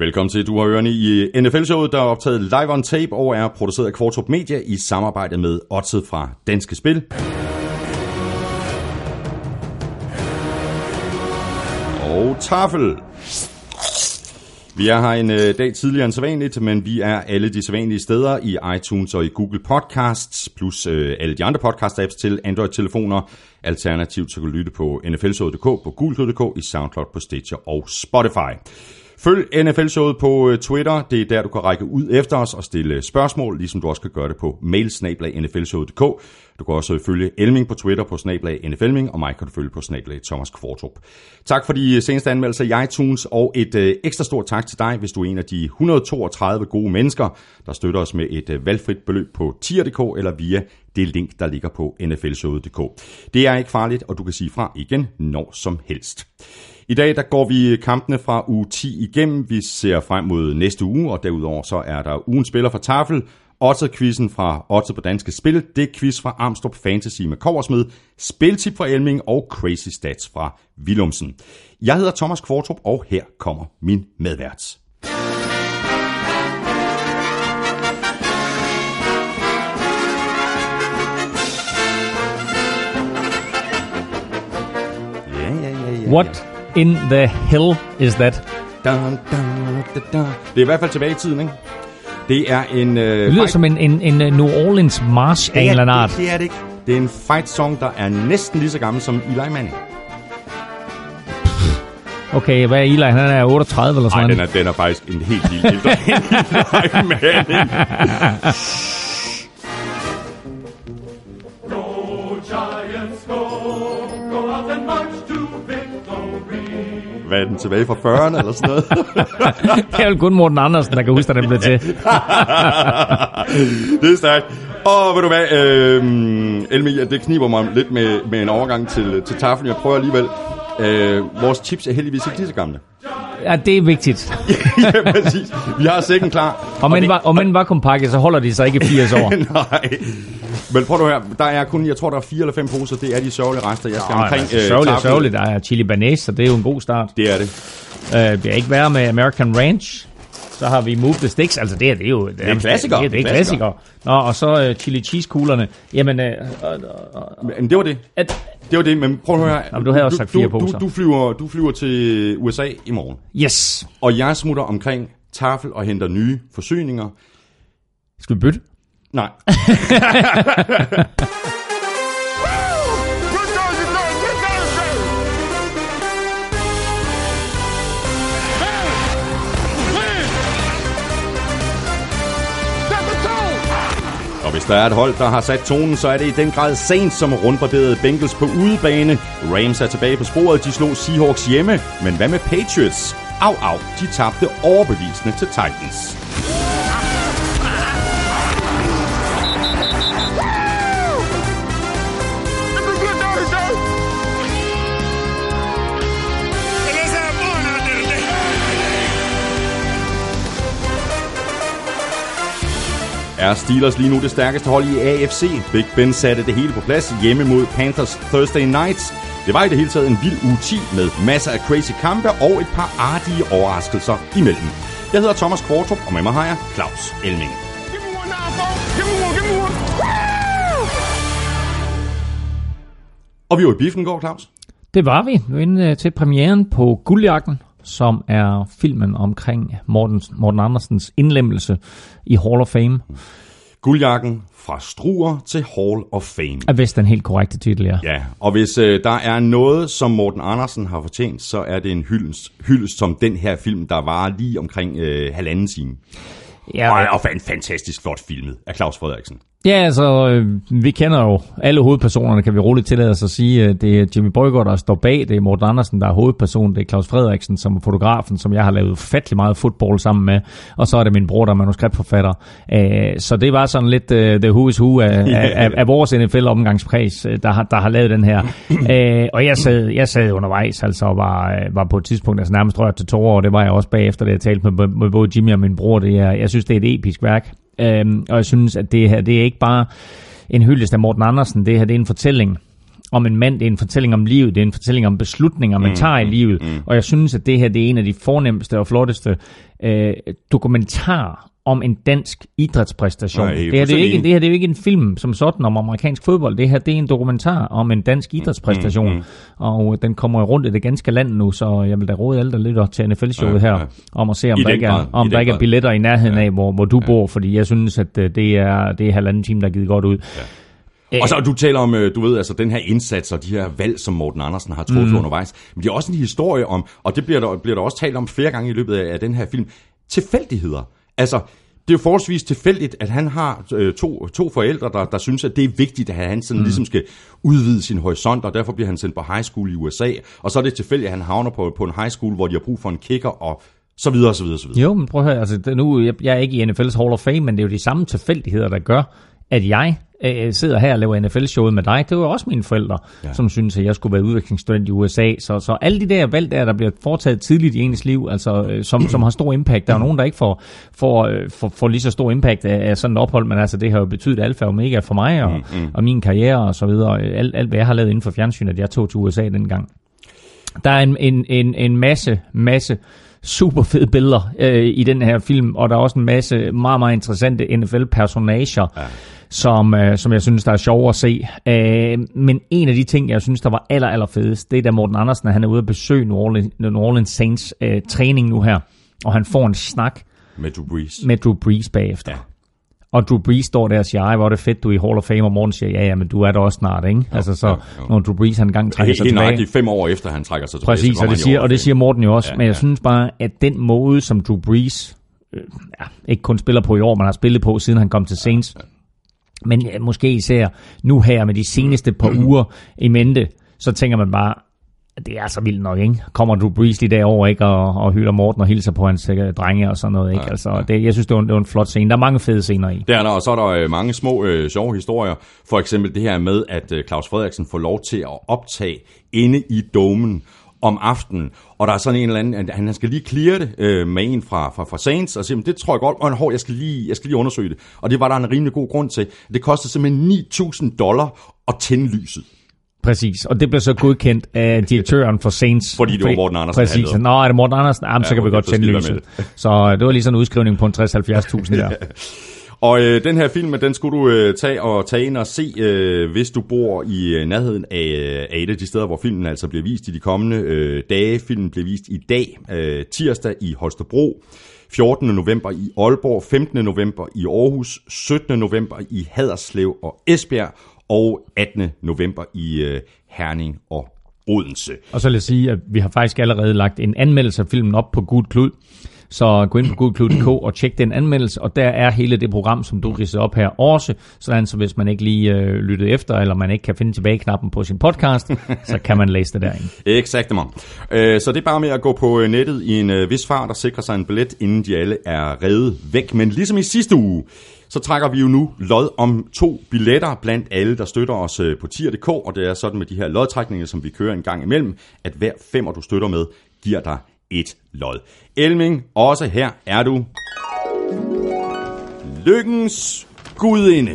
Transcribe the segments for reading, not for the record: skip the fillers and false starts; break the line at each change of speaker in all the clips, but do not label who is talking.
Velkommen til. Du har ørerne i NFL-showet, der er optaget live on tape og er produceret af Kvartrup Media i samarbejde med Oddset fra Danske Spil. Og Tafel. Vi er her en dag tidligere end sædvanligt, men vi er alle de sædvanlige steder i iTunes og i Google Podcasts, plus alle de andre podcast-apps til Android-telefoner. Alternativt så kan du lytte på nflshowet.dk, på gulklud.dk, i SoundCloud, på Stitcher og Spotify. Følg NFL-showet på Twitter. Det er der, du kan række ud efter os og stille spørgsmål, ligesom du også kan gøre det på mail@nflshowet.dk. Du kan også følge Elming på Twitter på @nflming, og mig kan du følge på @Thomas Kvartrup. Tak for de seneste anmeldelser i iTunes, og et ekstra stort tak til dig, hvis du er en af de 132 gode mennesker, der støtter os med et valgfrit beløb på tier.dk eller via det link, der ligger på nflshowet.dk. Det er ikke farligt, og du kan sige fra igen når som helst. I dag der går vi kampene fra uge 10 igennem. Vi ser frem mod næste uge, og derudover så er der ugens spiller fra Tafel, Oddset-quizzen fra Oddset på Danske Spil, det quiz fra Armstrong Fantasy med Kobbersmed, spiltip fra Elming og Crazy Stats fra Willumsen. Jeg hedder Thomas Kvartrup, og her kommer min medvært.
What in the hell is that?
Det er i hvert fald tilbage i tiden, ikke? Det er en...
det lyder som en New Orleans march af en eller anden art.
Det er det ikke. Det er en fight song, der er næsten lige så gammel som Eli Manning.
Okay, hvad er Eli? Han er 38 eller sådan noget?
Nej, den er faktisk en helt lille ældre end Eli Manning. Hvad er den tilbage fra 40'erne eller sådan noget?
Det er jo kun Morten Andersen, der kan huske, at den blev til.
Det er stærkt. Og ved du hvad, Elmi, det kniber mig lidt med en overgang til taflen. Jeg prøver alligevel. Vores chips er heldigvis ikke lige så gamle.
Ja, det er vigtigt.
Ja, præcis. Vi har sækken klar.
Og men var kompakket, så holder de sig ikke 80 år.
Nej. Men prøv du her, der er kun, jeg tror der er 4 eller 5 poser, det er de sørgelige rester. Jeg skal omkring
sørgeligt, der er chili banase, så det er jo en god start.
Det er det.
Det er ikke værre med American Ranch. Så har vi Move the Sticks, altså det er jo...
Det er klassiker.
Det er klassiker. Nå, og så chili cheese kuglerne. Jamen...
Men det var det. Det var det, men prøv at høre her.
Jamen, du havde også sagt 4 poser.
Du flyver til USA i morgen.
Yes.
Og jeg smutter omkring Tafel og henter nye forsyninger.
Skal vi bytte?
Nej. Og hvis der er et hold, der har sat tonen, så er det i den grad Saints, som rundbarberede Bengals på udebane. Rams er tilbage på sporet, de slog Seahawks hjemme. Men hvad med Patriots? Au, de tabte overbevisende til Titans. Er Steelers lige nu det stærkeste hold i AFC? Big Ben satte det hele på plads hjemme mod Panthers Thursday Nights. Det var i det hele taget en vild uge 10 med masser af crazy kampe og et par artige overraskelser imellem. Jeg hedder Thomas Kvartrup, og med mig har jeg Claus Elming. Og vi var i biffen i går, Claus.
Det var vi. Vi var inde til premieren på Guldjagten, som er filmen omkring Morten Andersens indlemmelse i Hall of Fame.
Guldjakken fra Struer til Hall of Fame.
Er vist den helt korrekte titel, ja.
Ja, og hvis der er noget, som Morten Andersen har fortjent, så er det en hyldest som den her film, der var lige omkring 1,5 time. Ja, og en fantastisk flot filmet af Claus Frederiksen.
Ja, altså, vi kender jo alle hovedpersonerne, kan vi roligt tillade os at sige. Det er Jimmy Brøgger, der står bag. Det er Morten Andersen, der er hovedpersonen. Det er Claus Frederiksen, som er fotografen, som jeg har lavet fattelig meget fodbold sammen med. Og så er det min bror, der er manuskriptforfatter. Så det var sådan lidt the who is who af vores NFL-omgangskreds, der har lavet den her. Og jeg sad undervejs, altså var på et tidspunkt altså nærmest rørt til tårer, og det var jeg også bagefter, det jeg talte med både Jimmy og min bror. Jeg synes, det er et episk værk. Og jeg synes, at det her, det er ikke bare en hyldest af Morten Andersen. Det her, det er en fortælling om en mand, det er en fortælling om livet, det er en fortælling om beslutninger, man tager i livet, og jeg synes, at det her, det er en af de fornemmeste og flotteste dokumentarer om en dansk idrætspræstation. Det her det er jo ikke en film som sådan om amerikansk fodbold. Det her, det er en dokumentar om en dansk idrætspræstation. Og den kommer rundt i det ganske land nu, så jeg vil da råde alle, der lytter til NFL-showet her, om at se, om der ikke er billetter i nærheden af, hvor du bor, fordi jeg synes, at det er halvanden time, der er givet godt ud. Ja.
Og så du taler om, du ved, altså den her indsats og de her valg, som Morten Andersen har truffet undervejs. Men det er også en historie om, og det bliver der også talt om flere gange i løbet af den her film, tilfældigheder. Altså, det er jo forholdsvis tilfældigt, at han har to forældre, der synes, at det er vigtigt, at han sådan ligesom skal udvide sin horisont, og derfor bliver han sendt på high school i USA. Og så er det tilfældigt, at han havner på en high school, hvor de har brug for en kicker, og så videre, så videre, så videre.
Jo, men prøv at høre, altså, jeg er ikke i NFL's Hall of Fame, men det er jo de samme tilfældigheder, der gør, at jeg sidder her og laver NFL-showet med dig. Det var også mine forældre, som synes, at jeg skulle være udvekslingsstudent i USA. Så alle de der valg der bliver foretaget tidligt i ens liv, altså som har stor impact. Der er jo nogen, der ikke får lige så stor impact af sådan et ophold, men altså det har jo betydet alfa og omega for mig og min karriere og så videre. Alt hvad jeg har lavet inden for fjernsyn, at jeg tog til USA dengang. Der er en masse super fede billeder i den her film, og der er også en masse meget, meget interessante NFL-personager, som jeg synes, der er sjov at se. Men en af de ting, jeg synes, der var aller fedest, det er da Morten Andersen, han er ude at besøge New Orleans Saints træning nu her, og han får en snak med Drew Brees bagefter. Ja. Og Drew Brees står der og siger, hvor er det fedt, du er i Hall of Fame, og Morten siger, ja, men du er der også snart, ikke? Når Drew Brees han engang trækker sig tilbage.
Helt 5 år efter, han trækker sig tilbage.
Præcis, og det siger Morten jo også. Men jeg synes bare, at den måde, som Drew Brees ikke kun spiller på i år, man har spillet på, siden han kom til Saints, men måske især nu her med de seneste par uger i mente, så tænker man bare, det er så vildt nok, ikke? Kommer Drew Brees lige derovre, ikke? Og hylder Morten og hilser på hans drenge og sådan noget, ikke? Altså, jeg synes, det var en flot scene. Der er mange fede scener i.
Der er der, og så er der mange små sjove historier. For eksempel det her med, at Claus Frederiksen får lov til at optage inde i domen om aftenen, og der er sådan en eller anden, han skal lige clear det med en fra Saints, og siger, det tror jeg godt, og jeg skal lige undersøge det. Og det var der en rimelig god grund til. Det kostede simpelthen $9,000 at tænde lyset.
Præcis, og det blev så godkendt af direktøren for Saints.
Fordi det var Morten Andersen.
Præcis, er det Morten Andersen? Jamen, så kan vi godt tænde lyset. Så det var lige sådan en udskrivning på en 60-70.000 der.
Og den her film, den skulle du tage ind og se, hvis du bor i nærheden af et af de steder, hvor filmen altså bliver vist i de kommende dage. Filmen bliver vist i dag, tirsdag i Holstebro, 14. november i Aalborg, 15. november i Aarhus, 17. november i Haderslev og Esbjerg, og 18. november i Herning og Odense.
Og så vil jeg sige, at vi har faktisk allerede lagt en anmeldelse af filmen op på Gult Klud. Så gå ind på gulklud.dk og tjek den anmeldelse, og der er hele det program, som du ridser op her også, sådan så hvis man ikke lige lyttede efter, eller man ikke kan finde tilbage-knappen på sin podcast, så kan man læse det derinde.
Exactement. Så det er bare med at gå på nettet i en vis fart og sikre sig en billet, inden de alle er revet væk. Men ligesom i sidste uge, så trækker vi jo nu lod om 2 billetter blandt alle, der støtter os på tier.dk, og det er sådan med de her lodtrækninger, som vi kører en gang imellem, at hver 5, du støtter med, giver dig et lod. Elming, også her er du lykkens gudinde.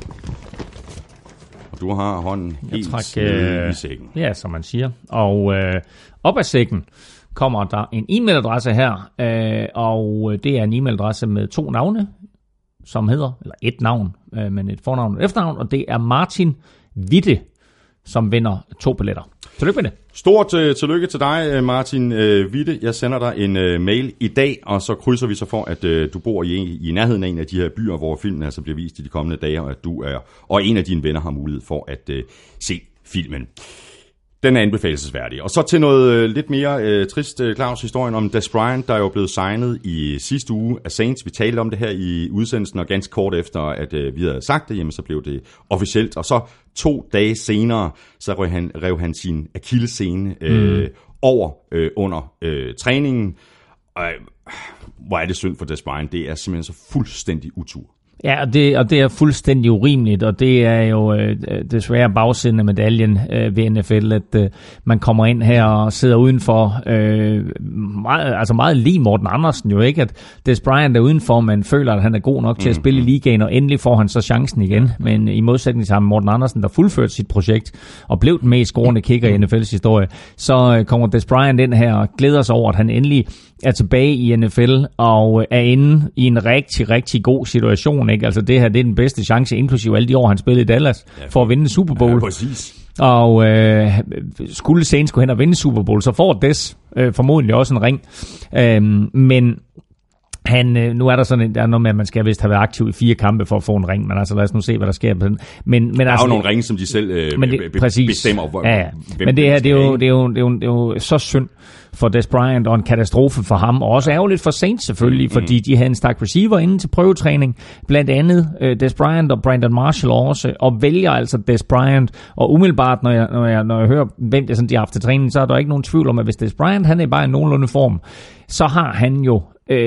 Og du har hånden helt i sækken.
Ja, som man siger. Og op ad sækken kommer der en e-mailadresse her, og det er en e-mailadresse med 2 navne, som hedder, eller et navn, men et fornavn og et efternavn, og det er Martin Witte, som vinder 2 billetter. Tillykke med det.
Stort tillykke til dig, Martin Witte. Jeg sender dig en mail i dag, og så krydser vi så for, at du bor i nærheden af en af de her byer, hvor filmen altså bliver vist i de kommende dage, og at du og en af dine venner har mulighed for at se filmen. Den er anbefalesværdig. Og så til noget lidt mere trist, Claus, historien om Dez Bryant, der er jo blevet signet i sidste uge af Saints. Vi talte om det her i udsendelsen, og ganske kort efter, at vi havde sagt det, jamen, så blev det officielt. Og så 2 dage senere, så rev han sin akillessene over under træningen. Og hvor er det synd for Dez Bryant. Det er simpelthen så fuldstændig utur.
Ja, og det er fuldstændig urimeligt, og det er jo desværre bagsiden af medaljen ved NFL, at man kommer ind her og sidder udenfor, meget lige Morten Andersen jo ikke, at Dez Bryant er udenfor, men føler, at han er god nok til at spille i ligaen, og endelig får han så chancen igen, men i modsætning til ham Morten Andersen, der fuldførte sit projekt og blev den mest scorende kicker i NFL's historie, så kommer Dez Bryant ind her og glæder sig over, at han endelig er tilbage i NFL og er inde i en rigtig, rigtig god situation. Ikke? Altså det her, det er den bedste chance, inklusive alle de år, han spillede i Dallas, for at vinde Super Bowl.
Ja, præcis.
Og skulle Saints gå hen og vinde Super Bowl, så får Dez formodentlig også en ring. Men nu er der sådan, der er noget med, at man skal vist have været aktiv i 4 kampe for at få en ring, men altså lad os nu se, hvad der sker på den. Men
der er
altså,
jo nogle ringe, som de selv bestemmer.
Hvem men det her, det er jo så synd for Dez Bryant, og en katastrofe for ham, og også ærgerligt for Saints selvfølgelig, fordi de havde en stærk receiver inden til prøvetræning, blandt andet Dez Bryant og Brandon Marshall også, og vælger altså Dez Bryant, og umiddelbart, når jeg hører, hvem det sådan, de har haft til træning, så er der ikke nogen tvivl om, at hvis Dez Bryant, han er bare i nogenlunde form, så har han jo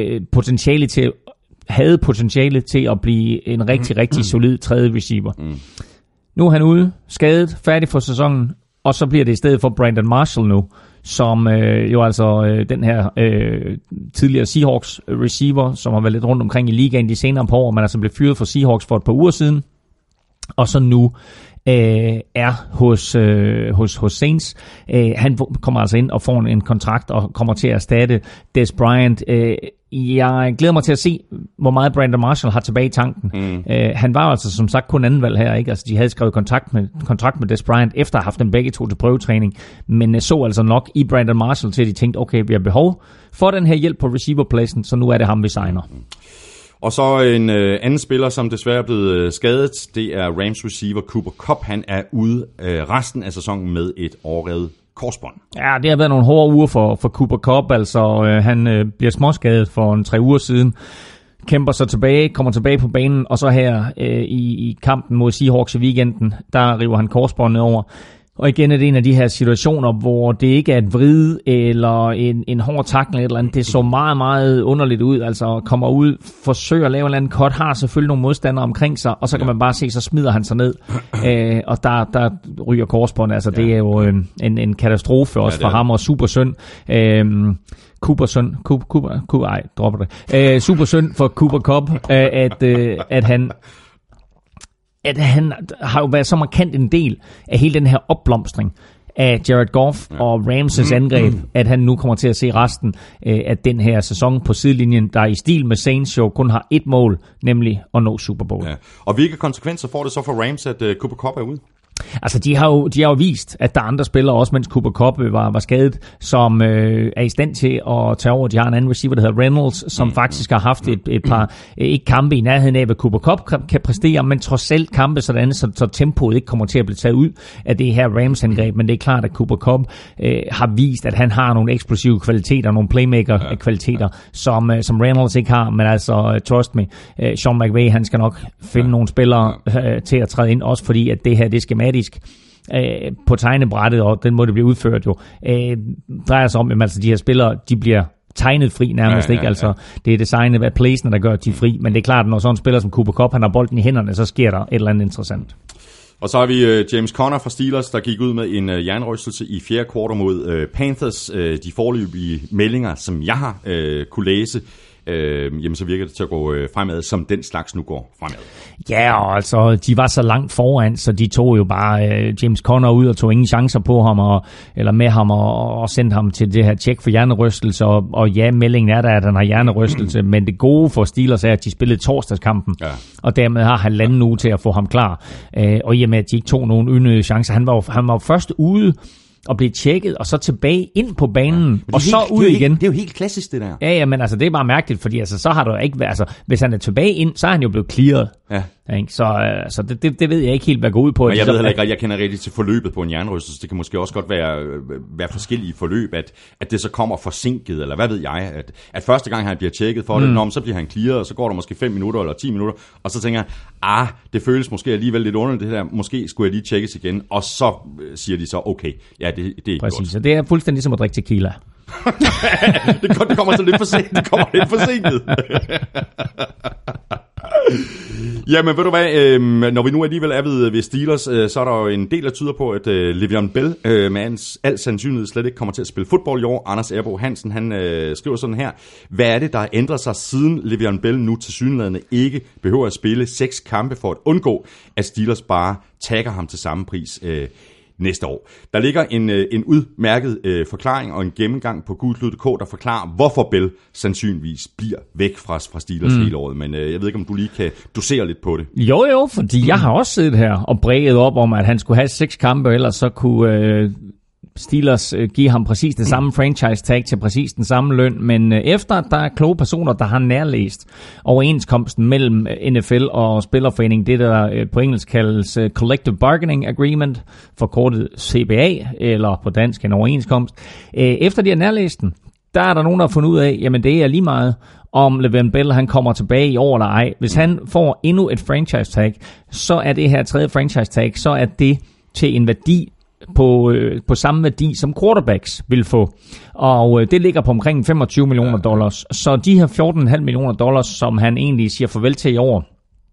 havde potentiale til at blive en rigtig, rigtig solid tredje receiver. Nu er han ude, skadet, færdig for sæsonen, og så bliver det i stedet for Brandon Marshall nu, som jo altså den her tidligere Seahawks receiver, som har været lidt rundt omkring i ligaen de senere par år, men altså blev fyret fra Seahawks for et par uger siden, og så nu er hos Saints. Han kommer altså ind og får en kontrakt og kommer til at erstatte Dez Bryant. Jeg glæder mig til at se, hvor meget Brandon Marshall har tilbage i tanken. Han var altså som sagt kun anden valg her, ikke? Altså de havde skrevet kontrakt med Dez Bryant efter at have haft dem begge to til prøvetræning, men så altså nok i Brandon Marshall til at de tænkte, okay, vi har behov for den her hjælp på receiverpladsen, så nu er det ham, vi signer.
Og så en anden spiller, som desværre er blevet skadet, det er Rams receiver Cooper Kupp. Han er ude resten af sæsonen med et overrevet korsbånd. Ja,
det har været nogle hårde uger for Cooper Kupp. Altså, han bliver småskadet for 3 uger siden. Kæmper sig tilbage, kommer tilbage på banen, og så her i kampen mod Seahawks i weekenden, der river han korsbåndet over. Og igen er det en af de her situationer, hvor det ikke er et vrid eller en hård tackle eller andet. Det så meget, meget underligt ud. Altså kommer ud, forsøger at lave en eller anden cut, har selvfølgelig nogle modstandere omkring sig, og så kan man bare se, så smider han sig ned. Og der ryger korsbåndet. Altså det er jo en katastrofe også for ham, og super synd. Super synd for Cooper Kupp, at han har jo været så markant en del af hele den her opblomstring af Jared Goff og Ramses angreb, at han nu kommer til at se resten af den her sæson på sidelinjen, der i stil med Saints jo kun har 1 mål, nemlig at nå Super Bowl.
Ja. Og hvilke konsekvenser får det så for Rams, at Cooper Kupp er ude?
Altså, de har jo vist, at der er andre spillere, også mens Cooper Kupp var skadet, som er i stand til at tage over. De har en anden receiver, der hedder Reynolds, som faktisk har haft et par, ikke kampe i nærheden af, hvad Cooper Kupp kan præstere, men trods alt kampe sådan, så tempoet ikke kommer til at blive taget ud af det her Rams-angreb. Men det er klart, at Cooper Kupp har vist, at han har nogle eksplosive kvaliteter, nogle playmaker-kvaliteter, som Reynolds ikke har. Men altså, trust me, Sean McVay, han skal nok finde nogle spillere til at træde ind, også fordi at det her, det skal på tegnebrættet, og den måde det bliver udført jo, drejer sig om, at altså, de her spillere, de bliver tegnet fri nærmest, ikke? Altså, det er designet af playsene, der gør, at de er fri, men det er klart, at når sådan en spiller som Cooper Kupp, han har bolden i hænderne, så sker der et eller andet interessant.
Og så har vi James Conner fra Steelers, der gik ud med en hjernerystelse i 4. kvartal mod Panthers. De foreløbige meldinger, som jeg har kunne læse, jamen så virker det til at gå fremad, som den slags nu går fremad.
Ja, og altså, de var så langt foran, så de tog jo bare James Conner ud og tog ingen chancer på ham, eller med ham, og sendte ham til det her tjek for hjernerystelse, og ja, meldingen er der, at han har hjernerystelse, men det gode for Steelers er, at de spillede torsdagskampen, og dermed har han halvanden uge til at få ham klar, og i og med, at de ikke tog nogen unødige chancer, han var først ude og blive tjekket, og så tilbage ind på banen, og så ud igen.
Det er jo helt klassisk, det der.
Ja, men altså, det er bare mærkeligt, fordi altså, så har du ikke været, altså, hvis han er tilbage ind, så er han jo blevet clearet. Ja. Så det ved jeg ikke helt, hvad går ud på.
Men jeg ved heller ikke, jeg kender rigtig til forløbet på en hjernerystelse. Det kan måske også godt være forskellige forløb, at det så kommer forsinket, eller hvad ved jeg, at første gang han bliver tjekket for det, så bliver han clearet, og så går der måske 5 minutter eller 10 minutter, og så tænker jeg, det føles måske alligevel lidt underligt det der, måske skulle jeg lige tjekkes igen, og så siger de så, okay, ja, det er
præcis,
godt.
Så det er fuldstændig som at drikke tequila.
det kommer så lidt for sent. Det kommer lidt forsinket. Jamen ved du hvad, når vi nu alligevel er ved Steelers, så er der jo en del, der tyder på, at Le'Veon Bell med al sandsynlighed slet ikke kommer til at spille fodbold i år. Anders Erbo Hansen, han skriver sådan her: hvad er det, der ændrer sig, siden Le'Veon Bell nu tilsyneladende ikke behøver at spille 6 kampe for at undgå, at Steelers bare tagger ham til samme pris næste år? Der ligger en udmærket forklaring og en gennemgang på gulklud.dk, der forklarer, hvorfor Bell sandsynligvis bliver væk fra Steelers hele året. Men jeg ved ikke, om du lige kan dosere lidt på det.
Jo, fordi jeg har også siddet her og bræget op om, at han skulle have 6 kampe, ellers så kunne Steelers give ham præcis det samme franchise tag til præcis den samme løn. Men efter der er kloge personer, der har nærlæst overenskomsten mellem NFL og Spillerforeningen, det der på engelsk kaldes Collective Bargaining Agreement, forkortet CBA, eller på dansk en overenskomst. Efter de har nærlæst den, der er der nogen, der har fundet ud af, jamen det er lige meget, om Le'Veon Bell han kommer tilbage i år eller ej. Hvis han får endnu et franchise tag, så er det her tredje franchise tag, så er det til en værdi på samme værdi, som quarterbacks vil få. Og det ligger på omkring $25 million. Så de her $14,5 million, som han egentlig siger farvel til i år,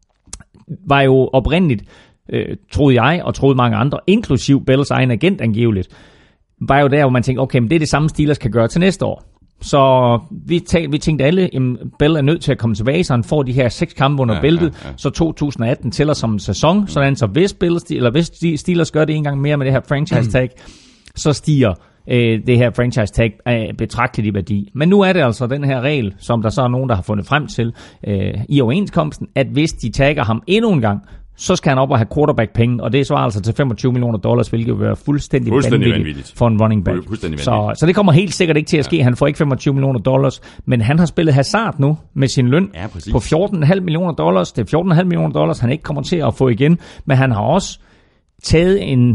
var jo oprindeligt, troede jeg, og troede mange andre, inklusiv Bells egen agent angiveligt, var jo der, hvor man tænkte, okay, men det er det samme Steelers kan gøre til næste år. Så vi tænkte alle, at Bell er nødt til at komme tilbage, så han får de her 6 kampe under bæltet, så 2018 tæller som en sæson, sådan så hvis Steelers gør det en gang mere med det her franchise tag, så stiger det her franchise tag betragteligt i værdi. Men nu er det altså den her regel, som der så er nogen, der har fundet frem til i overenskomsten, at hvis de tagger ham endnu en gang, så skal han op og have quarterback-penge, og det svarer altså til $25 million, hvilket vil være fuldstændig vanvittigt for en running back. Så det kommer helt sikkert ikke til at ske. Han får ikke $25 million, men han har spillet hasard nu med sin løn på $14,5 million. Det er $14,5 million, han ikke kommer til at få igen, men han har også taget en...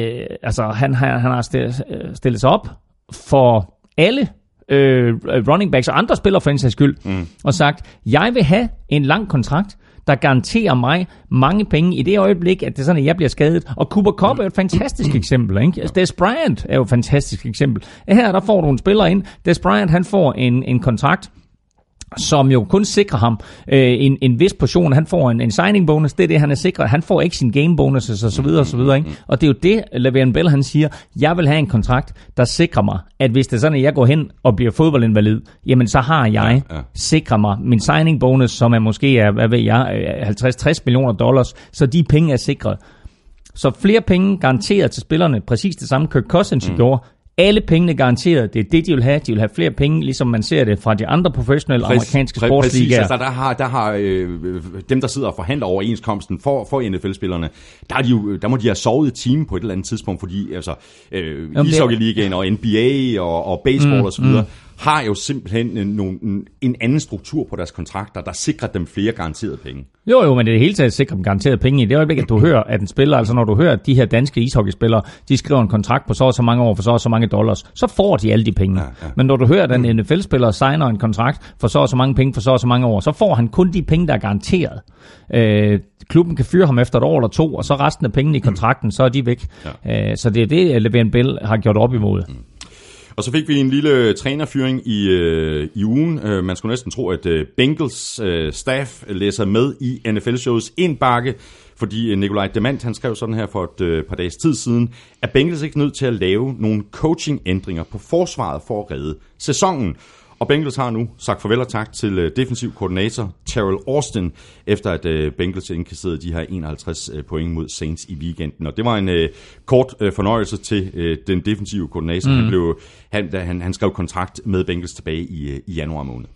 han har stillet sig op for alle running backs og andre spillere for en sags skyld, og sagt, jeg vil have en lang kontrakt, der garanterer mig mange penge i det øjeblik, at det er sådan, at jeg bliver skadet. Og Cooper Kupp er et fantastisk eksempel, ikke? Des Bryant er jo et fantastisk eksempel. Her, der får du en spiller ind. Des Bryant, han får en kontrakt, som jo kun sikrer ham en vis portion. Han får en signing bonus, det er det, han er sikret. Han får ikke sin game bonuses og så videre, ikke? Og det er jo det, Le'Veon Bell, han siger, jeg vil have en kontrakt, der sikrer mig, at hvis det er sådan, at jeg går hen og bliver fodboldinvalid, jamen så har jeg sikret mig min signing bonus, som er måske er, hvad ved jeg, $50-60 million, så de penge er sikret. Så flere penge garanteret til spillerne, præcis det samme Kirk Cousins gjorde. Alle pengene garanteret, det er det, de vil have. De vil have flere penge, ligesom man ser det fra de andre professionelle amerikanske sportsligaer.
Altså, der har dem, der sidder og forhandler overenskomsten for NFL-spillerne, der må de have sovet i timen på et eller andet tidspunkt, fordi altså, ishockeyligaen og NBA og baseball og så videre, har jo simpelthen en anden struktur på deres kontrakter, der sikrer dem flere garanterede penge.
Jo, men det er hele taget sikrer dem garanterede penge. I det øjeblik, at du hører, at en spiller, altså når du hører, at de her danske ishockeyspillere, de skriver en kontrakt på så og så mange år for så og så mange dollars, så får de alle de penge. Ja. Men når du hører, at en NFL-spiller signer en kontrakt for så og så mange penge for så og så mange år, så får han kun de penge, der er garanteret. Klubben kan fyre ham efter et år eller 2, og så resten af pengene i kontrakten, så er de væk. Ja. Så det er det, Le'Veon Bell har gjort op imod.
Og så fik vi en lille trænerfyring i ugen. Man skulle næsten tro, at Bengals staff læser med i NFL-showets indbakke, fordi Nikolaj Demant, han skrev sådan her for et par dages tid siden, at Bengals ikke nødt til at lave nogle coaching-ændringer på forsvaret for at redde sæsonen. Og Bengals har nu sagt farvel og tak til defensiv koordinator Terrell Austin, efter at Bengals indkasserede de her 51 point mod Saints i weekenden. Og det var en kort fornøjelse til den defensive koordinator. Han skrev kontrakt med Bengals tilbage i januar måned.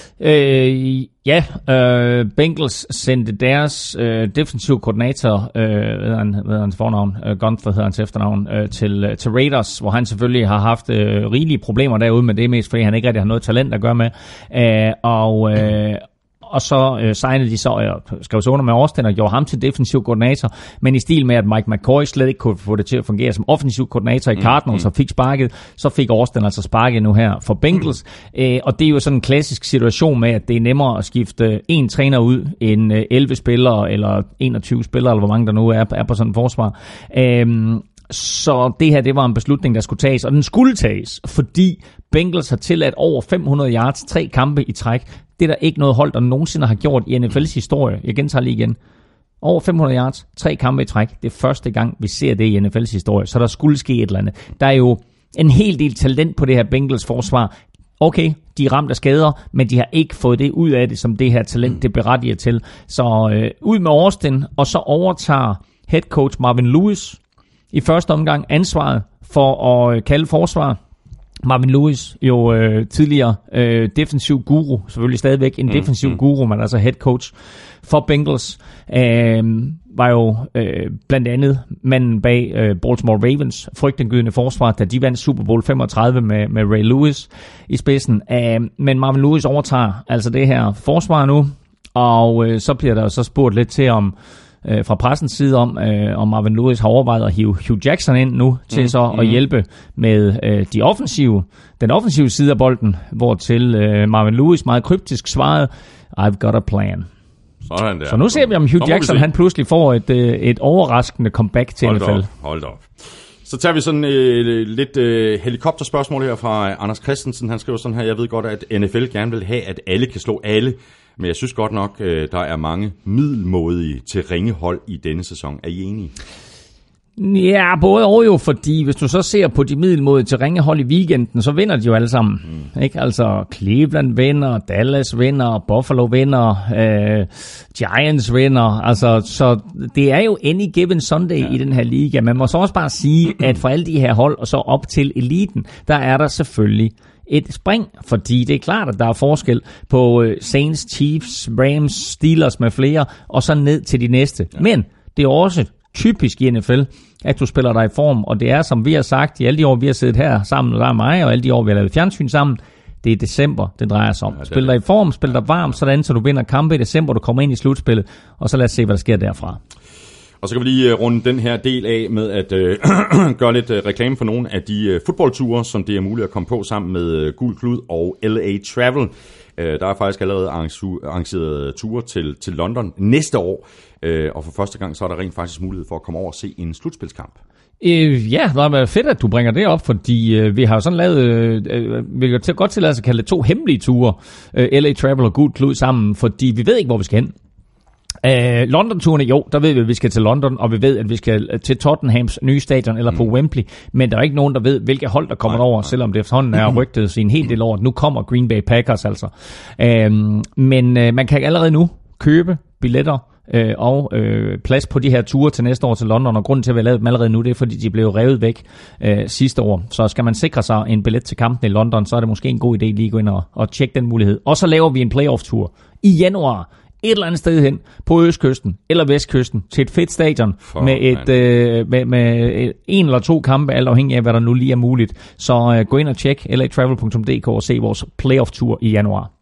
Bengals sendte deres defensive koordinator, hvad er hans fornavn, Gunther hedder hans efternavn, til Raiders, hvor han selvfølgelig har haft rigelige problemer derude, men det er mest fordi han ikke rigtig har noget talent at gøre med, og så signede de så, skrev så under med Austin og gjorde ham til defensiv koordinator, men i stil med, at Mike McCoy slet ikke kunne få det til at fungere som offensiv koordinator i Cardinals og fik sparket, så fik Austin altså sparket nu her for Bengals. Og det er jo sådan en klassisk situation med, at det er nemmere at skifte en træner ud end 11 spillere eller 21 spillere, eller hvor mange der nu er på sådan et forsvar. Så det her, det var en beslutning, der skulle tages, og den skulle tages, fordi Bengals har tilladt over 500 yards, 3 kampe i træk. Det er der ikke noget hold, der nogensinde har gjort i NFL's historie. Jeg gentager lige igen. Over 500 yards, 3 kampe i træk. Det er første gang, vi ser det i NFL's historie, så der skulle ske et eller andet. Der er jo en hel del talent på det her Bengals forsvar. Okay, de er ramt af skader, men de har ikke fået det ud af det, som det her talent det berettiger til. Så ud med Austin, og så overtager head coach Marvin Lewis i første omgang ansvaret for at kalde forsvar. Marvin Lewis, jo tidligere defensiv guru, selvfølgelig stadigvæk en defensiv guru, men altså head coach for Bengals, var jo blandt andet manden bag Baltimore Ravens, frygtindgydende forsvar, da de vandt Super Bowl 35 med Ray Lewis i spidsen. Men Marvin Lewis overtager altså det her forsvar nu, og så bliver der så spurgt lidt til fra pressens side om Marvin Lewis har overvejet at hive Hugh Jackson ind nu til så at hjælpe med den offensive side af bolden, hvortil Marvin Lewis meget kryptisk svarede, I've got a plan.
Sådan der.
Så nu ser vi, om Hugh Jackson han pludselig får et overraskende comeback til NFL.
Hold op. Så tager vi sådan lidt helikopterspørgsmål her fra Anders Christensen. Han skriver sådan her, jeg ved godt, at NFL gerne vil have, at alle kan slå alle, men jeg synes godt nok, der er mange middelmådige til ringehold i denne sæson. Er I enige?
Ja, både og jo, fordi hvis du så ser på de middelmådige til ringehold i weekenden, så vinder de jo alle sammen. Ikke? Altså Cleveland vinder, Dallas vinder, Buffalo vinder, Giants vinder. Altså, så det er jo any given Sunday i den her liga. Man må så også bare sige, at for alle de her hold, og så op til eliten, der er der selvfølgelig et spring, fordi det er klart, at der er forskel på Saints, Chiefs, Rams, Steelers med flere, og så ned til de næste. Ja. Men det er også typisk i NFL, at du spiller dig i form, og det er, som vi har sagt, i alle de år, vi har siddet her sammen, og der er mig, og alle de år, vi har lavet fjernsyn sammen, det er december, det drejer sig om. Spil dig i form, spil dig varm, sådan, så du vinder kampe i december, du kommer ind i slutspillet, og så lad os se, hvad der sker derfra. Og
så kan vi lige runde den her del af med at gøre lidt reklame for nogle af de fodboldture, som det er muligt at komme på sammen med Gul Klud og LA Travel. Der er faktisk allerede arrangeret ture til London næste år, og for første gang så er der rent faktisk mulighed for at komme over og se en slutspilskamp.
Ja, det er fedt, at du bringer det op, fordi vi har jo sådan lavet, vi kan godt tillade os at kalde det 2 hemmelige ture, LA Travel og Gul Klud sammen, fordi vi ved ikke, hvor vi skal hen. London-turene, jo, der ved vi, at vi skal til London, og vi ved, at vi skal til Tottenhams nye stadion, eller på Wembley, men der er ikke nogen, der ved, hvilke hold, der kommer over, selvom det efterhånden er rygtet sig en hel del over, at nu kommer Green Bay Packers altså. Men man kan allerede nu købe billetter og plads på de her ture til næste år til London, og grunden til, at vi har lavet dem allerede nu, det er, fordi de blev revet væk sidste år. Så skal man sikre sig en billet til kampen i London, så er det måske en god idé lige at gå ind og tjekke den mulighed. Og så laver vi en playoff-tur i januar, et eller andet sted hen på østkysten eller vestkysten til et fedt stadion med 1 eller 2 kampe, alt afhængig af, hvad der nu lige er muligt. Så gå ind og tjek latravel.dk og se vores playoff-tur i januar.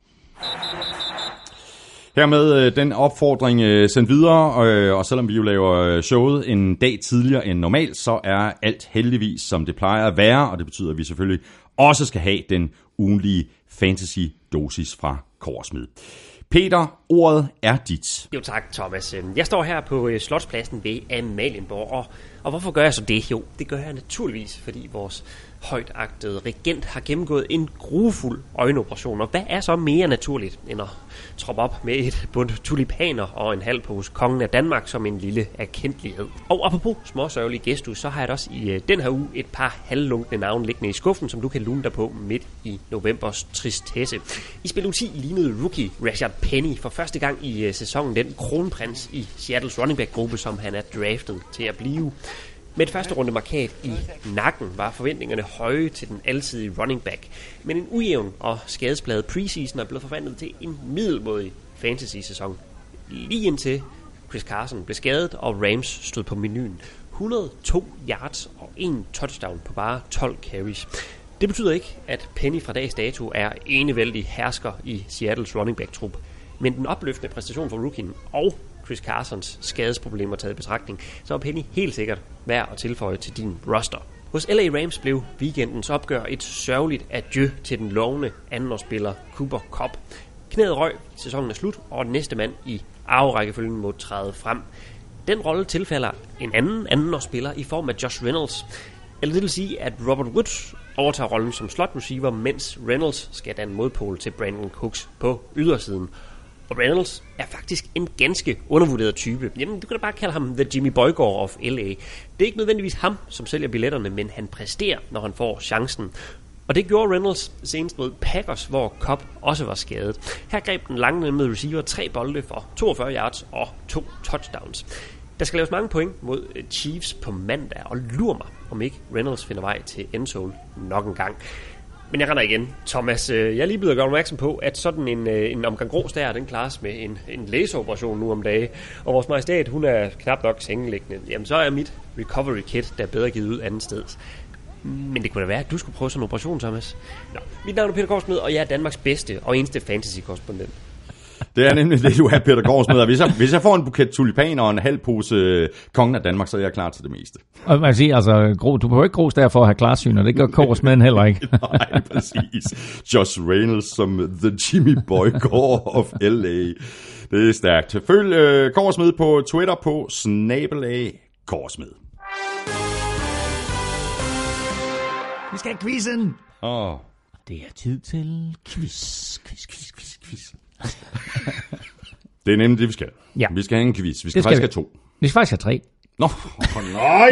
Hermed den opfordring sendt videre, og selvom vi jo laver showet en dag tidligere end normalt, så er alt heldigvis, som det plejer at være, og det betyder, at vi selvfølgelig også skal have den ugenlige fantasy-dosis fra Kobbersmid. Peter, ordet er dit.
Jo tak, Thomas. Jeg står her på Slotspladsen ved Amalienborg, og hvorfor gør jeg så det? Jo, det gør jeg naturligvis, fordi vores højtagtede regent har gennemgået en grufuld øjenoperation. Og hvad er så mere naturligt end at troppe op med et bund tulipaner og en halv pose kongen af Danmark som en lille erkendelighed? Og apropos småsørgelig gestus, så har jeg også i den her uge et par halvlunkne navne liggende i skuffen, som du kan lune dig på midt i novembers tristesse. I spil 10 lignede rookie Rashad Penny for første gang i sæsonen den kronprins i Seattles running back-gruppe, som han er draftet til at blive. Med et første runde markat i nakken var forventningerne høje til den alsidige running back. Men en ujævn og skadespladet preseason er blevet forvandlet til en middelmådig fantasy-sæson. Lige indtil Chris Carson blev skadet, og Rams stod på menuen. 102 yards og 1 touchdown på bare 12 carries. Det betyder ikke, at Penny fra dags dato er enevældig hersker i Seattles running back-trup. Men den opløftende præstation for rookien og Chris Carsons skadesproblemer taget i betragtning, så er Penny helt sikkert værd at tilføje til din roster. Hos LA Rams blev weekendens opgør et sørgeligt adieu til den lovende andenårsspiller Cooper Kupp. Knæet røg, sæsonen er slut, og den næste mand i arverækkefølgen må træde frem. den rolle tilfalder en anden spiller i form af Josh Reynolds. Eller det vil sige, at Robert Woods overtager rollen som slot receiver, mens Reynolds skal danne modpol til Brandon Cooks på ydersiden. Og Reynolds er faktisk en ganske undervurderet type. Jamen, du kan da bare kalde ham The Jimmy Boygaard of LA. Det er ikke nødvendigvis ham, som sælger billetterne, men han præsterer, når han får chancen. Og det gjorde Reynolds senest mod Packers, hvor Cobb også var skadet. Her greb den langnemmede receiver 3 bolde for 42 yards og 2 touchdowns. Der skal laves mange point mod Chiefs på mandag, og lur mig, om ikke Reynolds finder vej til endzone nok en gang. Men jeg render igen. Thomas, jeg er lige blevet gjort opmærksom på, at sådan en omgang grå stær, den klares med en læseoperation nu om dagen. Og vores majestæt, hun er knap nok sengeliggende. Jamen, så er mit recovery kit, der er bedre givet ud andet sted. Men det kunne da være, at du skulle prøve sådan en operation, Thomas. Nå, mit navn er Peter Korsmed, og jeg er Danmarks bedste og eneste fantasy-korrespondent.
Det er nemlig det, du er, Peter Korsmed. Hvis jeg får en buket tulipaner og en halv pose kongen af Danmark, så er jeg klar til det meste.
Og man siger, altså, du behøver ikke gros der for at have klarsyn, og det gør Korsmeden heller ikke.
Nej, præcis. Josh Reynolds som The Jimmy Boygaard of LA. Det er stærkt. Følg Korsmed på Twitter på @Korsmed.
Vi skal have quizzen!
Oh.
Det er tid til quiz.
Det er nemlig det, vi skal.
Ja.
Vi skal have en quiz. Vi skal faktisk have 2.
Vi skal faktisk have 3.
Nå, nej!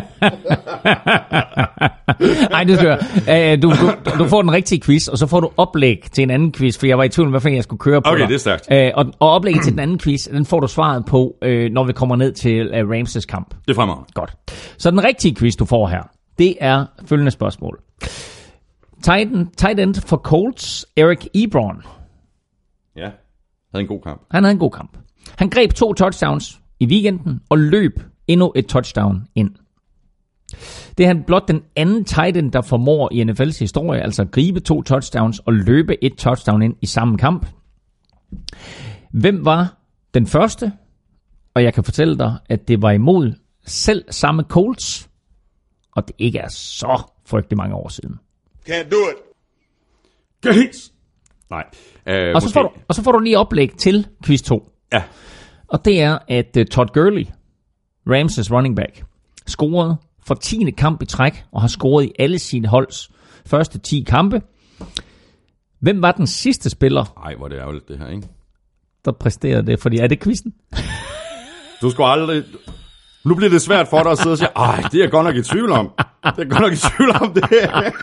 Nej, det skal du får den rigtige quiz, og så får du oplæg til en anden quiz, for jeg var i tvivl om, hvad fanden jeg skulle køre på.
Okay, det er stærkt.
Og oplægget til den anden quiz, den får du svaret på, når vi kommer ned til Ramses kamp.
Det er fremragende.
Godt. Så den rigtige quiz, du får her, det er følgende spørgsmål. Tight end for Colts, Eric Ebron.
Ja, havde en god kamp.
Han havde en god kamp. Han greb 2 touchdowns i weekenden og løb endnu et touchdown ind. Det er han blot den anden tight end, der formår i NFL's historie, altså at gribe 2 touchdowns og løbe et touchdown ind i samme kamp. Hvem var den første? Og jeg kan fortælle dig, at det var imod selv samme Colts, og det ikke er så frygtelig mange år siden.
Can't do it.
Gahis! Nej.
Og så får du lige oplæg til quiz 2.
Ja.
Og det er, at Todd Gurley, Ramses running back, scorede for 10. kamp i træk, og har scoret i alle sine holds første 10 kampe. Hvem var den sidste spiller?
Ej, hvor er det ærgerligt det her, ikke?
Der præsterede det, fordi er det quizzen?
Du skulle aldrig... Nu bliver det svært for dig at sidde og sige, ej, det er jeg godt nok i tvivl om. Det er godt nok i tvivl om det.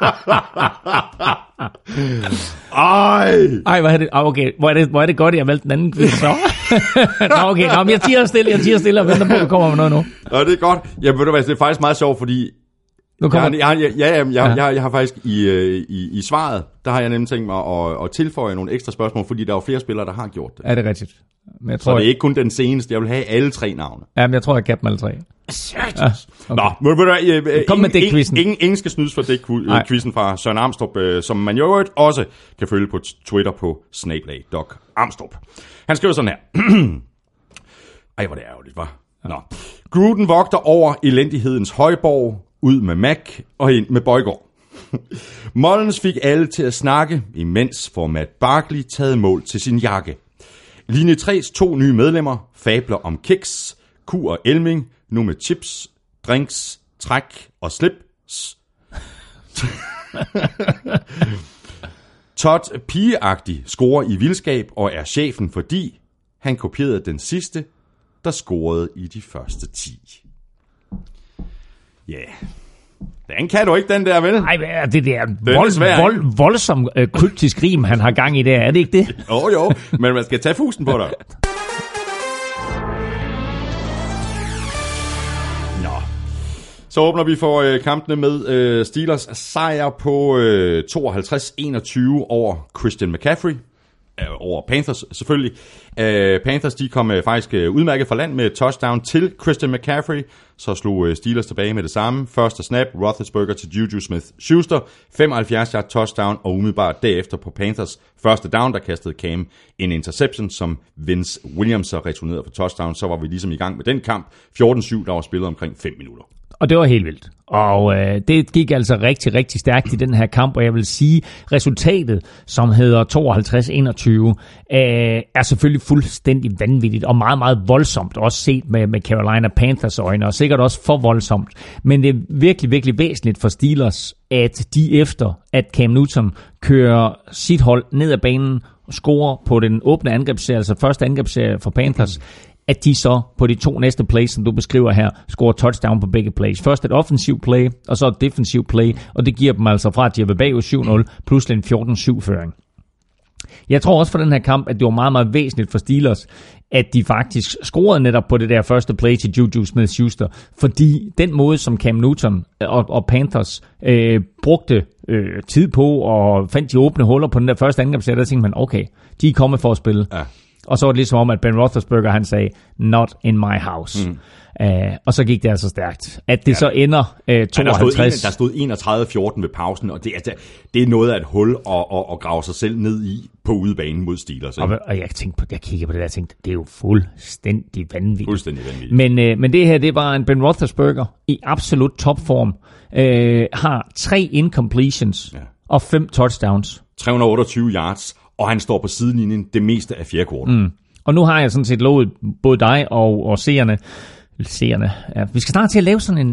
Ej,
hvad er det? Okay, hvor er det godt, at jeg valgte den anden quiz så. Okay, men jeg tiger stille og venter på, at der kommer med noget nu.
Ja, det er godt. Ja, ved du hvad, det er faktisk meget sjovt, fordi jeg har faktisk i svaret, der har jeg nemlig tænkt mig at tilføje nogle ekstra spørgsmål, fordi der er jo flere spillere, der har gjort det.
Er det rigtigt? Men jeg tror,
så det er ikke kun den seneste. Jeg vil have alle 3 navne.
Ja, men jeg tror, jeg kan dem alle 3.
Ja, okay. Nå,
kom med det quizzen.
Ingen skal snydes for det quizzen fra Søren Amstrup, som man jo også kan følge på Twitter på @DocAmstrup. Han skriver sådan her. Ej, hvor det ærgerligt, hva'? Nå. Gruden vogter over elendighedens højborg, ud med Mac og ind med Boygaard. Mullens fik alle til at snakke, imens får Matt Barkley taget mål til sin jakke. Linje 3's 2 nye medlemmer fabler om kiks, Q og Elming, nu med chips, drinks, træk og slips. Todd pigeagtig scorer i vildskab og er chefen, fordi han kopierede den sidste, der scorede i de første 10. Ja, yeah. Den kan du ikke, den der, vel?
Nej, det der voldsom kryptisk rim, han har gang i der, er det ikke det?
Jo, men man skal tage fusen på dig. Nå. Så åbner vi for kampene med Steelers sejr på 52-21 over Christian McCaffrey. Over Panthers selvfølgelig. Panthers, de kom faktisk udmærket fra land med et touchdown til Christian McCaffrey. Så slog Steelers tilbage med det samme. Første snap, Roethlisberger til Juju Smith-Schuster. 75-yard touchdown, og umiddelbart derefter på Panthers første down, der kastede Cam en interception, som Vince Williams så returnerede for touchdown. Så var vi ligesom i gang med den kamp. 14-7, der var spillet omkring 5 minutter.
Og det var helt vildt. Og det gik altså rigtig, rigtig stærkt i den her kamp, og jeg vil sige, resultatet, som hedder 52-21, er selvfølgelig fuldstændig vanvittigt og meget, meget voldsomt, også set med Carolina Panthers øjne, og sikkert også for voldsomt. Men det er virkelig, virkelig væsentligt for Steelers, at de efter, at Cam Newton kører sit hold ned ad banen og scorer på den åbne angrebsserie, altså første angrebsserie for Panthers, at de så på de 2 næste plays, som du beskriver her, scorer touchdown på begge plays. Først et offensiv play, og så et defensiv play, og det giver dem altså fra, at de er bagud 7-0, pludselig en 14-7-føring. Jeg tror også for den her kamp, at det var meget, meget væsentligt for Steelers, at de faktisk scorede netop på det der første play til Juju Smith-Schuster, fordi den måde, som Cam Newton og Panthers brugte tid på og fandt de åbne huller på den der første angrebsserie, der tænkte man, okay, de er kommet for at spille. Ja. Og så var det ligesom om, at Ben Roethlisberger, han sagde, not in my house. Og så gik det altså stærkt. At det så ender 52...
Der stod 31-14 ved pausen, og det er noget af et hul at grave sig selv ned i på udebanen mod Steelers.
Og jeg kiggede på det der og tænkte, det er jo fuldstændig vanvittigt. Men det her, det var en Ben Roethlisberger i absolut topform. Har 3 incompletions og 5 touchdowns.
328 yards. Og han står på sidelinjen det meste af fjerde kvartal.
Og nu har jeg sådan set lovet både dig og seerne. Ja. Vi skal snart til at lave sådan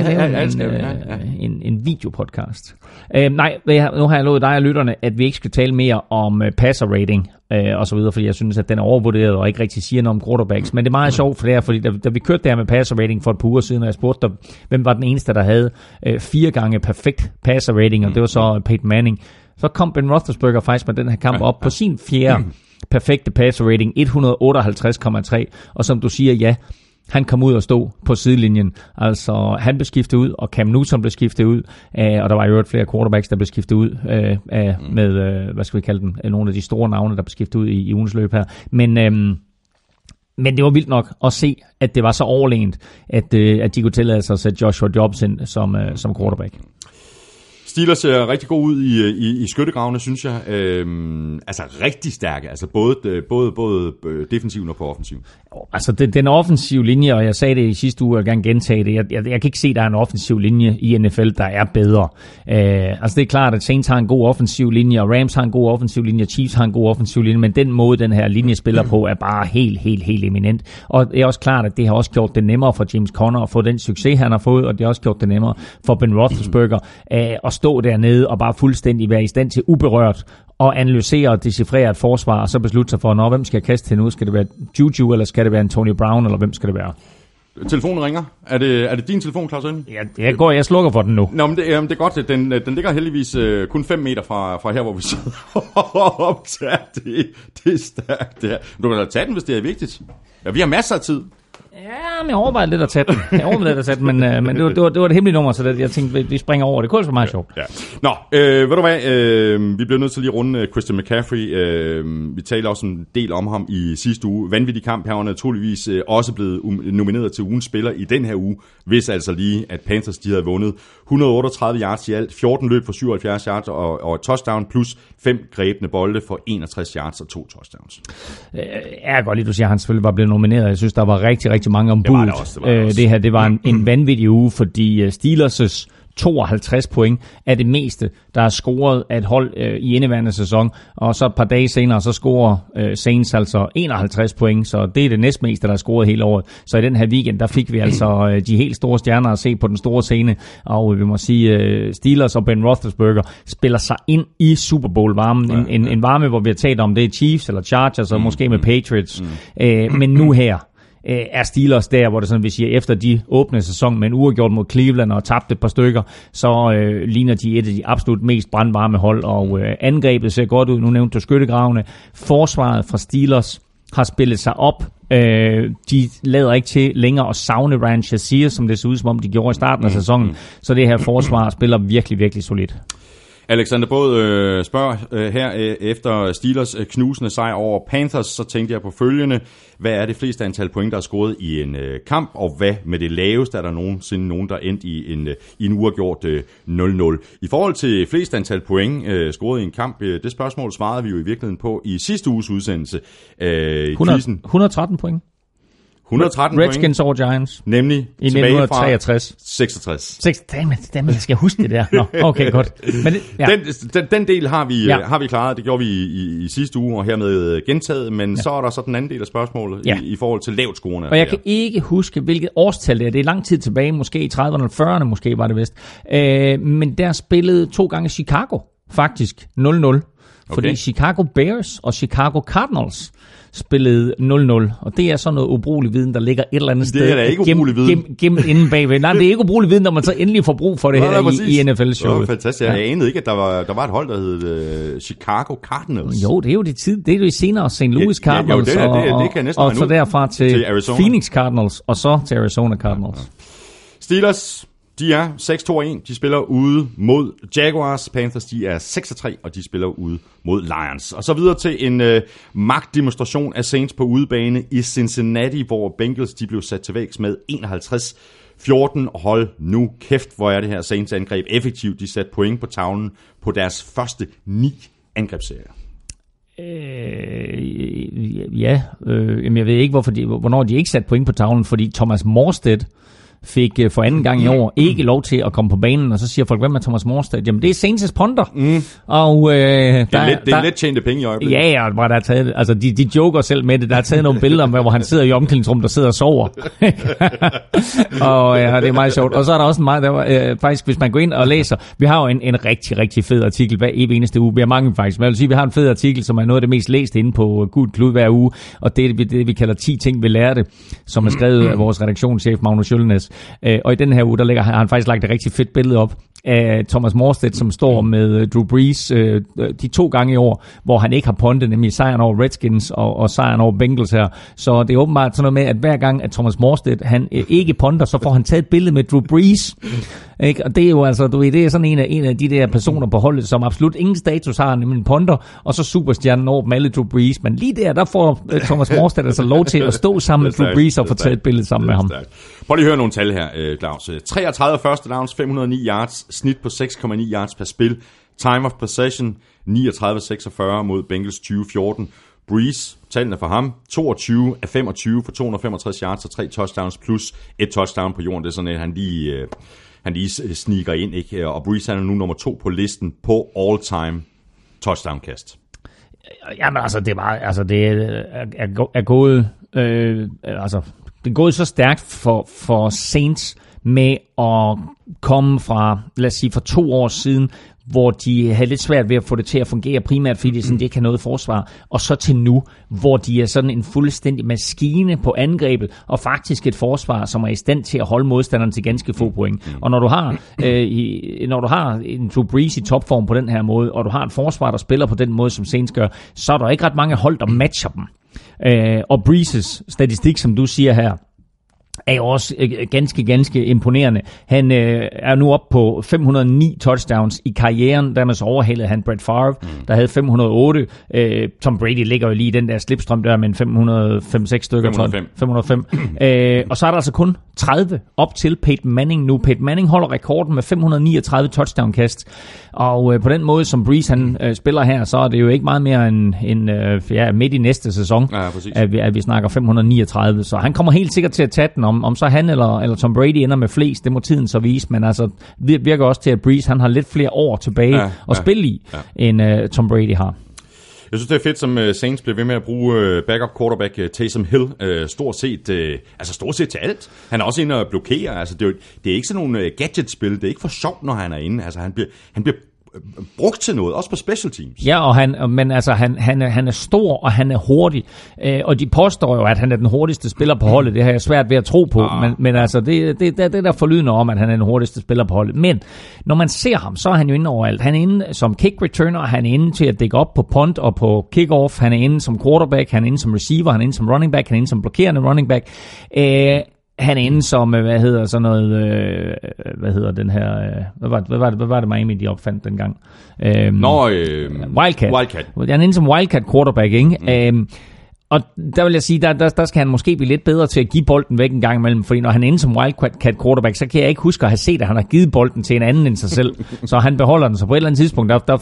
en videopodcast. Nu har jeg lovet dig og lytterne, at vi ikke skal tale mere om passer rating og så videre, fordi jeg synes, at den er overvurderet og ikke rigtig siger noget om quarterbacks. Men det er meget sjovt for det her, fordi da vi kørte der med passer rating for et par uger siden, og jeg spurgte dig, hvem var den eneste, der havde 4 gange perfekt passer rating, og det var så Peyton Manning. Så kom Ben Roethlisberger faktisk med den her kamp op på sin 4. perfekte passer rating, 158,3. Og som du siger, ja, han kom ud og stod på sidelinjen. Altså, han blev skiftet ud, og Cam Newton blev skiftet ud, og der var jo flere quarterbacks, der blev skiftet ud med, hvad skal vi kalde dem, nogle af de store navne, der blev skiftet ud i ugens løb her. Men det var vildt nok at se, at det var så overlegent, at de kunne tillade sig at sætte Joshua Dobbs ind som quarterback.
Steelers ser rigtig god ud i skyttegravene, synes jeg. Altså rigtig stærke, altså både defensiven og på offensiven.
Altså den offensive linje, og jeg sagde det i sidste uge, og jeg vil gerne gentage det, jeg kan ikke se, at der er en offensiv linje i NFL, der er bedre. Altså det er klart, at Saints har en god offensiv linje, og Rams har en god offensiv linje, og Chiefs har en god offensiv linje, men den måde, den her linje spiller på, er bare helt eminent. Og det er også klart, at det har også gjort det nemmere for James Conner at få den succes, han har fået, og det har også gjort det nemmere for Ben Roethlisberger at stå dernede og bare fuldstændig være i stand til uberørt og analysere og decifrere et forsvar, og så beslutte sig for, hvem skal jeg kaste til nu? Skal det være Juju, eller skal det være Antonio Brown, eller hvem skal det være?
Telefonen ringer. Er det din telefon, Claus Elming?
Ja, jeg slukker for den nu.
Nå, men det er godt. Den ligger heldigvis kun 5 meter fra her, hvor vi sidder og optager. Det er stærkt, det her. Du kan da tage den, hvis det er vigtigt. Ja, vi har masser af tid.
Ja, men jeg overvejede lidt at tage den. Men det var et hemmeligt nummer, så jeg tænkte, vi springer over. Det kunne altså meget sjovt.
Ja. Nå, ved du hvad? Vi bliver nødt til lige at runde Christian McCaffrey. Vi talte også en del om ham i sidste uge. Vanvittig kamp. Her var naturligvis også blevet nomineret til ugens spiller i den her uge, hvis altså lige, at Panthers de havde vundet 138 yards i alt, 14 løb for 77 yards og et touchdown, plus 5 grebne bolde for 61 yards og 2 touchdowns.
Jeg kan godt lide, du siger, at han selvfølgelig var blevet nomineret. Jeg synes, der var rigtig mange om budet. Det her, det var en vanvittig uge, fordi Steelers' 52 point er det meste, der er scoret af et hold i indeværende sæson, og så et par dage senere, så scorer Saints altså 51 point, så det er det næstmeste, der er scoret hele året. Så i den her weekend, der fik vi altså de helt store stjerner at se på den store scene, og vi må sige, Steelers og Ben Roethlisberger spiller sig ind i Super Bowl-varmen. En varme, hvor vi har talt om, det er Chiefs eller Chargers, og måske med Patriots. Men nu her er Steelers der, hvor det sådan, vi siger, efter de åbne sæson med en uafgjort mod Cleveland og tabte et par stykker, så ligner de et af de absolut mest brandvarme hold, og angrebet ser godt ud. Nu nævnte du skyttegravene. Forsvaret fra Steelers har spillet sig op. De lader ikke til længere at savne Ryan Shazier, som det ser ud som om de gjorde i starten af sæsonen. Så det her forsvar spiller virkelig solidt.
Alexander Båd spørger her efter Steelers knusende sejr over Panthers, så tænkte jeg på følgende. Hvad er det fleste antal point, der er scoret i en kamp, og hvad med det laveste? Er der nogensinde nogen, der er endt i en uafgjort 0-0? I forhold til flest antal point scoret i en kamp, det spørgsmål svarede vi jo i virkeligheden på i sidste uges udsendelse.
113 point.
113
Redskins over Giants.
Nemlig
i 1963.
66.
Dammit, jeg skal huske det der. Nå, okay, godt. Men
den del har vi klaret. Det gjorde vi i sidste uge, og hermed gentaget. Men så er der så den anden del af spørgsmålet i forhold til lavt scorende.
Og jeg kan ikke huske, hvilket årstal det er. Det er lang tid tilbage, måske i 30'erne og 40'erne, måske var det vist. Men der spillede 2 gange Chicago, faktisk 0-0. Fordi Chicago Bears og Chicago Cardinals spillede 0-0, og det er sådan noget ubrugelig viden, der ligger et eller andet sted.
Det er da ikke ubrugelig viden.
Gemt inden bagved. Nej, det er ikke ubrugelig viden, når man så endelig får brug for det i NFL-showet.
Det var fantastisk. Jeg anede ikke, at der var et hold, der hed Chicago Cardinals.
Jo, det er jo det senere St. Louis Cardinals, og så derfra til Phoenix Cardinals, og så til Arizona Cardinals. Ja.
Steelers, de er 6-2-1. De spiller ude mod Jaguars. Panthers, de er 6-3, og de spiller ude mod Lions. Og så videre til en magtdemonstration af Saints på udebane i Cincinnati, hvor Bengals de blev sat til vægs med 51-14. Hold nu kæft, hvor er det her Saints angreb effektivt. De satte point på tavlen på deres første 9 angrebsserier.
Jeg ved ikke, hvornår de ikke satte point på tavlen, fordi Thomas Morstead fik for anden gang i år ikke lov til at komme på banen, og så siger folk, hvem er Thomas Morstead? Jamen, det er Saints' punter. Og, det
er let tjente penge i øjeblikket.
Ja, og der er taget, altså de joker selv med det. Der er taget nogle billeder med, hvor han sidder i omklædningsrummet, der sidder og sover. Og det er meget sjovt. Og så er der også en meget, faktisk, hvis man går ind og læser, vi har jo en rigtig, rigtig fed artikel hver eneste uge. Vi har mange faktisk, men jeg vil sige, vi har en fed artikel, som er noget af det mest læste inde på Gult Klud hver uge, og det er det, vi kalder 10 ting, vi lærte, som er skrevet af vores redaktionschef, Magnus Jølnes. Og i den her uge, har han faktisk lagt et rigtig fedt billede op af Thomas Morstead, som står med Drew Brees de 2 gange i år, hvor han ikke har puntet, nemlig sejren over Redskins og sejren over Bengals her. Så det er åbenbart sådan noget med, at hver gang, at Thomas Morstead, han ikke punter, så får han taget et billede med Drew Brees. Ikke? Og det er jo altså, du ved, det er sådan en af de der personer på holdet, som absolut ingen status har, nemlig en punter, og så superstjernen over dem alle Drew Brees. Men lige der får Thomas Morstead altså lov til at stå sammen med Drew Brees og få taget et billede sammen med ham.
Prøv lige at høre nogle tal her, Claus. 33 første downs, 509 yards, snit på 6,9 yards per spil. Time of possession, 39-46 mod Bengals 2014. Brees, tallene for ham, 22 af 25 for 265 yards og 3 touchdowns plus et touchdown på jorden. Det er sådan, at han lige sniger ind, ikke? Og Brees er nu nummer 2 på listen på all-time touchdown-kast.
Jamen altså, det er gået, det er gået så stærkt for Saints med at komme fra, lad os sige, for 2 år siden, hvor de havde lidt svært ved at få det til at fungere, primært fordi de ikke har noget forsvar, og så til nu, hvor de er sådan en fuldstændig maskine på angrebet, og faktisk et forsvar, som er i stand til at holde modstanderen til ganske få point. Og når du har en Drew Brees i topform på den her måde, og du har et forsvar, der spiller på den måde, som Saints gør, så er der ikke ret mange hold, der matcher dem. Og Brees' statistik, som du siger her, er jo også ganske imponerende. Han er nu op på 509 touchdowns i karrieren. Dermed så overhalede han Brett Favre, der havde 508. Tom Brady ligger jo lige i den der slipstrøm der med en 505 stykker. 505. Og så er der altså kun 30 op til Peyton Manning nu. Peyton Manning holder rekorden med 539 touchdown-kast. Og på den måde, som Brees han spiller her, så er det jo ikke meget mere end midt i næste sæson, at vi snakker 539. Så han kommer helt sikkert til at tage den. Om så han eller Tom Brady ender med flest, det må tiden så vise, men altså, det virker også til, at Brees han har lidt flere år tilbage at spille i, end Tom Brady har.
Jeg synes, det er fedt, som Saints bliver ved med at bruge backup quarterback Taysom Hill stort set til alt. Han er også inde og blokerer. Altså, det er ikke sådan nogle gadget-spil. Det er ikke for sjovt, når han er inde. Altså, han bliver brugt til noget, også på special teams.
Ja, og han er stor, og han er hurtig. Og de påstår jo, at han er den hurtigste spiller på holdet. Det har jeg svært ved at tro på. Men altså, det der forlydende om, at han er den hurtigste spiller på holdet. Men når man ser ham, så er han jo inde overalt. Han er inde som kick returner, han er inde til at dække op på punt og på kickoff. Han er inde som quarterback, han er inde som receiver, han er inde som running back, han er inde som blokerende running back. Han er inde som, hvad var det Miami, de opfandt dengang? Wildcat. Han er inde som Wildcat quarterback, ikke? Og der vil jeg sige, der skal han måske blive lidt bedre til at give bolden væk en gang imellem, fordi når han ender som wildcat quarterback, så kan jeg ikke huske at have set, at han har givet bolden til en anden end sig selv. Så han beholder den. Så på et eller andet tidspunkt, der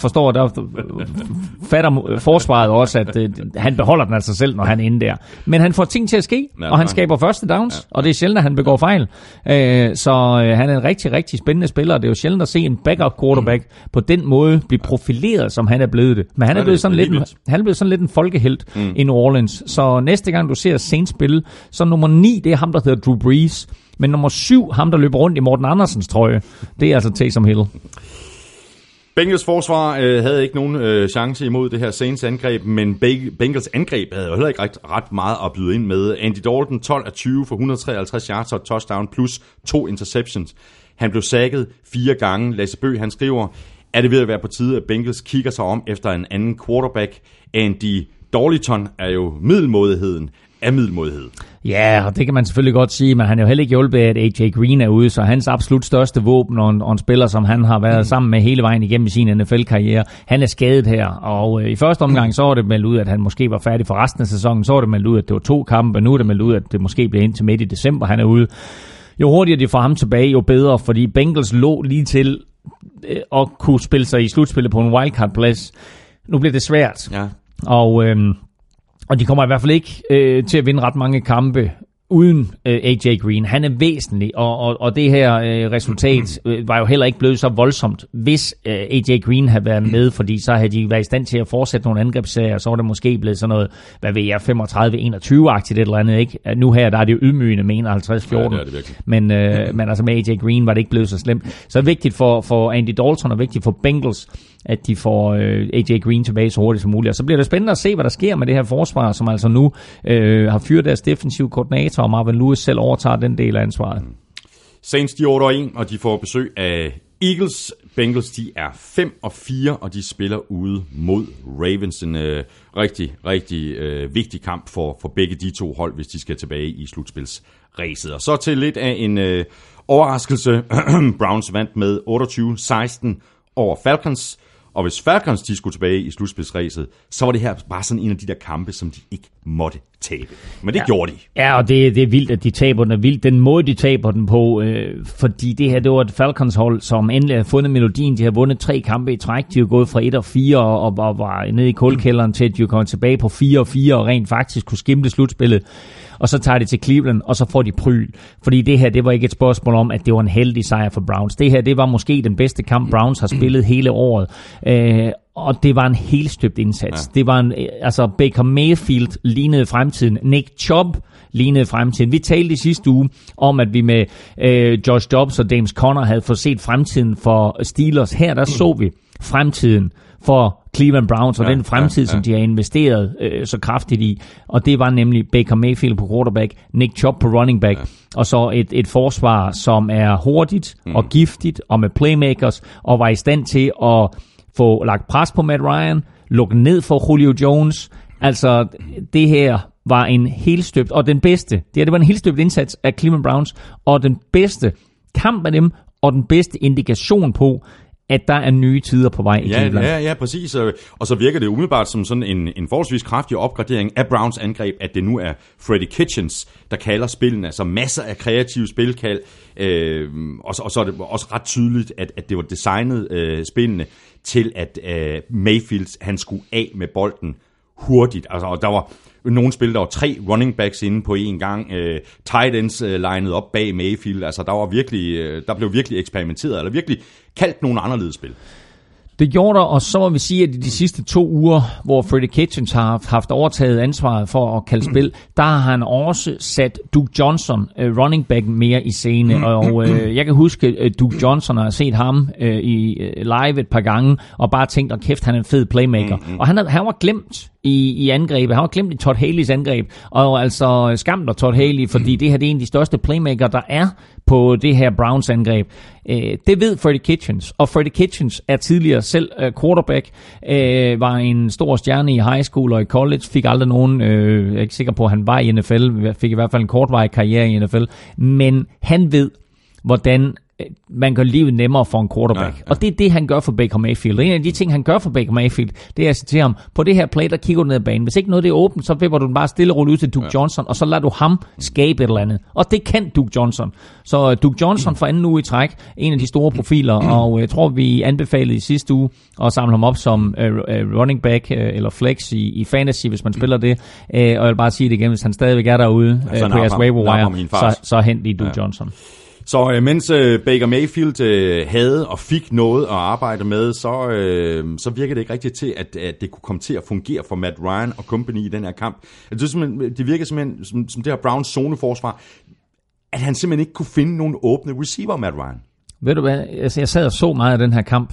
fatter forsvaret også, at han beholder den af sig selv, når han ender der. Men han får ting til at ske, og han skaber første downs, og det er sjældent, at han begår fejl. Så han er en rigtig, rigtig spændende spiller, og det er jo sjældent at se en backup quarterback på den måde blive profileret, som han er blevet det. Men han er blevet sådan lidt en folkehelt i New Orleans. Så næste gang du ser Saints spille, så nummer 9, det er ham, der hedder Drew Brees. Men nummer 7, ham der løber rundt i Morten Andersens trøje, det er altså Taysom Hill.
Bengals forsvar havde ikke nogen chance imod det her Saints angreb, men Bengals angreb havde jo heller ikke ret meget at byde ind med. Andy Dalton 12 af 20 for 153 yards og et touchdown plus 2 interceptions. Han blev sacket 4 gange. Lasse Bøgh, han skriver, er det ved at være på tide, at Bengals kigger sig om efter en anden quarterback. Andy Dalton er jo middelmådigheden af middelmådighed.
Ja, og det kan man selvfølgelig godt sige, men han er jo heller ikke hjulpet af, at AJ Green er ude, så hans absolut største våben og en spiller, som han har været sammen med hele vejen igennem sin NFL-karriere, han er skadet her, og i første omgang så var det meldt ud, at han måske var færdig for resten af sæsonen, så var det meldt ud, at det var 2 kampe, og nu er det meldt ud, at det måske bliver indtil midt i december, han er ude. Jo hurtigere de får ham tilbage, jo bedre, fordi Bengals lå lige til at kunne spille sig i slutspillet på en wildcard-plads. Nu bliver det svært, ja. Og de kommer i hvert fald ikke til at vinde ret mange kampe uden AJ Green. Han er væsentlig, og det her resultat var jo heller ikke blevet så voldsomt, hvis AJ Green havde været med, fordi så havde de været i stand til at fortsætte nogle angrebsserier, så var det måske blevet sådan noget, hvad ved jeg, 35-21-agtigt et eller andet, ikke? Nu her, der er det jo ydmygende med 51-14, ja, men altså med AJ Green var det ikke blevet så slemt. Så er det vigtigt for Andy Dalton og vigtigt for Bengals, at de får AJ Green tilbage så hurtigt som muligt. Og så bliver det spændende at se, hvad der sker med det her forsvar, som altså nu har fyret deres defensive koordinator, og Marvin Lewis selv overtager den del af ansvaret.
Saints, de er 8-1, og de får besøg af Eagles. Bengals, de er 5-4, og de spiller ude mod Ravens. En rigtig, rigtig vigtig kamp for begge de to hold, hvis de skal tilbage i slutspilsræset. Og så til lidt af en overraskelse. Browns vandt med 28-16 over Falcons. Og hvis Falcons de skulle tilbage i slutspilsræset, så var det her bare sådan en af de der kampe, som de ikke måtte tabe. Men det gjorde de. Ja,
og det er vildt, at de taber den. Vildt den måde, de taber den på. Fordi det her, det var et Falcons-hold, som endelig har fundet melodien. De har vundet 3 kampe i træk. De har gået fra 1-4 og var nede i kulkælderen til, at de kom tilbage på 4-4 og rent faktisk kunne skimte slutspillet. Og så tager de til Cleveland, og så får de pryl. Fordi det her, det var ikke et spørgsmål om, at det var en heldig sejr for Browns. Det her, det var måske den bedste kamp, Browns har spillet hele året. Og det var en helstøbt indsats. Ja. Det var Baker Mayfield lignede fremtiden. Nick Chubb lignede fremtiden. Vi talte i sidste uge om, at vi med Josh Dobbs og James Conner havde fået set fremtiden for Steelers. Her, der så vi fremtiden for Cleveland Browns, og den fremtid, som de har investeret så kraftigt i. Og det var nemlig Baker Mayfield på quarterback, Nick Chubb på running back, og så et forsvar, som er hurtigt og giftigt, og med playmakers, og var i stand til at få lagt pres på Matt Ryan, lukke ned for Julio Jones. Altså, det her var en helstøbt, og den bedste, det var en helstøbt indsats af Cleveland Browns, og den bedste kamp af dem, og den bedste indikation på, at der er nye tider på vej i Cleveland.
Ja, præcis. Og så virker det umiddelbart som sådan en forholdsvis kraftig opgradering af Browns angreb, at det nu er Freddie Kitchens, der kalder spillene. Altså masser af kreative spilkald. Og så er det også ret tydeligt, at det var designet spillene til, at Mayfield, han skulle af med bolden hurtigt. Altså, og der var nogle spil, der var 3 running backs inde på en gang, tight ends lined op bag Mayfield. Altså, der blev virkelig eksperimenteret, eller virkelig kaldt nogle anderledes spil.
Det gjorde der, og så må vi sige, at i de sidste 2 uger, hvor Freddie Kitchens har haft overtaget ansvaret for at kalde spil, der har han også sat Duke Johnson, running back, mere i scene. Og jeg kan huske, Duke Johnson har set ham i live et par gange, og bare tænkt, at kæft, han er en fed playmaker. Og han var glemt i angrebet. Han var glemt i Todd Haley's angreb. Og altså skam dig, Todd Haley, fordi det her det er en af de største playmaker, der er på det her Browns angreb. Det ved Freddie Kitchens, og Freddie Kitchens er tidligere selv quarterback, var en stor stjerne i high school og i college, fik aldrig nogen, jeg er ikke sikker på, at han var i NFL, fik i hvert fald en kortvarig karriere i NFL, men han ved, hvordan man gør livet nemmere for en quarterback. Ja. Og det er det, han gør for Baker Mayfield. Og en af de ting, han gør for Baker Mayfield, det er at sige til ham, på det her play, der kigger du ned ad banen. Hvis ikke noget det er åbent, så vipper du den bare stille og roligt ud til Duke Johnson, og så lader du ham skabe et eller andet. Og det kan Duke Johnson. Så Duke Johnson for anden uge i træk, en af de store profiler, og jeg tror, vi anbefalede i sidste uge at samle ham op som running back eller flex i fantasy, hvis man spiller det. Og jeg vil bare sige det igen, hvis han stadigvæk er derude på jeres waiver wire, så hent lige Duke Johnson.
Så mens Baker Mayfield havde og fik noget at arbejde med, så virker det ikke rigtigt til, at det kunne komme til at fungere for Matt Ryan og company i den her kamp. Det virker simpelthen som det her Browns zoneforsvar, at han simpelthen ikke kunne finde nogen åbne receiver, Matt Ryan.
Ved du hvad, jeg sad og så meget af den her kamp,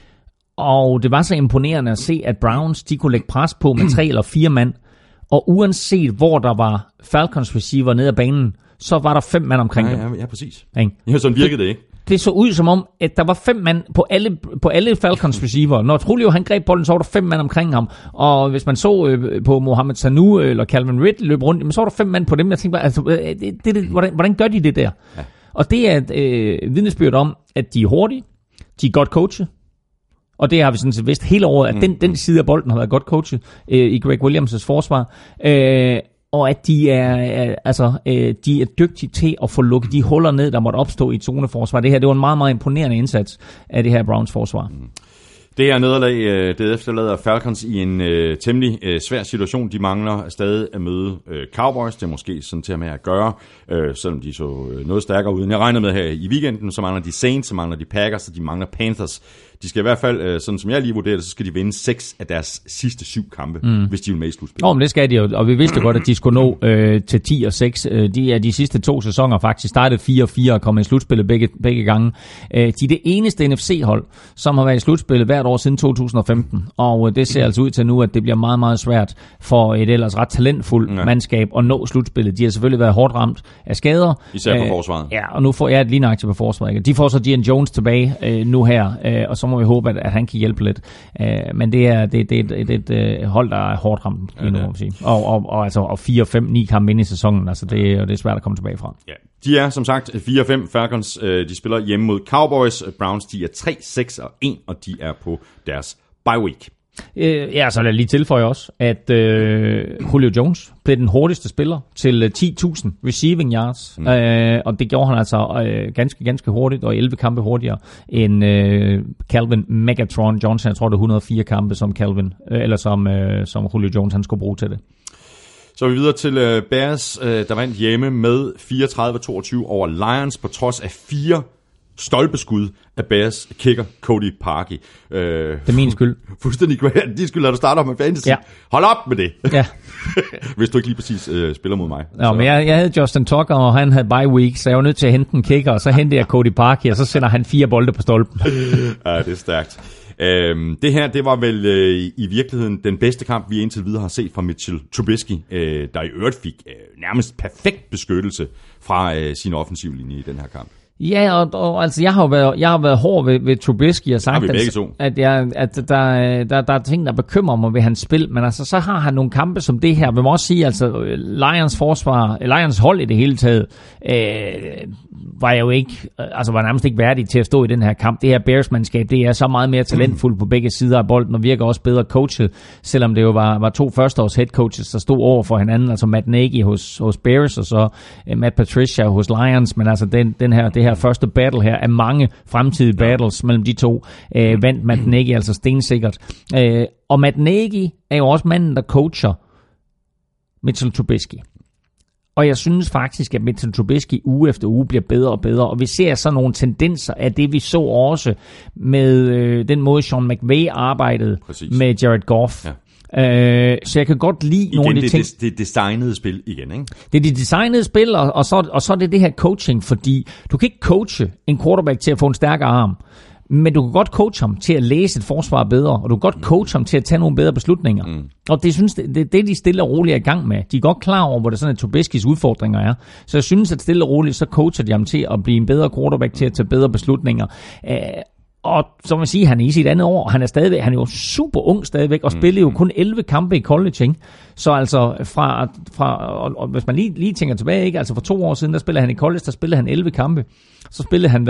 og det var så imponerende at se, at Browns de kunne lægge pres på med 3 eller 4 mand, og uanset hvor der var Falcons receiver nede ad banen, så var der 5 mand omkring dem.
Ja, præcis. Ja, sådan virkede det ikke.
Det så ud som om, at der var 5 mand på alle Falcons receiver. Når Trulio han greb bolden, så var der 5 mand omkring ham. Og hvis man så på Mohamed Sanu eller Calvin Ridley løb rundt, så var der 5 mand på dem. Jeg tænkte bare, altså, hvordan gør de det der? Ja. Og det er et vidnesbyrd om, at de er hurtige, de er godt coachet. Og det har vi sådan set vidst hele året, at den side af bolden har været godt coachet i Greg Williams' forsvar. Og at de er dygtige til at få lukket de huller ned, der måtte opstå i et zoneforsvar. Det var en meget, meget imponerende indsats af det her Browns forsvar.
Det her nederlag, det efterlader Falcons i en temmelig svær situation. De mangler stadig at møde Cowboys. Det er måske sådan til at gøre, selvom de så noget stærkere ud. Jeg regnede med her i weekenden, så mangler de Saints, så mangler de Packers, så de mangler Panthers. De skal i hvert fald, sådan som jeg lige vurderer det, så skal de vinde 6 af deres sidste 7 kampe, hvis de vil med i slutspillet.
Men det skal de, og vi vidste godt, at de skulle nå til 10 og 6. De er de sidste 2 sæsoner faktisk startet 4-4 og kommet i slutspillet begge gange. De er det eneste NFC-hold, som har været i slutspillet hvert år siden 2015, og det ser altså ud til nu, at det bliver meget, meget svært for et ellers ret talentfuldt mandskab at nå slutspillet. De har selvfølgelig været hårdt ramt af skader.
Især på forsvaret.
Ja, og nu får jeg et lignagtigt på forsvaret. De får så Dion Jones tilbage nu her, og så må vi håbe, at han kan hjælpe lidt. Men det er et hold, der er hårdt ramt lige nu, må man sige. Og altså 4-5-9 kampe ind i sæsonen, altså det er svært at komme tilbage fra. Ja.
De er som sagt 4-5. Falcons, de spiller hjemme mod Cowboys. Browns, de er 3-6-1, og de er på deres bye week.
Ja, så lad jeg lige tilføje også, at Julio Jones blev den hurtigste spiller til 10.000 receiving yards, og det gjorde han altså ganske hurtigt, og 11 kampe hurtigere end Calvin Megatron Johnson. Jeg tror, det er 104 kampe, som som Julio Jones han skulle bruge til det.
Så er vi videre til Bears, der vandt hjemme med 34-22 over Lions, på trods af 4 stolpeskud af Bears kicker Cody Parkey.
Det er min skyld.
Fuldstændig de skyld, at du starter med fantasy. Ja. Hold op med det. Ja. Hvis du ikke lige præcis spiller mod mig.
Ja, men jeg havde Justin Tucker, og han havde bye week, så jeg var nødt til at hente en kicker, og så hentede jeg Cody Parkey, og så sender han 4 bolde på stolpen.
Ja, det er stærkt. Det her, det var vel i virkeligheden den bedste kamp, vi indtil videre har set fra Mitchell Trubisky, der i øvrigt fik nærmest perfekt beskyttelse fra sin offensiv linje i den her kamp.
Ja, og altså jeg har været hård ved Trubisky og sagt, at der er ting, der bekymrer mig ved hans spil, men altså så har han nogle kampe som det her. Vi må også sige, altså Lions hold i det hele taget var nærmest ikke værdig til at stå i den her kamp. Det her Bears-mandskab, det er så meget mere talentfuldt på begge sider af bolden, og virker også bedre coachet, selvom det jo var 2 førsteårs head coaches, der stod over for hinanden, altså Matt Nagy hos Bears, og så Matt Patricia hos Lions, men altså det her første battle her, af mange fremtidige battles mellem de to, vandt Matt Nagy altså stensikkert. Og Matt Nagy er jo også manden, der coacher Mitchell Trubisky. Og jeg synes faktisk, at Mitchell Trubisky uge efter uge bliver bedre og bedre, og vi ser så nogle tendenser af det, vi så også med den måde, Sean McVay arbejdede med Jared Goff. Ja. Så jeg kan godt lide nogle af de ting.
Det designede spil igen, ikke?
Det er det designede spil, og så er det her coaching, fordi du kan ikke coache en quarterback til at få en stærkere arm, men du kan godt coache ham til at læse et forsvar bedre, og du kan godt coache ham til at tage nogle bedre beslutninger. Og det synes det de stille og roligt er i gang med. De er godt klar over, hvor det sådan, at Trubiskys udfordringer er. Så jeg synes, at stille og roligt, så coacher de ham til at blive en bedre quarterback, til at tage bedre beslutninger. Og som man siger, han er i sit andet år, han er jo super ung stadigvæk, og spiller jo kun 11 kampe i college, ikke? Så altså og hvis man lige tænker tilbage, ikke? Altså for 2 år siden, der spillede han i college, der spillede han 11 kampe. Så spillede han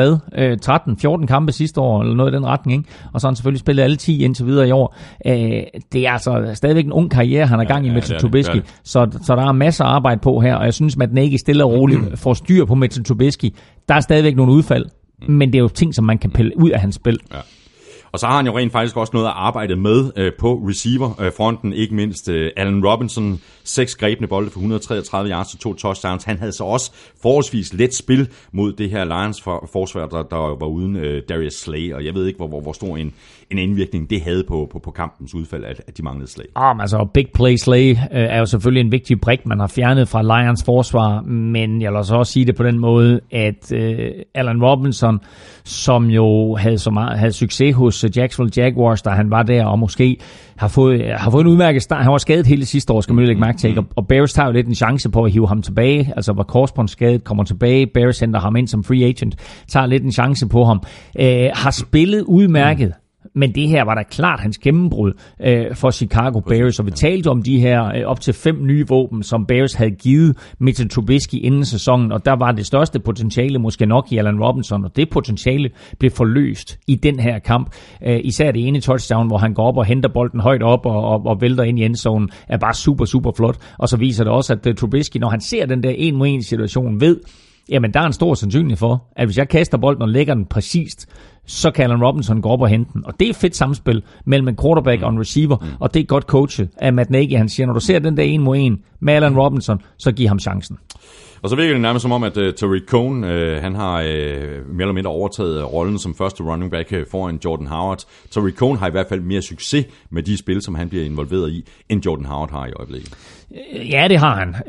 13-14 kampe sidste år, eller noget i den retning, ikke? Og så har han selvfølgelig spillet alle 10 indtil videre i år. Det er altså stadigvæk en ung karriere, han er gang i Mitchell Trubisky. Så der er masser af arbejde på her, og jeg synes, at den ikke stille og roligt får styr på Mitchell Trubisky. Der er stadigvæk nogle udfald, men det er jo ting, som man kan pille ud af hans spil. Ja.
Og så har han jo rent faktisk også noget at arbejde med på receiver-fronten, ikke mindst Allen Robinson, 6 grebne bolde for 133 yards og 2 touchdowns. Han havde så også forholdsvis let spil mod det her Lions-forsvar, der var uden Darius Slay, og jeg ved ikke, hvor stor en indvirkning det havde på kampens udfald, at de manglede Slay.
Altså Big Play Slay er jo selvfølgelig en vigtig brik, man har fjernet fra Lions forsvar, men jeg vil så også sige det på den måde, at Allen Robinson, som jo havde succes hos Jacksonville Jaguars, da han var der, og måske har fået en udmærket start. Han var skadet hele sidste år, skal man jo lægge mærke til, og Bears tager jo lidt en chance på at hive ham tilbage, altså var korsbåndsskadet, kommer tilbage, Bears henter ham ind som free agent, tager lidt en chance på ham, har spillet udmærket. Men det her var da klart hans gennembrud for Chicago Bears, og vi talte om de her op til 5 nye våben, som Bears havde givet Mitchell Trubisky inden sæsonen, og der var det største potentiale måske nok i Allen Robinson, og det potentiale blev forløst i den her kamp. Især det ene touchdown, hvor han går op og henter bolden højt op og vælter ind i endzonen, er bare super, super flot. Og så viser det også, at Trubisky, når han ser den der 1-mod-1 situation, ved, jamen der er en stor sandsynlighed for, at hvis jeg kaster bolden og lægger den præcist, så kan Allen Robinson gå op og hente den. Og det er et fedt samspil mellem en quarterback og en receiver, og det er godt coachet af Matt Nagy. Han siger, når du ser den der 1-mod-1 med Allen Robinson, så giv ham chancen.
Og så virker det nærmest som om, at Tariq Cohen, han har mere eller mindre overtaget rollen som første running back foran Jordan Howard. Tariq Cohen har i hvert fald mere succes med de spil, som han bliver involveret i, end Jordan Howard har i øjeblikket.
Ja, det har han.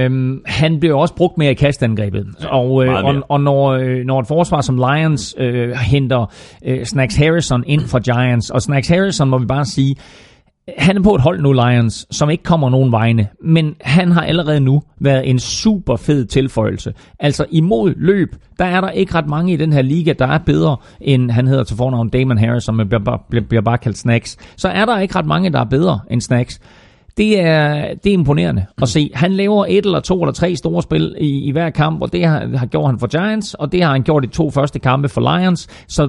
Han bliver også brugt mere i kastangrebet. Ja, og når et forsvar som Lions henter Snacks Harrison ind fra Giants, og Snacks Harrison, må vi bare sige, han er på et hold nu, Lions, som ikke kommer nogen vegne, men han har allerede nu været en super fed tilføjelse. Altså imod løb, der er der ikke ret mange i den her liga, der er bedre end, han hedder til fornavn Damon Harris, som bliver bare kaldt Snacks. Så er der ikke ret mange, der er bedre end Snacks. Det er imponerende at se. Han laver 1 eller 2 eller 3 store spil i hver kamp, og det har gjort han for Giants, og det har han gjort i 2 første kampe for Lions. Så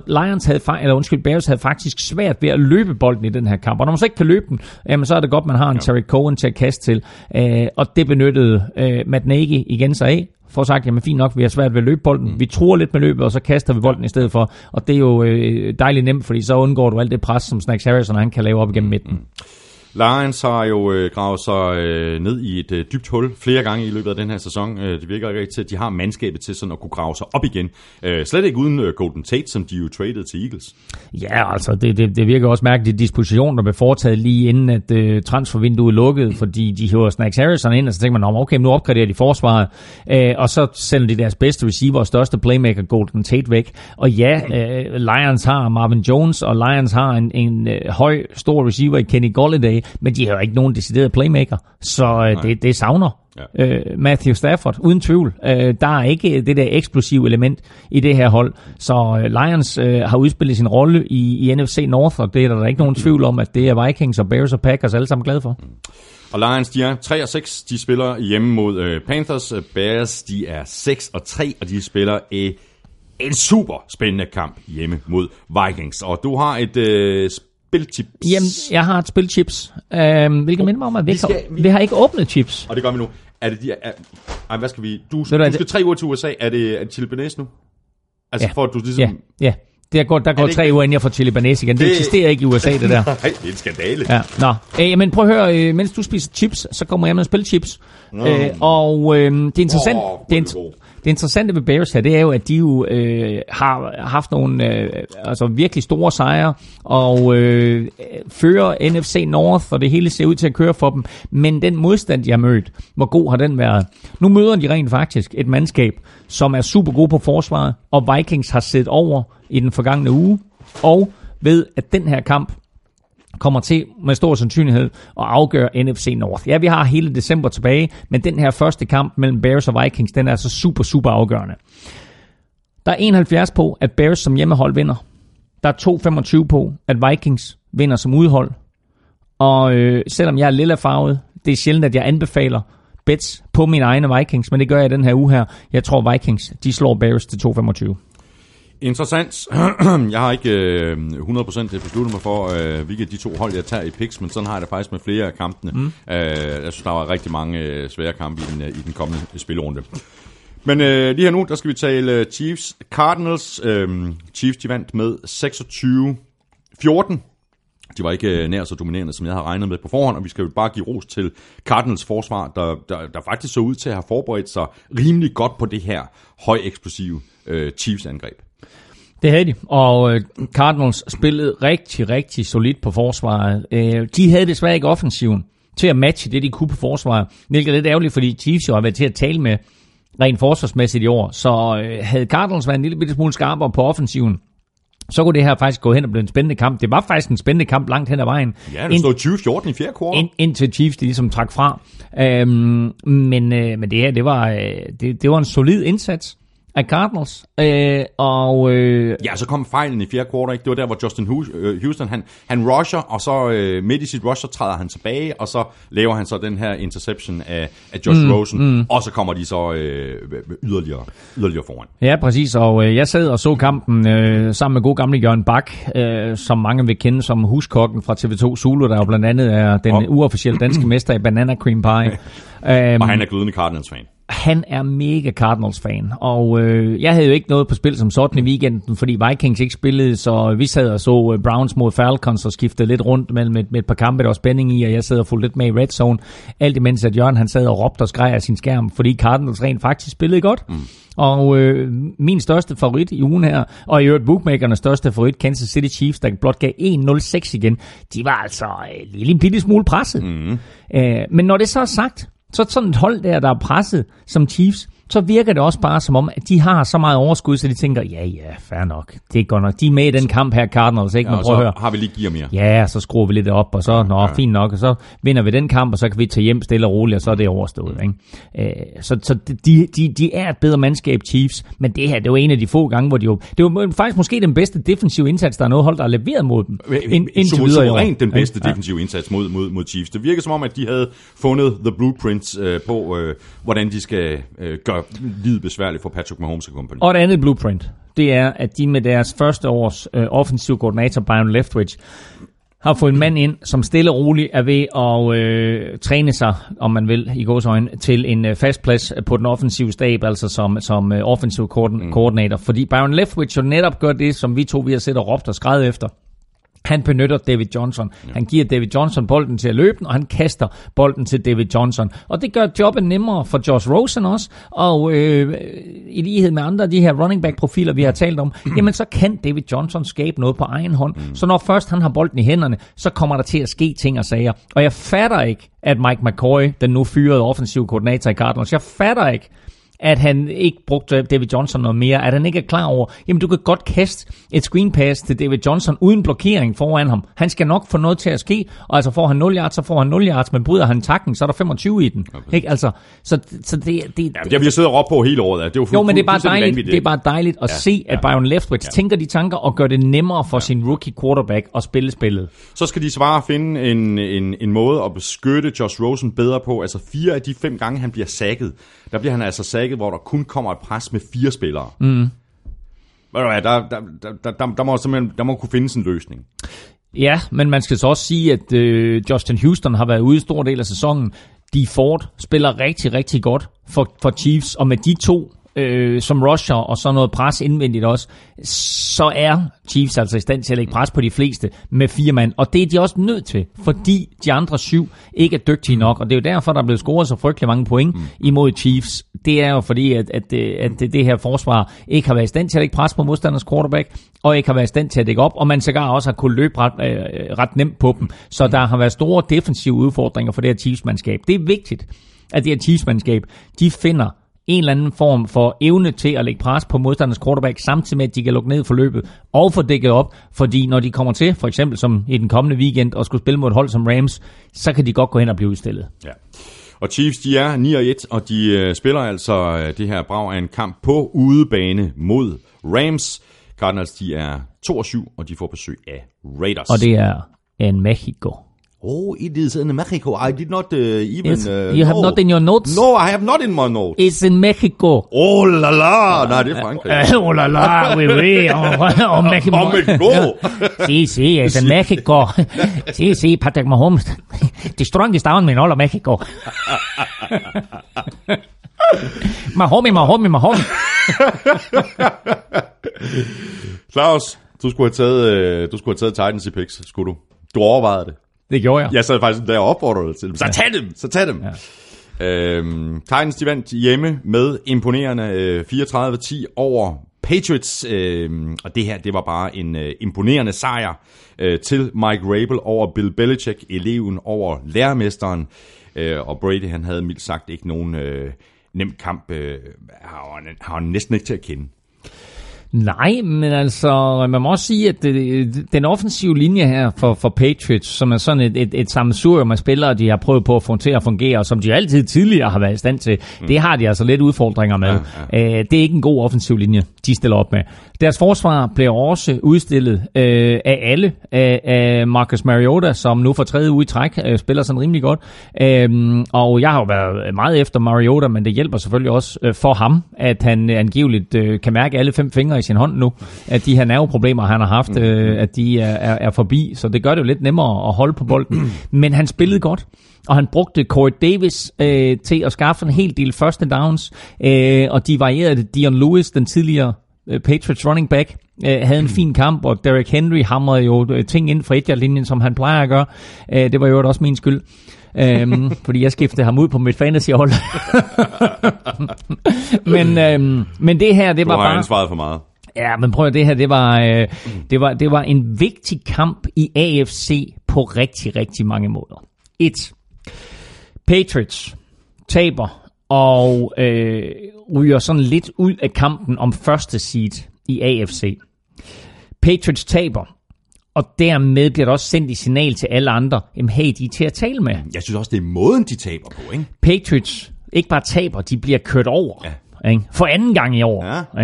Bears havde faktisk svært ved at løbe bolden i den her kamp. Og når man så ikke kan løbe den, jamen, så er det godt, man har en Tariq Cohen til at kaste til. Og det benyttede Matt Nagy igen sig af. For sagt, jamen fint nok, vi har svært ved at løbe bolden. Vi truer lidt med løbet, og så kaster vi bolden i stedet for. Og det er jo dejligt nemt, fordi så undgår du alt det pres, som Snacks Harrison han kan lave op igennem midten.
Lions har jo gravet sig ned i et dybt hul flere gange i løbet af den her sæson. Det virker ikke rigtigt til, at de har mandskabet til sådan at kunne grave sig op igen. Slet ikke uden Golden Tate, som de jo traded til Eagles.
Ja, altså det virker også mærkeligt, disposition, der blev foretaget lige inden at transfervinduet lukkede, fordi de hiver Snacks Harrison ind, og så tænker man, okay, nu opgraderer de forsvaret, og så sender de deres bedste receiver og største playmaker Golden Tate væk. Og ja, Lions har Marvin Jones, og Lions har en høj, stor receiver i Kenny Golladay, men de har jo ikke nogen decideret playmaker, så det savner Matthew Stafford, uden tvivl. Der er ikke det der eksplosive element i det her hold, så Lions har udspillet sin rolle i NFC North, og det er der ikke nogen tvivl om, at det er Vikings og Bears og Packers alle sammen glade for.
Og Lions, de er 3-6, de spiller hjemme mod Panthers. Bears, de er 6-3, og de spiller en super spændende kamp hjemme mod Vikings. Og du har et spilchips.
Jamen, jeg har et spilchips. Hvilket minder mig om, at vi har ikke åbnet chips.
Og det gør vi nu. Er det hvad skal vi... Du skal 3 uger til USA. Er det chili bearnaise nu? Altså for at du ligesom...
Ja. Der går 3 uger, inden jeg får chili bearnaise igen. Det eksisterer ikke i USA, det der.
Nej, det er en skandale.
Ja. Men prøv at høre, mens du spiser chips, så kommer jeg med at spille chips. Og det er interessant. Det interessante ved Bears her, det er jo, at de jo har haft nogle altså virkelig store sejre, og fører NFC North, og det hele ser ud til at køre for dem. Men den modstand, de har mødt, hvor god har den været? Nu møder de rent faktisk et mandskab, som er super god på forsvaret, og Vikings har set over i den forgangne uge, og ved, at den her kamp kommer til med stor sandsynlighed at afgøre NFC North. Ja, vi har hele december tilbage, men den her første kamp mellem Bears og Vikings, den er altså super, super afgørende. Der er 71 på, at Bears som hjemmehold vinder. Der er 2,25 på, at Vikings vinder som udhold. Og selvom jeg er lilla farvet, det er sjældent, at jeg anbefaler bets på mine egne Vikings, men det gør jeg den her uge her. Jeg tror Vikings, de slår Bears til 2,25.
Interessant. Jeg har ikke 100% besluttet mig for, hvilke de 2 hold, jeg tager i picks, men sådan har jeg det faktisk med flere af kampene. Jeg synes, der var rigtig mange svære kampe i den kommende spilrunde. Men lige her nu, der skal vi tale Chiefs. Cardinals. Chiefs, de vandt med 26-14. De var ikke nær så dominerende, som jeg havde regnet med på forhånd, og vi skal jo bare give ros til Cardinals forsvar, der faktisk så ud til at have forberedt sig rimelig godt på det her højeksplosive Chiefs-angreb.
Det havde de, og Cardinals spillede rigtig, rigtig solidt på forsvaret. De havde desværre ikke offensiven til at matche det, de kunne på forsvaret, hvilket er lidt ærgerligt, fordi Chiefs jo har været til at tale med rent forsvarsmæssigt i år. Så havde Cardinals været en lille smule skarpere på offensiven, så kunne det her faktisk gå hen og blive en spændende kamp. Det var faktisk en spændende kamp langt hen ad vejen.
Ja, det stod 20-14 i fjerde kvartal.
Indtil Chiefs de ligesom trak fra. Men det her, det var en solid indsats af Cardinals.
Ja, så kom fejlen i fjerde kvartal, ikke? Det var der, hvor Justin Houston, han rusher, og så midt i sit rush, så træder han tilbage, og så laver han så den her interception af Josh Rosen, og så kommer de så yderligere foran.
Ja, præcis, og jeg sad og så kampen sammen med god gamle Jørgen Bak, som mange vil kende som huskokken fra TV2 Zulu, der jo blandt andet er den uofficielle danske mester i Banana Cream Pie.
Og han er glødende Cardinals-fan.
Han er mega Cardinals-fan, og jeg havde jo ikke noget på spil som sådan i weekenden, fordi Vikings ikke spillede, så vi sad og så Browns mod Falcons og skiftede lidt rundt mellem et par kampe, der var spænding i, og jeg sad og fulgte lidt med i Red Zone, alt imens at Jørgen han sad og råbte og skreg af sin skærm, fordi Cardinals rent faktisk spillede godt. Og min største favorit i ugen her, og i øvrigt bookmakernes største favorit, Kansas City Chiefs, der blot gav 1-0-6 igen, de var altså en lille smule presset. Men når det så er sagt, så sådan et hold der er presset som Chiefs, så virker det også bare som om, at de har så meget overskud, så de tænker, ja, fair nok, det er godt nok. De er med i den kamp her, Cardinals, ikke?
Ja, og så har vi lige gear mere.
Ja, så skruer vi lidt op, og så, fint nok, og så vinder vi den kamp, og så kan vi tage hjem stille og roligt, og så er det overstået, ikke? Så de er et bedre mandskab, Chiefs, men det her, det var en af de få gange, hvor det var faktisk måske den bedste defensive indsats, der er noget hold, der har leveret mod dem.
Indtil videre i år. Rent den bedste defensive indsats mod Chiefs. Det virker som om, at de havde fundet the blueprints på, hvordan de skal gøre livet besværligt for Patrick Mahomes og company.
Og et andet blueprint, det er, at de med deres første års offensiv koordinator, Byron Leftwich, har fået en mand ind, som stille og roligt er ved at træne sig, om man vil, i gåseøjne, til en fast plads på den offensive stab, altså som offensiv koordinator. Fordi Byron Leftwich jo netop gør det, som vi har set og råbt og skrevet efter. Han benytter David Johnson. Han giver David Johnson bolden til at løbe den, og han kaster bolden til David Johnson. Og det gør jobbet nemmere for Josh Rosen også. Og i lighed med andre af de her running back profiler, vi har talt om, jamen så kan David Johnson skabe noget på egen hånd. Så når først han har bolden i hænderne, så kommer der til at ske ting og sager. Og jeg fatter ikke, at Mike McCoy, den nu fyrede offensiv koordinator i Cardinals, jeg fatter ikke, at han ikke brugte David Johnson noget mere, at han ikke er klar over, jamen du kan godt kaste et screen pass til David Johnson uden blokering foran ham. Han skal nok få noget til at ske, og altså får han 0 yards, så får han 0 yards, men bryder han takken, så er der 25 i den. Okay. Ikke? Altså, så det
har vi siddet og råbt på hele året. Det
men det er bare dejligt at se, at Byron Leftwich tænker de tanker og gør det nemmere for sin rookie quarterback at spille spillet.
Så skal de svare at finde en måde at beskytte Josh Rosen bedre på. Altså 4 af de 5 gange, han bliver sacket, der bliver han altså sacket, hvor der kun kommer et pres med 4 spillere. Der må kunne findes en løsning.
Ja, men man skal så også sige, at Justin Houston har været ude i stor del af sæsonen. Dee Ford spiller rigtig, rigtig godt for Chiefs, og med de to som rusher og så noget pres indvendigt også, så er Chiefs altså i stand til at lægge pres på de fleste med 4 mand, og det er de også nødt til, fordi de andre 7 ikke er dygtige nok, og det er jo derfor, der er blevet scoret så frygtelig mange point imod Chiefs. Det er jo fordi, at det her forsvar ikke har været i stand til at lægge pres på modstanders quarterback, og ikke har været i stand til at dække op, og man sågar også har kunnet løbe ret nemt på dem, så der har været store defensive udfordringer for det her Chiefs-mandskab. Det er vigtigt, at det her Chiefs-mandskab, de finder en eller anden form for evne til at lægge pres på modstanders quarterback, samtidig med, at de kan lukke ned for løbet og få dækket op, fordi når de kommer til, for eksempel som i den kommende weekend, og skulle spille mod et hold som Rams, så kan de godt gå hen og blive udstillet. Ja.
Og Chiefs, de er 9-1, og de spiller altså det her brag af en kamp på udebane mod Rams. Cardinals, de er 2-7, og de får besøg af Raiders.
Og det er en Mexico.
Oh, it is in Mexico. I did not even...
you have not in your notes?
No, I have not in my notes.
It's in Mexico.
Oh la la. Nej, det er Frankrig.
Oh la la, oui, oui. Oh, Mexico.
Oh, Mexico.
Sí, it's in Mexico. Sí, Patrick Mahomes. The strongest down in all of Mexico. Mahomes.
Claus, du skulle have taget Titans i picks, skulle du? Du overvejede det.
Det gjorde jeg.
Jeg sad faktisk der og opfordrede dig til dem. Så tag dem. Ja. Titans, de vandt hjemme med imponerende 34-10 over Patriots. Og det her, det var bare en imponerende sejr til Mike Vrabel over Bill Belichick, eleven over lærermesteren. Og Brady, han havde mildt sagt ikke nogen nem kamp. Har han næsten ikke til at kende.
Nej, men altså, man må også sige, at den offensive linje her for Patriots, som er sådan et sammensurium af spillere, de har prøvet på at få til at fungere, og som de altid tidligere har været i stand til, det har de altså lidt udfordringer med. Ja. Det er ikke en god offensiv linje, de stiller op med. Deres forsvar bliver også udstillet af alle, af Marcus Mariota, som nu for tredje uge i træk spiller sådan rimelig godt. Og jeg har jo været meget efter Mariota, men det hjælper selvfølgelig også for ham, at han angiveligt kan mærke alle 5 fingre i sin hånd nu, at de her nerveproblemer, han har haft, at de er forbi, så det gør det jo lidt nemmere at holde på bolden. Men han spillede godt, og han brugte Corey Davis til at skaffe en hel del første downs, og de varierede det. Dion Lewis, den tidligere Patriots running back, havde en fin kamp, og Derrick Henry hamrede jo ting ind fra 1-yard-linjen, som han plejer at gøre. Det var jo også min skyld. Fordi jeg skiftede ham ud på mit fantasyhold. men det her, det var bare... Du har
ansvaret for meget.
Ja, men prøv at det her, det var en vigtig kamp i AFC på rigtig, rigtig mange måder. 1. Patriots taber og ryger sådan lidt ud af kampen om første seed i AFC. Patriots taber, og dermed bliver der også sendt et signal til alle andre, jamen hey, de er til at tale med.
Jeg synes også, det er måden, de taber på, ikke?
Patriots ikke bare taber, de bliver kørt over. Ja. Ikke? For anden gang i år. Ja.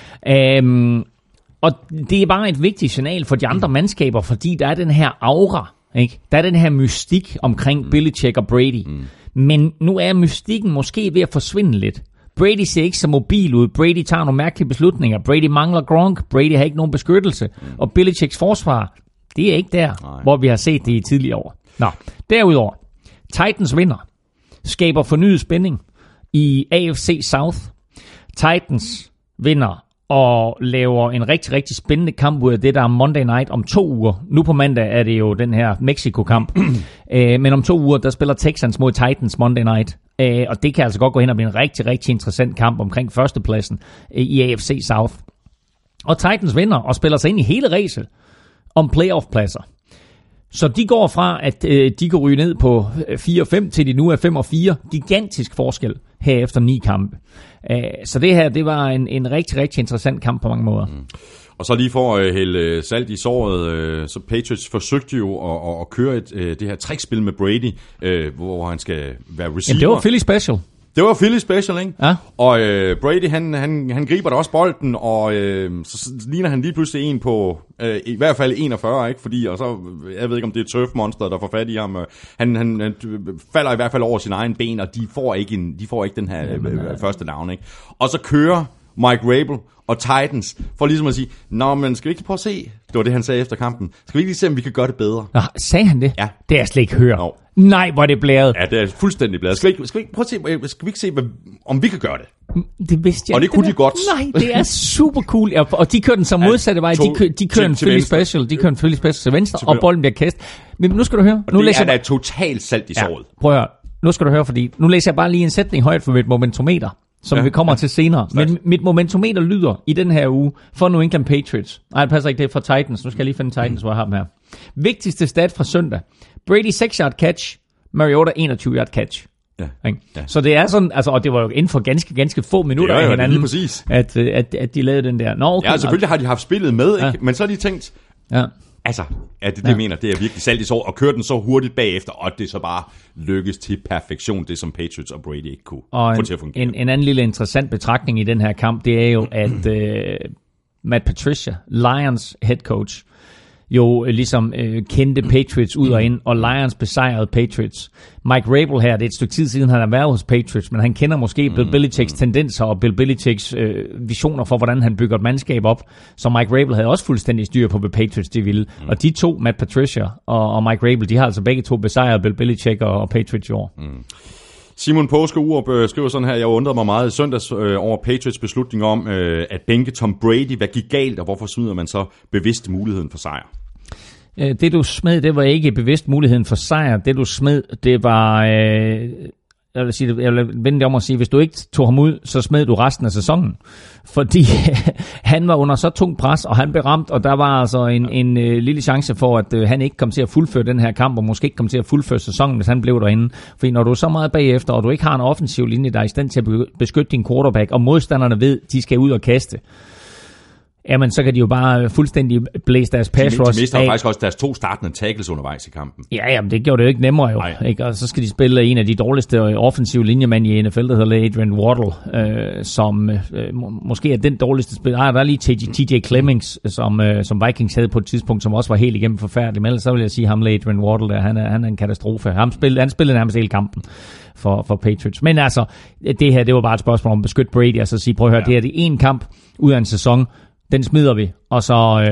Ikke? Og det er bare et vigtigt signal for de andre mandskaber, fordi der er den her aura, ikke? Der er den her mystik omkring Belichick og Brady. Men nu er mystikken måske ved at forsvinde lidt. Brady ser ikke så mobil ud. Brady tager nogle mærkelige beslutninger. Brady mangler Gronk. Brady har ikke nogen beskyttelse. Og Belichicks forsvar, det er ikke der, hvor vi har set det i tidligere år. Nå, derudover, Titans vinder, skaber fornyet spænding i AFC South. Titans vinder og laver en rigtig, rigtig spændende kamp ud af det, der er Monday Night om 2 uger. Nu på mandag er det jo den her Mexico-kamp. Men om 2 uger, der spiller Texans mod Titans Monday Night. Og det kan altså godt gå hen og blive en rigtig, rigtig interessant kamp omkring førstepladsen i AFC South. Og Titans vinder og spiller sig ind i hele ræset om playoff-pladser. Så de går fra, at de kan ryge ned på 4-5 til de nu er 5-4. Gigantisk forskel her efter 9 kampe. Så det her, det var en rigtig, rigtig interessant kamp på mange måder.
Og så lige for at hælde salt i såret, så Patriots forsøgte jo at køre det her trickspil med Brady, hvor han skal være receiver.
Jamen, det var Philly Special.
Det var Philly Special, ikke?
Ja.
Og Brady, han griber da også bolden, og så ligner han lige pludselig en på i hvert fald 41, ikke? Fordi, og så, jeg ved ikke, om det er Turf-monster, der får fat i ham. Han falder i hvert fald over sin egen ben, og de får ikke den her første down, ikke? Og så kører Mike Vrabel og Titans for ligesom at sige, nå, men skal vi ikke prøve at se? Det var det, han sagde efter kampen. Skal vi ikke lige se, om vi kan gøre det bedre?
Nå, sagde han det?
Ja.
Det er jeg slet ikke hørt. No. Nej, hvor er det blæret.
Ja, det er fuldstændig blæret. Skal vi ikke prøve at se, skal vi ikke se, om vi kan gøre det?
Det vidste jeg.
Og det kunne de godt.
Nej, det er super cool. Og de kører den så modsatte vej. De kører en Philly Special. De kører en Philly Special til venstre, og bolden bliver kastet. Men nu skal du høre.
Og nu det er da totalt salt i såret.
Ja, prøv at høre. Nu skal du høre, fordi nu læser jeg bare lige en sætning højt for mit momentometer, som vi kommer til senere. Men mit momentometer lyder i den her uge for New England Patriots. Nej, det passer ikke, det er for Titans. Nu skal jeg lige finde Titans, hvor jeg har dem her. Vigtigste stat fra søndag. Brady 6-yard catch, Mariota 21-yard catch. Ja. Ja. Så det er sådan, altså, og det var jo inden for ganske få minutter af hinanden, at de lavede den der. Nå, okay,
ja, selvfølgelig har de haft spillet med, ikke? Men så har de tænkt, altså, det mener, det er virkelig salt i sår, og køre den så hurtigt bagefter, og det så bare lykkes til perfektion, det som Patriots og Brady ikke kunne få til at fungere.
En anden lille interessant betragtning i den her kamp, det er jo, at Matt Patricia, Lions head coach, jo ligesom kendte Patriots ud og ind, og Lions besejrede Patriots. Mike Vrabel her, det er et stykke tid siden, han har været hos Patriots, men han kender måske Bill Belichicks tendenser og Bill Belichicks visioner for, hvordan han bygger et mandskab op. Så Mike Vrabel havde også fuldstændig styr på, hvad Patriots de ville. Og de to, Matt Patricia og Mike Vrabel, de har altså begge to besejret Bill Belichick og Patriots i år.
Simon Påske skriver sådan her: jeg undrede mig meget i søndags over Patriots beslutning om at bænke Tom Brady. Hvad gik galt, og hvorfor smider man så bevidst muligheden for sejr?
Det du smed, det var ikke bevidst muligheden for sejr. Det du smed, det var... Jeg vil vende det om at sige, hvis du ikke tog ham ud, så smed du resten af sæsonen. Fordi han var under så tung pres, og han blev ramt, og der var altså en lille chance for, at han ikke kom til at fuldføre den her kamp, og måske ikke kom til at fuldføre sæsonen, hvis han blev derinde. Fordi når du er så meget bagefter, og du ikke har en offensiv linje, der er i stand til at beskytte din quarterback, og modstanderne ved, de skal ud og kaste, jamen, så kan de jo bare fuldstændig blæse deres pass rush af.
De mister faktisk også deres 2 startende tackles undervejs i kampen.
Ja, jamen, det gjorde det jo ikke nemmere jo. Ikke? Og så skal de spille en af de dårligste offensive linjemænd i NFL, der hedder Adrian Waddle, som måske er den dårligste spiller. Der er lige TJ Clemmings, som Vikings havde på et tidspunkt, som også var helt igennem forfærdelig. Men ellers så vil jeg sige, ham Adrian Waddle der, han er en katastrofe. Han spillede nærmest hele kampen for Patriots. Men altså, det her, det var bare et spørgsmål om at beskytte Brady, og så sige, prøv at høre, det her det er én kamp ud af en sæson. Den smider vi, og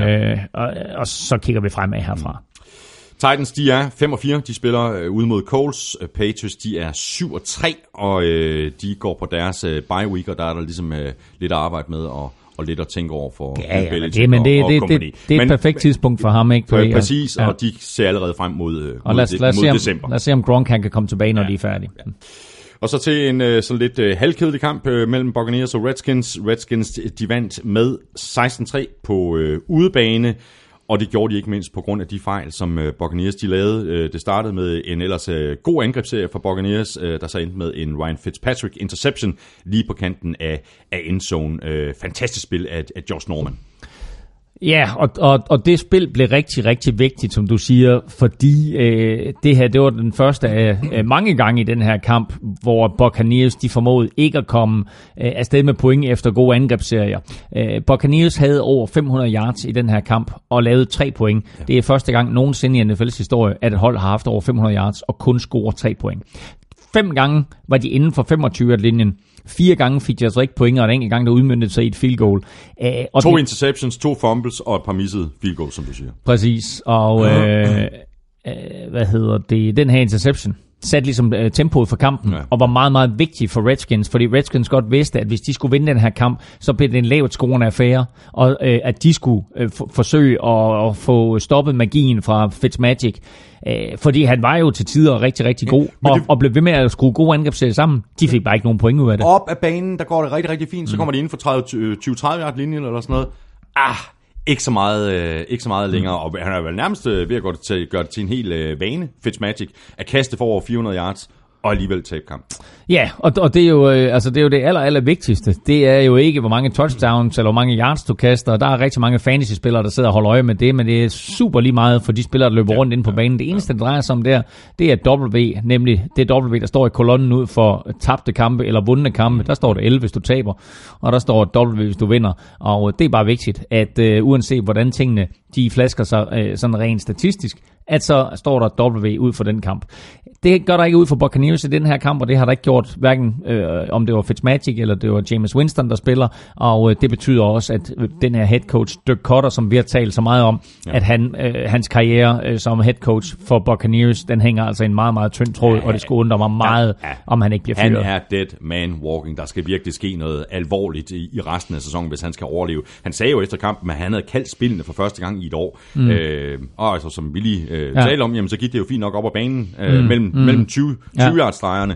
så kigger vi fremad herfra.
Titans, de er 5-4. De spiller ude mod Colts. Patriots, de er 7-3, og de går på deres bye week, og der er der ligesom lidt at arbejde med, og lidt at tænke over for
Belichick og company. Det er et perfekt tidspunkt for ham, ikke?
Præcis, og de ser allerede frem mod december.
Lad os se, om Gronk kan komme tilbage, når de er færdige. Ja.
Og så til en sådan lidt halvkedelig kamp mellem Buccaneers og Redskins. Redskins, de vandt med 16-3 på udebane, og det gjorde de ikke mindst på grund af de fejl, som Buccaneers de lavede. Det startede med en ellers god angrebsserie for Buccaneers, der så endte med en Ryan Fitzpatrick interception lige på kanten af endzone. Fantastisk spil af Josh Norman.
Ja, og det spil blev rigtig, rigtig vigtigt, som du siger, fordi det her, det var den første af mange gange i den her kamp, hvor Buccaneers, de formåede ikke at komme afsted med point efter gode angrebsserier. Buccaneers havde over 500 yards i den her kamp og lavede 3 point. Ja. Det er første gang nogensinde i NFL's historie, at et hold har haft over 500 yards og kun scorer 3 point. 5 gange var de inden for 25-linjen. 4 gange fik de altså ikke point, og en enkelt gang, der udmøntede sig i et field goal.
2 interceptions, 2 fumbles og et par missede field goals, som du siger.
Præcis, og den her interception satte ligesom tempoet for kampen, og var meget, meget vigtig for Redskins, fordi Redskins godt vidste, at hvis de skulle vinde den her kamp, så blev det en lavt scorende affære, og at de skulle forsøge at få stoppet magien fra Fitzmagic, fordi han var jo til tider rigtig, rigtig god, og blev ved med at skrue gode angrebsserier sammen. De fik bare ikke nogen point ud af det.
Op ad banen, der går det rigtig, rigtig fint, så kommer de inden for 20-30 yard linjen eller sådan noget. Ikke så meget længere, og han er vel nærmest ved at gøre det til en helt vane, Fitzmagic, at kaste for over 400 yards, og alligevel tabe kamp.
Ja, og det er jo det er jo det aller vigtigste. Det er jo ikke hvor mange touchdowns eller hvor mange yards du kaster. Der er rigtig mange fantasy-spillere, der sidder og holder øje med det, men det er super lige meget for de spillere, der løber rundt inde på banen. Det eneste, det drejer sig om der, det er W, nemlig det W, der står i kolonnen ud for tabte kampe eller vundne kampe. Der står der 11, hvis du taber, og der står W, hvis du vinder. Og det er bare vigtigt, at uanset hvordan tingene de flasker sig sådan rent statistisk, at så står der W ud for den kamp. Det gør der ikke ud for Buccaneers i den her kamp, og det har der ikke gjort, hverken om det var Fitzmagic eller det var Jameis Winston, der spiller, og det betyder også, at den her head coach, Dirk Koetter, som vi har talt så meget om, at hans karriere som head coach for Buccaneers, den hænger altså en meget, meget tynd tråd, og det skulle undre mig meget, om han ikke bliver fyret.
Han er dead man walking. Der skal virkelig ske noget alvorligt i resten af sæsonen, hvis han skal overleve. Han sagde jo efter kampen, at han havde kaldt spillene for første gang i et år, og altså, som vi lige talte om, jamen, så gik det jo fint nok op ad banen mellem 20 yardstregerne,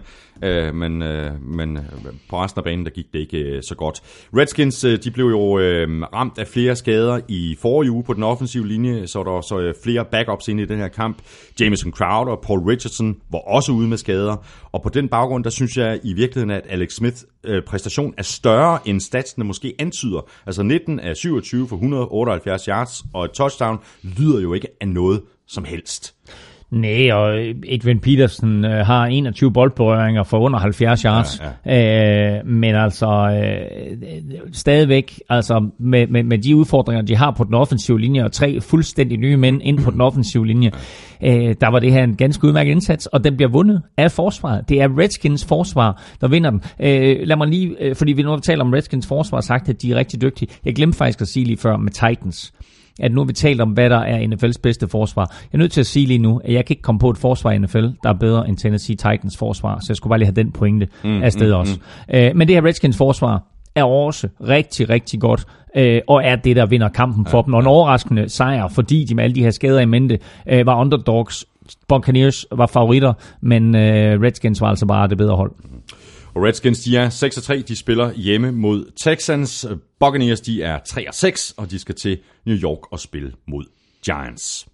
men på resten af banen, der gik det ikke så godt. Redskins, de blev jo ramt af flere skader i forrige uge på den offensive linje, så der så flere backups ind i den her kamp. Jamison Crowder og Paul Richardson var også ude med skader, og på den baggrund, der synes jeg i virkeligheden, at Alex Smiths præstation er større, end statsene måske antyder. Altså 19 af 27 for 178 yards og et touchdown lyder jo ikke af noget som helst.
Nej, og Adrian Peterson har 21 boldberøringer for under 70 yards. Men altså stadigvæk, altså med de udfordringer, de har på den offensive linje, og 3 fuldstændig nye mænd ind på den offensive linje, der var det her en ganske udmærket indsats, og den bliver vundet af forsvaret. Det er Redskins forsvar, der vinder den. Lad mig lige, fordi vi nu taler om Redskins forsvar, sagt, at de er rigtig dygtige. Jeg glemte faktisk at sige lige før med Titans, at nu har vi talt om, hvad der er NFL's bedste forsvar. Jeg er nødt til at sige lige nu, at jeg kan ikke komme på et forsvar i NFL, der er bedre end Tennessee Titans forsvar, så jeg skulle bare lige have den pointe af sted også. Men det her Redskins forsvar er også rigtig, rigtig godt, og er det, der vinder kampen for dem. Og en overraskende sejr, fordi de med alle de her skader i mente var underdogs. Buccaneers var favoritter, men Redskins var altså bare det bedre hold.
Og Redskins, de er 6-3, de spiller hjemme mod Texans. Buccaneers, de er 3-6, og de skal til New York og spille mod Giants.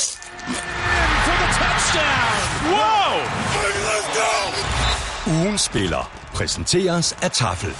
Ugens spiller præsenteres af Tafel.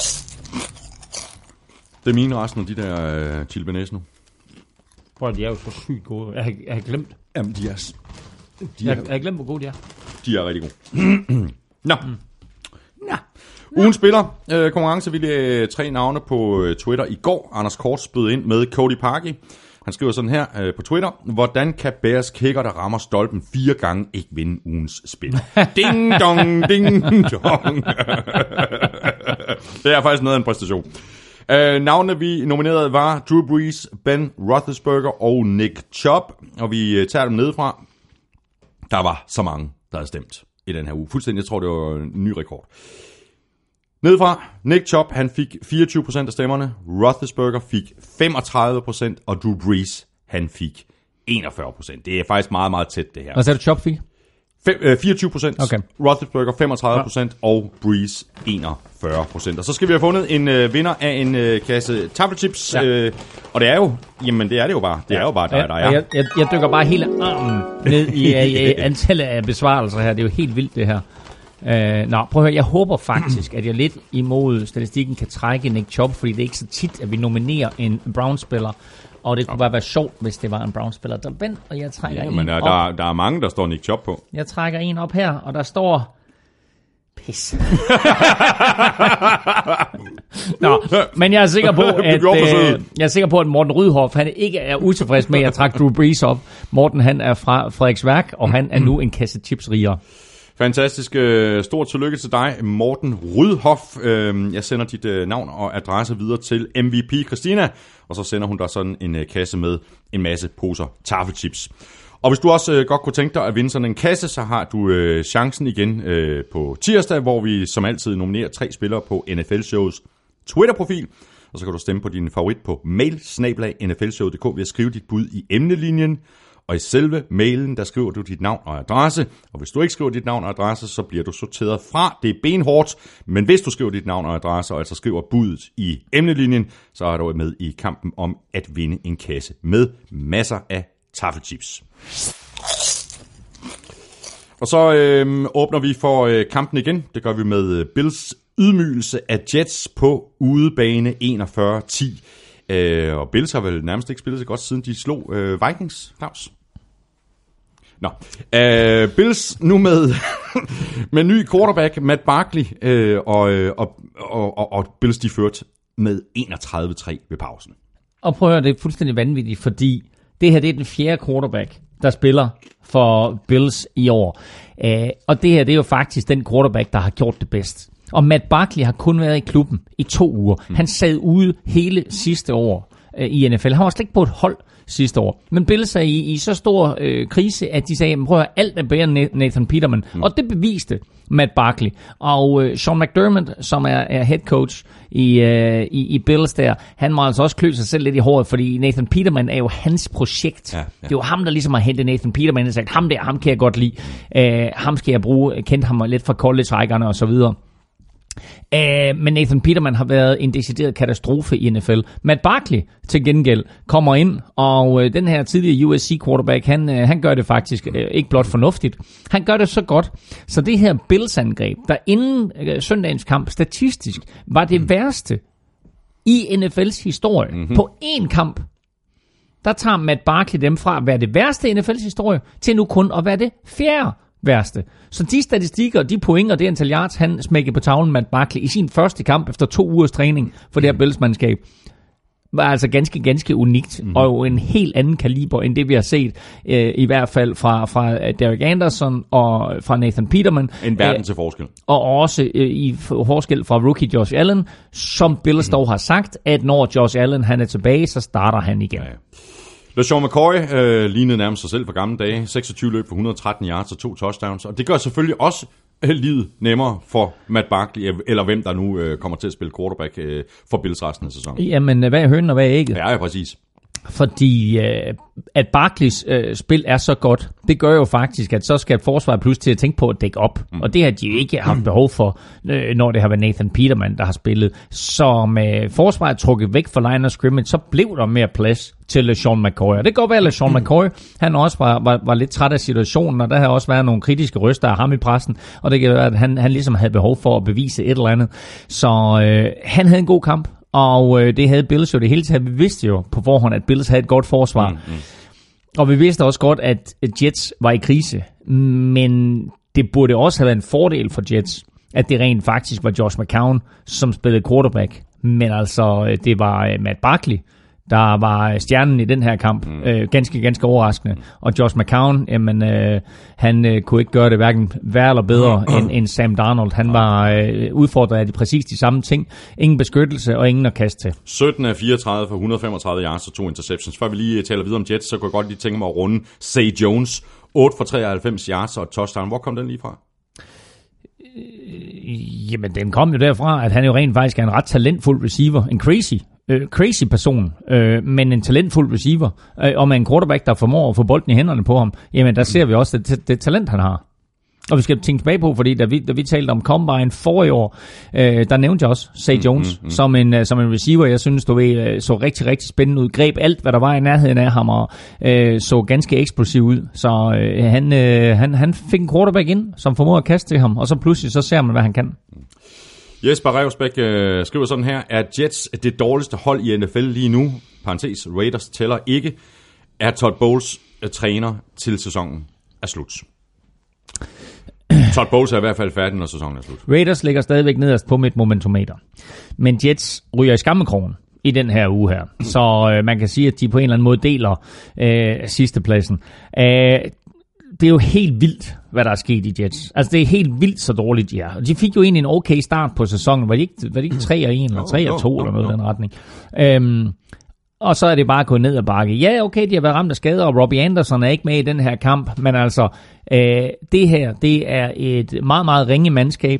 Det er mine resten af de der chili bearnaise nu.
Prøv, de er jo så sygt gode. Jeg har glemt.
Jamen,
Jeg har glemt, hvor gode de er.
De er rigtig gode. Nå. Ugen spiller konkurrence. Vi lagde 3 navne på Twitter i går. Anders Kort bød ind med Cody Parkey. Han skriver sådan her på Twitter: hvordan kan Bears kicker, der rammer stolpen 4 gange, ikke vinde ugens spil? Ding dong, ding dong. Det er faktisk noget af en præstation. Navnene vi nominerede var Drew Brees, Ben Roethlisberger og Nick Chubb. Og vi tager dem nedefra. Der var så mange, der havde stemt i den her uge. Fuldstændig, jeg tror, det var en ny rekord. Nedefra, Nick Chubb, han fik 24% af stemmerne, Roethlisberger fik 35%, og Drew Brees, han fik 41%. Det er faktisk meget, meget tæt, det her.
Hvad sagde du, Chubb fik?
24%, okay. Roethlisberger 35%, og Brees 41%. Og så skal vi have fundet en vinder af en kasse taffelchips, og det er jo, jamen det er det jo bare. Det er jo bare dig, der er.
Jeg dykker bare hele armen ned i antallet af besvarelser her. Det er jo helt vildt, det her. Prøv at høre, jeg håber faktisk, at jeg lidt imod statistikken kan trække Nick Chubb, fordi det er ikke så tit, at vi nominerer en Browns-spiller, og det kunne bare være sjovt, hvis det var en Browns-spiller, der vandt, og jeg trækker en
men
op.
Der er mange, der står Nick Chubb på.
Jeg trækker en op her, og der står... Pis. Men jeg er sikker på, at Morten Rydhoff, han ikke er utilfreds med, at jeg trak Drew Brees op. Morten, han er fra Frederiksværk, og han er nu en kasse chips rigere.
Fantastisk. Stort tillykke til dig, Morten Rydhoff. Jeg sender dit navn og adresse videre til MVP Christina, og så sender hun dig sådan en kasse med en masse poser taffelchips. Og hvis du også godt kunne tænke dig at vinde sådan en kasse, så har du chancen igen på tirsdag, hvor vi som altid nominerer 3 spillere på NFL-shows Twitter-profil. Og så kan du stemme på din favorit på mail@nflshow.dk ved at skrive dit bud i emnelinjen. Og i selve mailen, der skriver du dit navn og adresse. Og hvis du ikke skriver dit navn og adresse, så bliver du sorteret fra. Det er benhårdt, men hvis du skriver dit navn og adresse, og altså skriver budet i emnelinjen, så er du med i kampen om at vinde en kasse med masser af taffelchips. Og så åbner vi for kampen igen. Det gør vi med Bills ydmygelse af Jets på udebane 41-10. Og Bills har vel nærmest ikke spillet så godt, siden de slog Vikings, Claus. Nå, Bills nu med ny quarterback, Matt Barkley, og Bills de ført med 31-3 ved pausen.
Og prøv at høre, det er fuldstændig vanvittigt, fordi det her det er den 4. quarterback, der spiller for Bills i år. Og det her det er jo faktisk den quarterback, der har gjort det bedst. Og Matt Barkley har kun været i klubben i 2 uger. Han sad ude hele sidste år i NFL. Han var slet ikke på et hold sidste år. Men Bills er i så stor krise, at de sagde, prøv at alt er bedre end Nathan Peterman. Og det beviste Matt Barkley. Og Sean McDermott, som er head coach i Bills der, han må altså også klø sig selv lidt i håret, fordi Nathan Peterman er jo hans projekt. Ja. Det er jo ham, der ligesom har hentet Nathan Peterman og sagt, ham kan jeg godt lide. Ham skal jeg bruge. Jeg kendte ham lidt fra college-rækkerne og så videre. Men Nathan Peterman har været en decideret katastrofe i NFL. Matt Barkley til gengæld kommer ind, og den her tidligere USC quarterback, han gør det faktisk ikke blot fornuftigt. Han gør det så godt, så det her Bills-angreb, der inden søndagens kamp statistisk var det værste i NFL's historie på én kamp. der tager Matt Barkley dem fra at være det værste i NFL's historie, til nu kun at være det fjerde værste. Så de statistikker, de point og det antal yards, han smækkede på tavlen Matt Barkley i sin første kamp efter 2 ugers træning for det her Bills-mandskab, var altså ganske, ganske unikt, og jo en helt anden kaliber, end det vi har set, i hvert fald fra Derek Anderson og fra Nathan Peterman.
En verden til forskel.
Og også i forskel fra rookie Josh Allen, som Bills dog har sagt, at når Josh Allen han er tilbage, så starter han igen. Ja.
LeSean McCoy lignede nærmest sig selv for gamle dage. 26 løb for 113 yards og 2 touchdowns, og det gør selvfølgelig også livet nemmere for Matt Barkley, eller hvem der nu kommer til at spille quarterback for Bills resten af sæsonen.
Jamen, hvad er hønen og hvad er ægget?
Ja, præcis.
Fordi at Barkleys spil er så godt, det gør jo faktisk, at så skal forsvaret pludselig til at tænke på at dække op. Og det har de jo ikke haft behov for, når det har været Nathan Peterman, der har spillet. Så med forsvaret trukket væk fra line of scrimmage, så blev der mere plads til LeSean McCoy. Og det kan godt være, at LeSean McCoy, han også var lidt træt af situationen, og der har også været nogle kritiske røster af ham i pressen, og det kan være, at han ligesom havde behov for at bevise et eller andet. Så han havde en god kamp. Og det havde Bills jo det hele taget. Vi vidste jo på forhånd, at Bills havde et godt forsvar. Og vi vidste også godt, at Jets var i krise. Men det burde også have været en fordel for Jets, at det rent faktisk var Josh McCown, som spillede quarterback. Men altså, det var Matt Barkley, der var stjernen i den her kamp. Ganske, ganske overraskende. Og Josh McCown, jamen, han kunne ikke gøre det hverken værre eller bedre end Sam Darnold. Han var udfordret af præcis de samme ting. Ingen beskyttelse og ingen at kaste til.
17 af 34 for 135 yards og 2 interceptions. Før vi lige taler videre om Jets, så kunne jeg godt lige tænke mig at runde Zay Jones. 8 for 93 yards og et touchdown. Hvor kom den lige fra?
Jamen, den kom jo derfra, at han jo rent faktisk er en ret talentfuld receiver. En crazy person, men en talentfuld receiver. Og med en quarterback, der formår at få bolden i hænderne på ham, jamen der ser vi også det talent, han har. Og vi skal tænke tilbage på, fordi da vi talte om Combine forrige år, der nævnte jeg også Zay Jones som en receiver. Jeg synes, du ved, så rigtig, rigtig spændende ud. Greb alt, hvad der var i nærheden af ham, og så ganske eksplosiv ud. Så han fik en quarterback ind, som formåede at kaste til ham, og så pludselig så ser man, hvad han kan.
Jesper Revsbæk skriver sådan her: er Jets det dårligste hold i NFL lige nu? Parentes, Raiders tæller ikke. Er Todd Bowles træner til sæsonen er slut? Todd Bowles er i hvert fald færdig, når sæsonen er slut.
Raiders ligger stadigvæk nederst på mit momentometer. Men Jets ryger i skammekrogen i den her uge her. Så man kan sige, at de på en eller anden måde deler sidstepladsen. Det er jo helt vildt, hvad der er sket i Jets. Altså, det er helt vildt, så dårligt de er. Og de fik jo egentlig en okay start på sæsonen. Var det ikke 3-1 eller 3-2 eller noget i den retning? Og så er det bare gået ned ad bakke. Ja, okay, de har været ramt af skader, og Robbie Anderson er ikke med i den her kamp. Men altså, det her, det er et meget, meget ringe mandskab.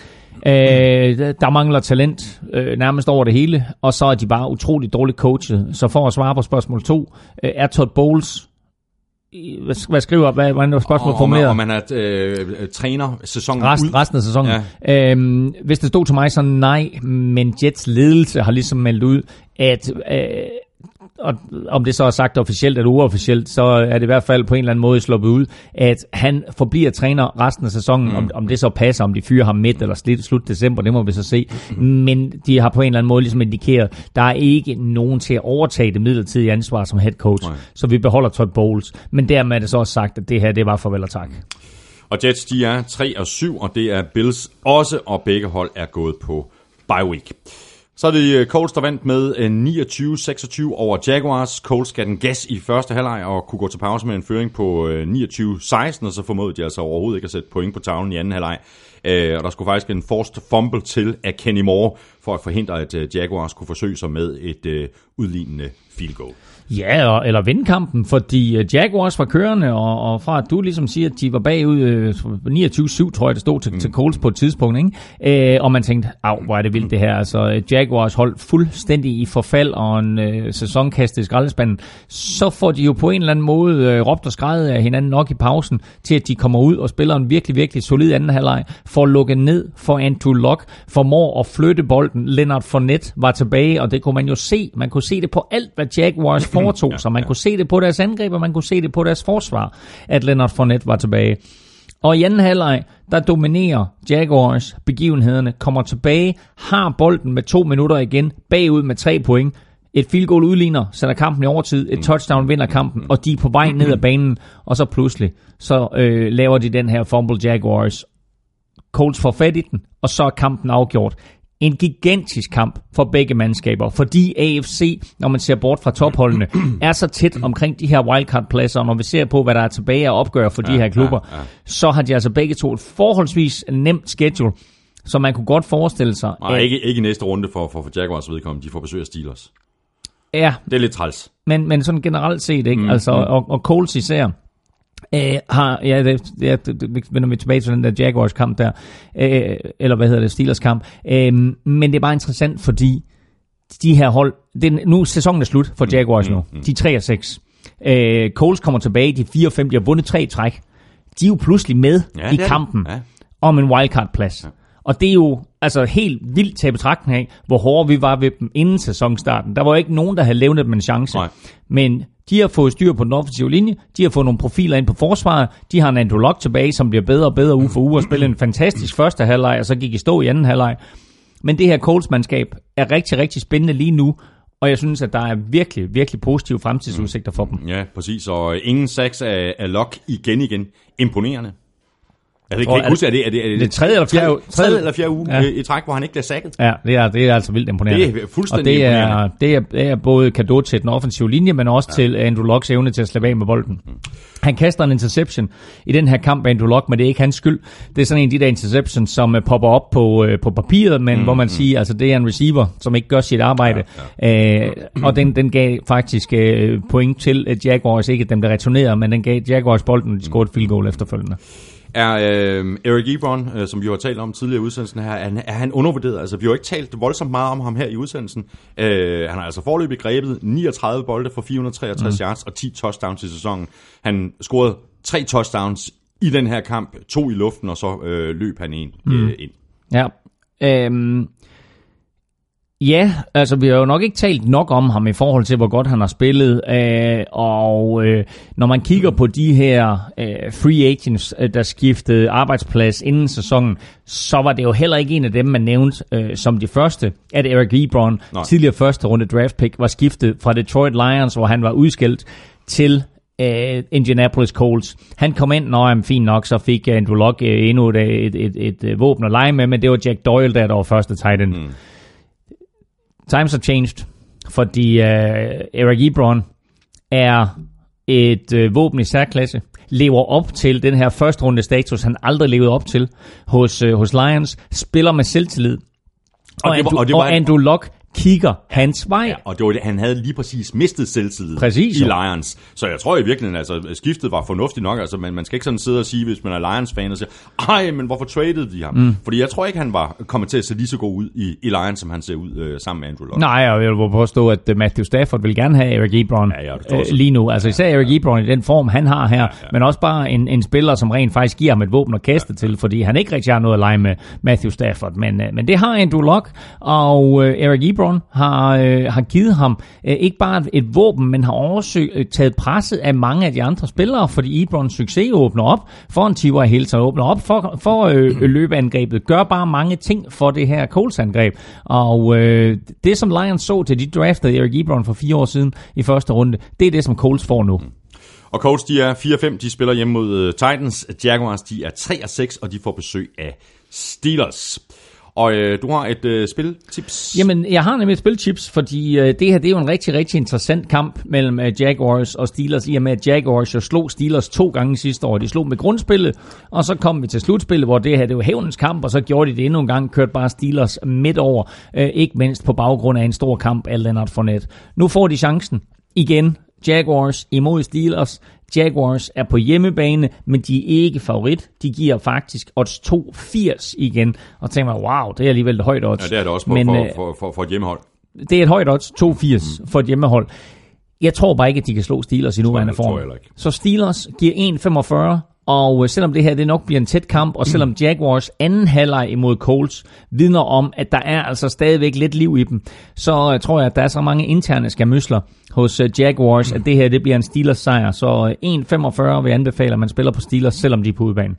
Der mangler talent nærmest over det hele. Og så er de bare utroligt dårligt coachet. Så for at svare på spørgsmål 2, er Todd Bowles... Hvad skriver hvad er spørgsmålet formuleret?
Om man er træner sæsonen
resten af sæsonen. Ja. Hvis det stod til mig, så nej, men Jets ledelse har ligesom meldt ud, at og om det så er sagt officielt eller uofficielt, så er det i hvert fald på en eller anden måde sluppet ud, at han forbliver træner resten af sæsonen. Om det så passer, om de fyrer ham midt eller slut december, det må vi så se. Men de har på en eller anden måde ligesom indikeret, der er ikke nogen til at overtage det midlertidige ansvar som head coach. Nej. Så vi beholder Todd Bowles. Men dermed er det så også sagt, at det her, det var farvel og tak.
Og Jets, de er 3-7, og det er Bills også, og begge hold er gået på bye week. Så er det Colts, der vandt med 29-26 over Jaguars. Colts gav den gas i første halvleg og kunne gå til pause med en føring på 29-16, og så formåede de altså overhovedet ikke at sætte point på tavlen i anden halvleg. Og der skulle faktisk en forced fumble til af Kenny Moore for at forhindre, at Jaguars kunne forsøge sig med et udlignende field goal.
Ja, eller vinde kampen, fordi Jaguars var kørende, og fra at du ligesom siger, at de var bagud 29-7, tror jeg det stod til Colts på et tidspunkt, ikke? Og man tænkte, hvor er det vildt det her. Altså Jaguars holdt fuldstændig i forfald og en sæsonkast i skraldespanden. Så får de jo på en eller anden måde råbt og skreget af hinanden nok i pausen, til at de kommer ud og spiller en virkelig, virkelig solid anden halvleg, får lukket ned for Andrew Luck, formår at flytte bolden. Leonard Fournette var tilbage, og det kunne man jo se. Man kunne se det på alt, hvad Jaguars foretog, så man kunne se det på deres angreb, og man kunne se det på deres forsvar, at Leonard Fournette var tilbage. Og i anden halvleg, der dominerer Jaguars begivenhederne, kommer tilbage, har bolden med 2 minutter igen, bagud med 3 point. Et field goal udligner, sætter kampen i overtid, et touchdown vinder kampen, og de er på vej ned ad banen, og så pludselig, så laver de den her fumble Jaguars. Colts får fat i den, og så er kampen afgjort. En gigantisk kamp for begge mandskaber, fordi AFC, når man ser bort fra topholdene, er så tæt omkring de her wildcard-pladser, og når vi ser på, hvad der er tilbage at opgøre for de her klubber, så har de altså begge to et forholdsvis nemt schedule, så man kunne godt forestille sig...
Og ikke i næste runde for Jaguars vedkommende, de får besøg af Steelers.
Ja.
Det er lidt træls.
Men sådan generelt set, ikke? Altså, og Colts især, har, vender vi tilbage til den der Jaguars kamp der, eller hvad hedder det, Steelers kamp, men det er bare interessant, fordi de her hold, nu sæsonen er slut for Jaguars nu, de er 3-6, Colts kommer tilbage, de 4-5, de har vundet 3 træk, de er jo pludselig med i kampen om en wildcard-plads. Ja. Og det er jo altså helt vildt til betragtning af, hvor hårde vi var ved dem inden sæsonstarten. Der var jo ikke nogen, der havde levnet dem en chance. Nej. Men de har fået styr på den offensive linje, de har fået nogle profiler ind på forsvaret, de har en Andrew Luck tilbage, som bliver bedre og bedre uge for uge, og spiller en fantastisk første halvleg, og så gik i stå i anden halvleg. Men det her Colts-mandskab er rigtig, rigtig spændende lige nu, og jeg synes, at der er virkelig, virkelig positive fremtidsudsigter for dem.
Ja, præcis, og ingen sacks af Luck igen. Imponerende. Jeg kan ikke huske, er det
tredje eller fjerde
uge i træk, hvor han ikke bliver sacket?
Ja, det er altså vildt imponerende.
Det er fuldstændig imponerende.
Det er både cadeau til den offensive linje, men også til Andrew Lucks evne til at slippe af med bolden. Han kaster en interception i den her kamp af Andrew Luck, men det er ikke hans skyld. Det er sådan en af de der interceptions, som popper op på papiret, men hvor man siger, altså det er en receiver, som ikke gør sit arbejde. Og den gav faktisk point til Jaguars, ikke dem der returnerede, men den gav Jaguars bolden, og de scorede et field goal efterfølgende.
Er Eric Ebron, som vi har talt om tidligere i udsendelsen her, er han undervurderet? Altså, vi har jo ikke talt voldsomt meget om ham her i udsendelsen. Han har altså foreløbig grebet 39 bolde for 463 yards og 10 touchdowns i sæsonen. Han scorede 3 touchdowns i den her kamp, 2 i luften, og så løb han en ind.
Ja, ja, altså vi har jo nok ikke talt nok om ham i forhold til, hvor godt han har spillet, og når man kigger på de her free agents, der skiftede arbejdsplads inden sæsonen, så var det jo heller ikke en af dem, man nævnte som de første, at Eric Ebron, tidligere første runde draft pick, var skiftet fra Detroit Lions, hvor han var udskilt, til Indianapolis Colts. Han kom ind, fint nok, så fik Andrew Luck endnu et våben at lege med, men det var Jack Doyle, der var første tight end. Times have changed, fordi Eric Ebron er et våben i særklasse, lever op til den her første runde status, han aldrig levede op til hos Lions, spiller med selvtillid, og Andrew Luck kigger hans vej.
Ja, og det var det, han havde lige præcis mistet selvtillid i Lions. Så jeg tror i virkeligheden, altså skiftet var fornuftigt nok. Altså, man skal ikke sådan sidde og sige, hvis man er Lions-fan og siger, men hvorfor traded de ham? Fordi jeg tror ikke, han var kommet til at se lige så god ud i Lions, som han ser ud sammen med Andrew Luck.
Nej, og jeg vil påstå, at Matthew Stafford vil gerne have Eric Ebron lige nu. Altså især Eric Ebron i den form, han har her, men også bare en spiller, som rent faktisk giver ham et våben at kaste til, fordi han ikke rigtig har noget at lege med Matthew Stafford. Men det har Andrew Luck, og Eric Ebron har givet ham ikke bare et våben, men har også taget presset af mange af de andre spillere, fordi Ebrons succes åbner op for en T.Y. Hilton, åbner op for løbeangrebet, gør bare mange ting for det her Colts-angreb. Og det, som Lions så til de draftede Eric Ebron for 4 år siden i første runde, det er det, som Colts får nu.
Og Colts, de er 4-5, de spiller hjemme mod Titans. Jaguars, de er 3-6, og de får besøg af Steelers. Og du har et spiltips?
Jamen, jeg har nemlig et spiltips, fordi det her, det er jo en rigtig, rigtig interessant kamp mellem Jaguars og Steelers, i og med at Jaguars jo slog Steelers 2 gange sidste år. De slog med grundspillet, og så kom vi til slutspillet, hvor det her, det var hævnens kamp, og så gjorde de det endnu en gang, kørte bare Steelers midt over, ikke mindst på baggrund af en stor kamp af Leonard Fournette. Nu får de chancen igen. Jaguars imod Steelers. Jaguars er på hjemmebane, men de er ikke favorit. De giver faktisk odds 2,80 igen. Og tænker man, wow, det er alligevel et højt odds.
Ja, det er det også for et hjemmehold.
Det er et højt odds, 2,80 for et hjemmehold. Jeg tror bare ikke, at de kan slå Steelers i nuværende form. Så Steelers giver 1,45. Og selvom det her det nok bliver en tæt kamp, og selvom Jaguars anden halvleg imod Colts vidner om, at der er altså stadigvæk lidt liv i dem, så tror jeg, at der er så mange interne skamysler hos Jaguars, at det her det bliver en Steelers sejr. Så 1,45 vil jeg anbefale, at man spiller på Steelers, selvom de er på udebane.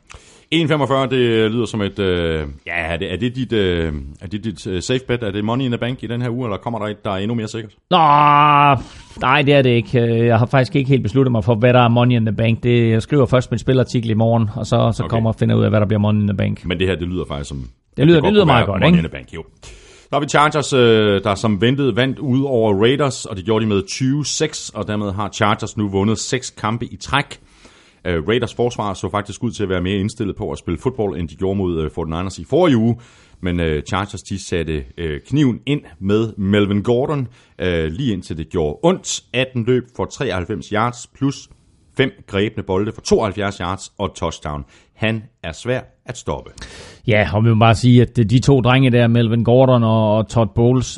1,45, det lyder som et... Er det dit safe bet? Er det money in the bank i den her uge, eller kommer der et, der er endnu mere sikkert?
Nej, det er det ikke. Jeg har faktisk ikke helt besluttet mig for, hvad der er money in the bank. Jeg skriver først min spilartikel i morgen, og så kommer jeg og finder ud af, hvad der bliver money in the bank.
Men det her, det lyder faktisk som...
Det lyder meget godt,
money
ikke?
In the bank, jo. Der har vi Chargers, der som ventet vandt ud over Raiders, og det gjorde de med 20-6, og dermed har Chargers nu vundet 6 kampe i træk. Raiders forsvar så faktisk ud til at være mere indstillet på at spille fodbold, end de gjorde mod 49ers i forrige uge. Men Chargers, de satte kniven ind med Melvin Gordon, lige indtil det gjorde ondt. 18 løb for 93 yards, plus 5 grebne bolde for 72 yards og touchdown. Han er svær at stoppe.
Ja, og vi må bare sige, at de to drenge der, Melvin Gordon og Todd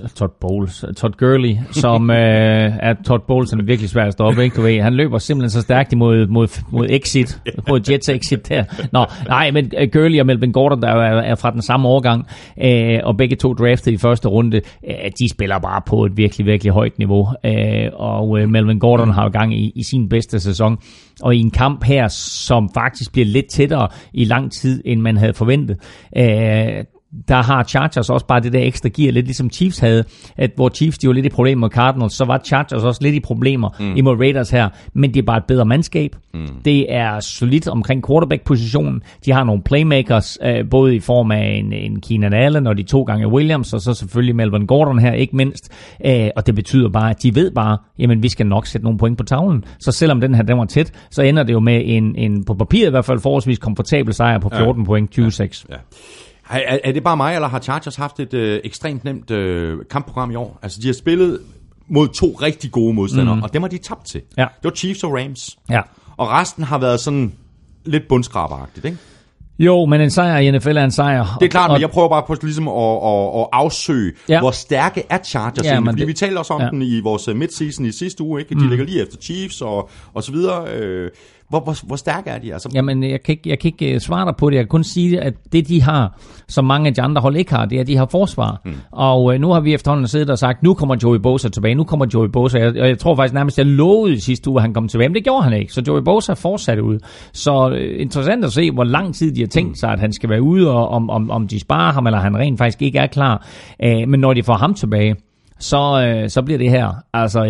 Gurley, som er Todd Bowles, han er virkelig svær at stoppe, ikke? Du ved, han løber simpelthen så stærkt imod exit, mod Jets exit der. Nej, men Gurley og Melvin Gordon, der er fra den samme årgang, og begge to draftet i første runde, de spiller bare på et virkelig, virkelig højt niveau, og Melvin Gordon har jo gang i sin bedste sæson, og i en kamp her, som faktisk bliver lidt tættere i lang tid, end man havde forventet. Der har Chargers også bare det der ekstra gear, lidt ligesom Chiefs havde, at hvor Chiefs de var lidt i problemer med Cardinals, så var Chargers også lidt i problemer imod Raiders her, men det er bare et bedre mandskab. Det er solidt omkring quarterback-positionen. De har nogle playmakers, både i form af en Keenan Allen og de 2 gange Williams, og så selvfølgelig Melvin Gordon her, ikke mindst. Og det betyder bare, at de ved bare, jamen vi skal nok sætte nogle point på tavlen. Så selvom den var tæt, så ender det jo med en på papiret i hvert fald forholdsvis komfortabel sejr på 14 point, 20-6.
Ja. Er det bare mig, eller har Chargers haft et ekstremt nemt kampprogram i år? Altså, de har spillet mod 2 rigtig gode modstandere, og dem har de tabt til.
Ja.
Det var Chiefs og Rams.
Ja.
Og resten har været sådan lidt bundskraberagtigt, ikke?
Jo, men en sejr i NFL er en sejr.
Det er klart, men jeg prøver bare på ligesom at afsøge, hvor stærke er Chargers egentlig. Fordi vi talte også om den i vores midseason i sidste uge, ikke? De ligger lige efter Chiefs og så videre. Hvor stærke er de? Altså?
Jamen, jeg kan ikke svare dig på det. Jeg kan kun sige, at det, de har, som mange af de andre hold ikke har, det er, at de har forsvar. Og nu har vi efterhånden siddet og sagt, nu kommer Joey Bosa tilbage, og jeg tror faktisk nærmest, jeg lovede i sidste uge, at han kom tilbage, men det gjorde han ikke. Så Joey Bosa fortsatte ud. Så interessant at se, hvor lang tid de har tænkt sig, at han skal være ude, og om de sparer ham, eller han rent faktisk ikke er klar. Men når de får ham tilbage, så bliver det her altså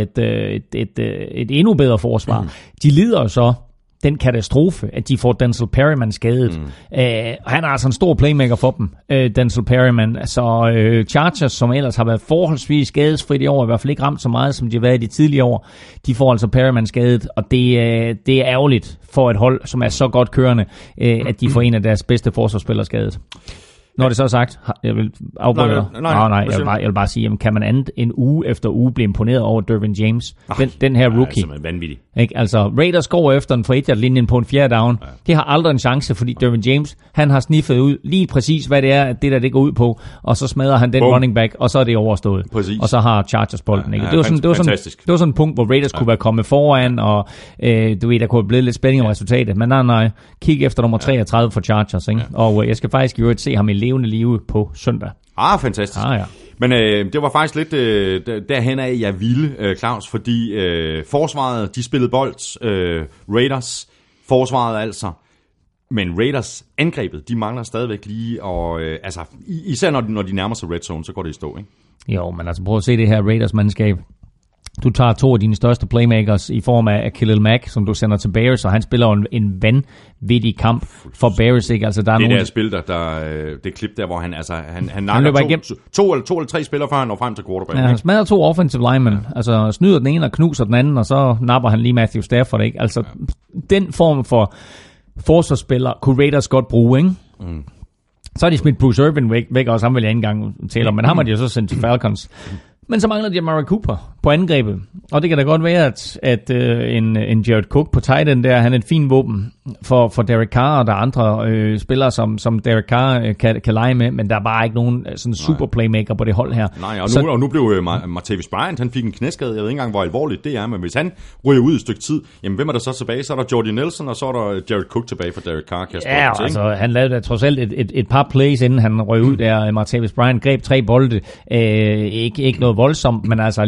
et endnu bedre forsvar. De lider så den katastrofe, at de får Denzel Perryman skadet. Han er altså en stor playmaker for dem, Denzel Perryman. Så Chargers, som ellers har været forholdsvis skadesfrit i år, i hvert fald ikke ramt så meget, som de har været i de tidligere år, de får altså Perryman skadet, og det er ærgerligt for et hold, som er så godt kørende, at de får en af deres bedste forsvarsspillere skadet. Når det så er sagt, jeg vil afbryde dig. Nej, jeg vil bare sige, jamen, kan man andet en uge efter uge blive imponeret over Derwin James? Den her rookie. Det er
simpelthen vanvittigt.
Ikke? Altså, Raiders går efter den for 1-yard-linjen på en 4. down. Ja. Det har aldrig en chance, fordi Derwin James, han har sniffet ud lige præcis, hvad det er, at det går ud på, og så smadrer han den running back, og så er det overstået. Præcis. Og så har Chargers bolden. Ikke? Det var sådan et punkt, hvor Raiders kunne være kommet foran, og du ved, der kunne have blevet lidt spænding om resultatet. Men nej, kig efter nummer 33 for Chargers. Ikke? Og jeg skal faktisk i øvrigt se ham i levende live på søndag.
Fantastisk.
Ja.
Men det var faktisk lidt derhen af, jeg ville, Claus, fordi forsvaret, de spillede bold, Raiders, forsvaret altså, men Raiders angrebet, de mangler stadigvæk lige, og især når de nærmer sig red zone, så går det i stå, ikke?
Jo, men altså prøv at se det her Raiders-mandskab. Du tager 2 af dine største playmakers i form af Khalil Mack, som du sender til Bears, og han spiller en vanvittig kamp for Bears. Ikke? Altså, der er
det
nogen,
der spil, det klip der, hvor han nakker to eller 3 spillere, før han når frem til quarterback.
Ja, han smadrer 2 offensive linemen. Altså snyder den ene og knuser den anden, og så napper han lige Matthew Stafford. Ikke? Altså den form for forsvarsspiller kunne Raiders godt bruge, ikke? Så har de smidt Bruce Irvin væk også, ham vil jeg ikke engang tale om, men ham har de jo så sendt til Falcons. Men så mangler de Amari Cooper på angrebet. Og det kan da godt være, at en Jared Cook på tight end der, han er et fint våben for Derek Carr, og der er andre spillere, som Derek Carr kan lege med, men der er bare ikke nogen sådan super playmaker på det hold her.
Nej, og nu blev Martavis Bryant, han fik en knæskade. Jeg ved ikke engang, hvor alvorligt det er, men hvis han ryger ud et stykke tid, jamen hvem er der så tilbage? Så er der Jordy Nelson, og så er der Jared Cook tilbage for Derek Carr.
Ja, altså han lavede da trods alt et par plays, inden han røg ud der. Martavis Bryant greb 3 bolde. Ikke noget voldsomt, men altså alligevel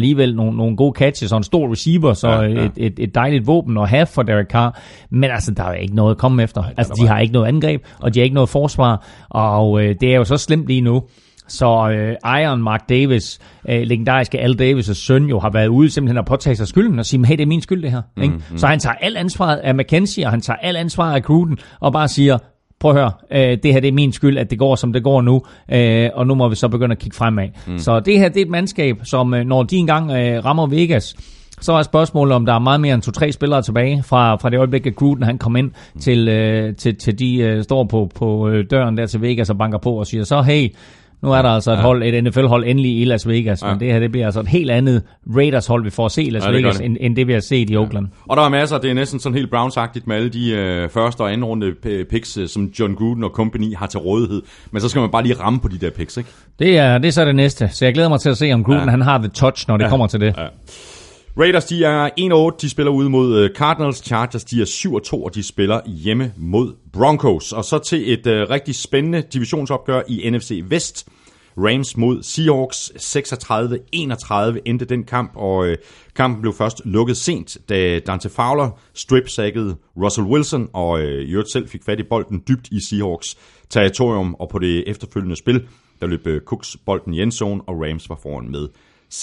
nogle gode catches og en stor receiver, så et dejligt våben at have for Derek Carr. Men altså, der er ikke noget at komme efter. Altså, de har ikke noget angreb, og de har ikke noget forsvar, og det er jo så slemt lige nu. Så Iron Mark Davis, legendariske Al Davis' søn, jo har været ude simpelthen at påtage sig skylden og sige, hey, det er min skyld det her. Ikke? Så han tager alt ansvaret af McKenzie, og han tager alt ansvaret af Gruden, og bare siger, prøv at høre, det her det er min skyld, at det går som det går nu, og nu må vi så begynde at kigge fremad. Så det her det er et mandskab, som når de engang rammer Vegas, så er spørgsmålet, om der er meget mere end 2-3 spillere tilbage fra det øjeblik, at Gruden han kom ind til de står på døren der til Vegas og banker på og siger så, hey, nu er der altså et NFL-hold endelig i Las Vegas, men det her det bliver altså et helt andet Raiders-hold, vi får at se i Las Vegas, end det vi har set i Oakland.
Og der er masser, det er næsten sådan helt Browns-agtigt med alle de første og anden runde picks, som John Gruden og company har til rådighed. Men så skal man bare lige ramme på de der picks, ikke?
Det er så det næste, så jeg glæder mig til at se, om Gruden han har the touch, når det kommer til det. Ja.
Raiders, de er 1-8, de spiller ude mod Cardinals. Chargers, de er 7-2, og de spiller hjemme mod Broncos. Og så til et rigtig spændende divisionsopgør i NFC Vest. Rams mod Seahawks, 36-31 endte den kamp, og kampen blev først lukket sent, da Dante Fowler strip-sackede Russell Wilson, og Jørgen selv fik fat i bolden dybt i Seahawks territorium, og på det efterfølgende spil, der løb Cooks bolden i endzone, og Rams var foran med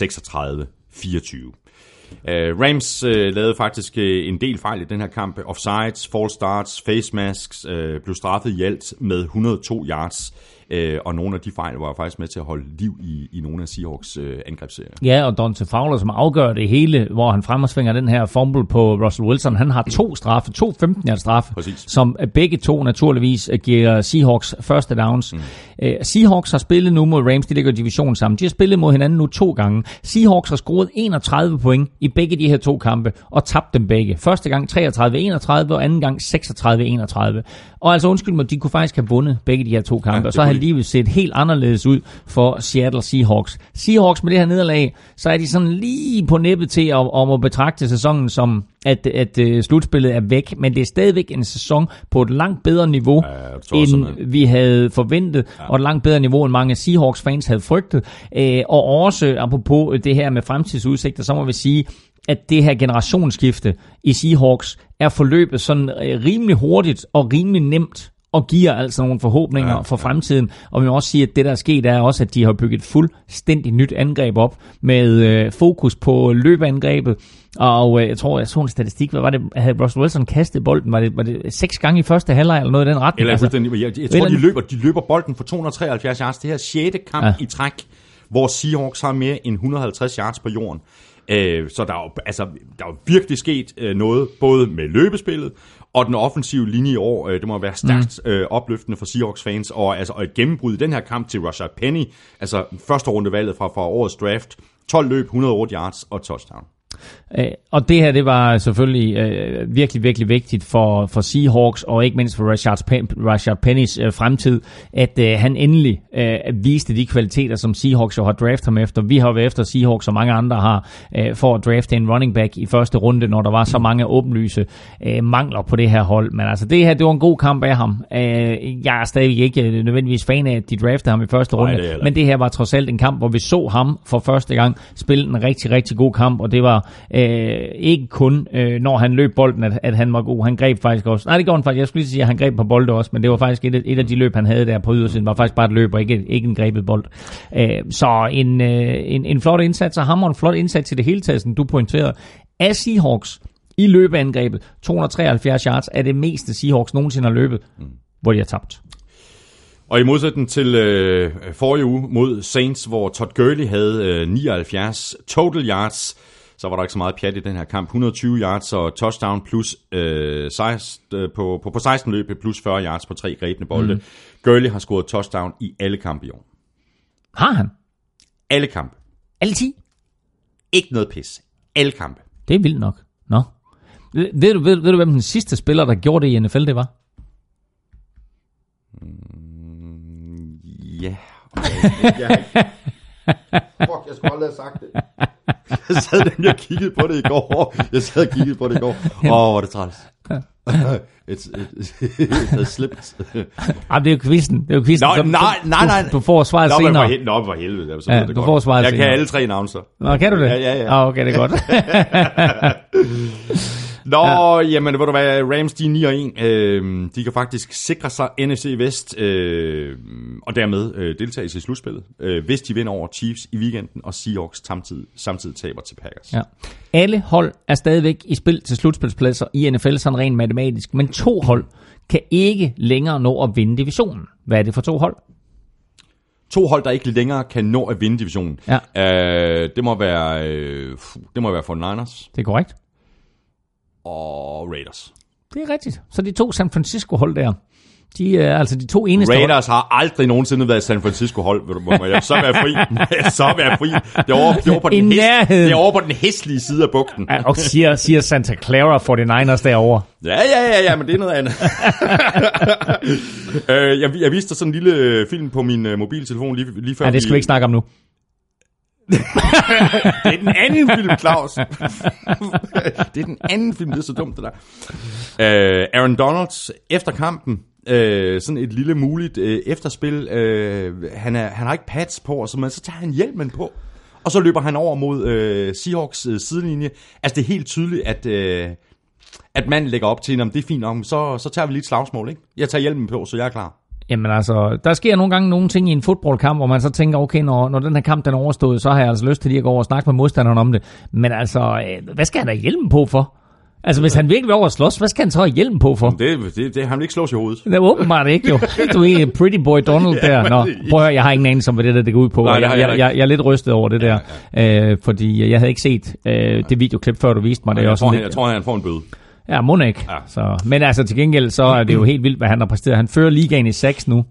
36-24. Rams lavede faktisk en del fejl i den her kamp. Offsides, false starts, face masks, blev straffet i alt med 102 yards. Og nogle af de fejl var faktisk med til at holde liv i nogle af Seahawks angrebsserier.
Ja, og Dante Fowler, som afgør det hele, hvor han fremsvinger den her fumble på Russell Wilson, han har to 15-yards straffe, som begge to naturligvis giver Seahawks første downs. Seahawks har spillet nu mod Rams, de ligger i divisionen sammen. De har spillet mod hinanden nu 2 gange. Seahawks har scoret 31 point i begge de her 2 kampe, og tabt dem begge. Første gang 33-31, og anden gang 36-31. Og altså undskyld mig, de kunne faktisk have vundet begge de her 2 kampe, og så har livet set helt anderledes ud for Seattle Seahawks. Seahawks med det her nederlag, så er de sådan lige på nippet til at betragte sæsonen som, at slutspillet er væk, men det er stadigvæk en sæson på et langt bedre niveau, end vi havde forventet, og et langt bedre niveau, end mange Seahawks fans havde frygtet. Og også apropos det her med fremtidsudsigter, så må vi sige, at det her generationsskifte i Seahawks er forløbet sådan rimelig hurtigt og rimelig nemt, og giver altså nogle forhåbninger for fremtiden. Og vi må også sige, at det der er sket er også, at de har bygget et fuldstændig nyt angreb op, med fokus på løbeangrebet. Og jeg tror, jeg så en statistik, hvad var det, havde Russell Wilson kastet bolden, var det 6 gange i første halvleg eller noget i den retning?
Jeg tror, de løber bolden for 273 yards. Det her 6. kamp i træk, hvor Seahawks har mere end 150 yards på jorden. Så der er jo virkelig sket noget, både med løbespillet og den offensive linje i år. Det må være stærkt opløftende for Seahawks fans, og et gennembrud i den her kamp til Rashad Penny, altså første rundevalget fra årets draft. 12 løb, 108 yards og touchdown.
Og det her, det var selvfølgelig virkelig, virkelig vigtigt for Seahawks, og ikke mindst for Rashad Pennys fremtid, at han endelig viste de kvaliteter, som Seahawks jo har draftet ham efter. Vi har været efter Seahawks, og mange andre har, for at drafte en running back i første runde, når der var så mange åbenlyse mangler på det her hold. Men altså, det her, det var en god kamp af ham. Jeg er stadig ikke nødvendigvis fan af, at de draftede ham i første runde, men det her var trods alt en kamp, hvor vi så ham for første gang spille en rigtig, rigtig god kamp, og det var ikke kun, når han løb bolden, at han var god. Han greb faktisk også. Nej, det gjorde han faktisk. Jeg skulle lige sige, at han greb på bolden også, men det var faktisk et af de løb, han havde der på ydersiden. Var faktisk bare et løb, og ikke en grebet bold. Så en flot indsats, og ham og en flot indsats i det hele taget, som du pointerede, af Seahawks i løbeangrebet. 273 yards er det meste Seahawks nogensinde har løbet, hvor de har tabt.
Og i modsætning til forrige uge mod Saints, hvor Todd Gurley havde 79 total yards, så var der ikke så meget pjat i den her kamp. 120 yards og touchdown plus på 16 løb plus 40 yards på 3 grebne bolde. Gurley har scoret touchdown i alle kampe i år.
Har han?
Alle kampe.
Alle 10?
Ikke noget pis. Alle kampe.
Det er vildt nok. Nå. Ved du, hvem den sidste spiller, der gjorde det i NFL, det var?
Ja. Jeg skulle aldrig have sagt det. Jeg sad nemlig og kiggede på det i går. Hvor er det træls. It's slipped.
Jamen, det er jo quizzen.
Nej.
Du får svaret senere.
Nå, for helvede.
Ja, du får svaret
jeg
senere.
kan alle 3 navne så.
Nå, kan du det?
Ja.
Okay, det er godt.
Jamen, ved du hvad, Rams, de er 9-1. De kan faktisk sikre sig NFC Vest, og dermed deltage i slutspillet, hvis de vinder over Chiefs i weekenden, og Seahawks samtidig taber til Packers.
Ja. Alle hold er stadigvæk i spil til slutspilspladser i NFL, sådan rent matematisk, men 2 hold kan ikke længere nå at vinde divisionen. Hvad er det for 2 hold?
2 hold, der ikke længere kan nå at vinde divisionen.
Ja.
Det må være for Niners.
Det er korrekt.
Og Raiders.
Det er rigtigt. Så de 2 San Francisco hold der, de er altså de 2 eneste
Raiders hold. Har aldrig nogensinde været San Francisco hold. Må jeg så være fri? Det er over på den hæslige side af bugten.
Ja, og siger Santa Clara 49ers derovre.
Ja, men det er noget andet. Jeg viste dig sådan en lille film på min mobiltelefon lige før.
Ja, det skal vi ikke snakke om nu.
Det er den anden film, Claus. Det er den anden film, det er så dumt, det der. Aaron Donald, efter kampen, sådan et lille muligt efterspil. Han har ikke pads på, og så tager han hjelmen på, og så løber han over mod Seahawks sidelinje. Altså, det er helt tydeligt, at manden lægger op til, om det er fint, så tager vi lige et slagsmål, ikke? Jeg tager hjelmen på, så jeg er klar.
Jamen altså, der sker nogle gange nogle ting i en fodboldkamp, hvor man så tænker, okay, når den her kamp den er overstået, så har jeg altså lyst til lige at gå over og snakke med modstanderen om det. Men altså, hvad skal han have hjelmen på for? Altså, hvis han virkelig vil over at slås, hvad skal han så have hjelmen på for?
Det han vil ikke slås i hovedet.
Det er åbenbart ikke, jo. Du er pretty boy Donald der. Nå, prøv at høre, jeg har ingen anelse om, hvad det går ud på.
Nej,
jeg er lidt rystet over det der, fordi jeg havde ikke set det videoklip, før du viste mig det.
Jeg tror, han får en bøde.
Ja, må ikke. Ja. Så, men altså til gengæld, så er det jo helt vildt, hvad han har præsteret. Han fører ligaen i 6 nu,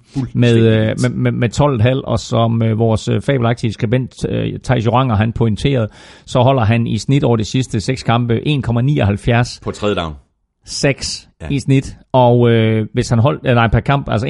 med 12,5, og som vores fabelagtige skribent, Thijs Joranger, han pointerede, så holder han i snit over de sidste 6 kampe 1,79.
På 3. down.
6 i snit, og hvis han holdt, per kamp, altså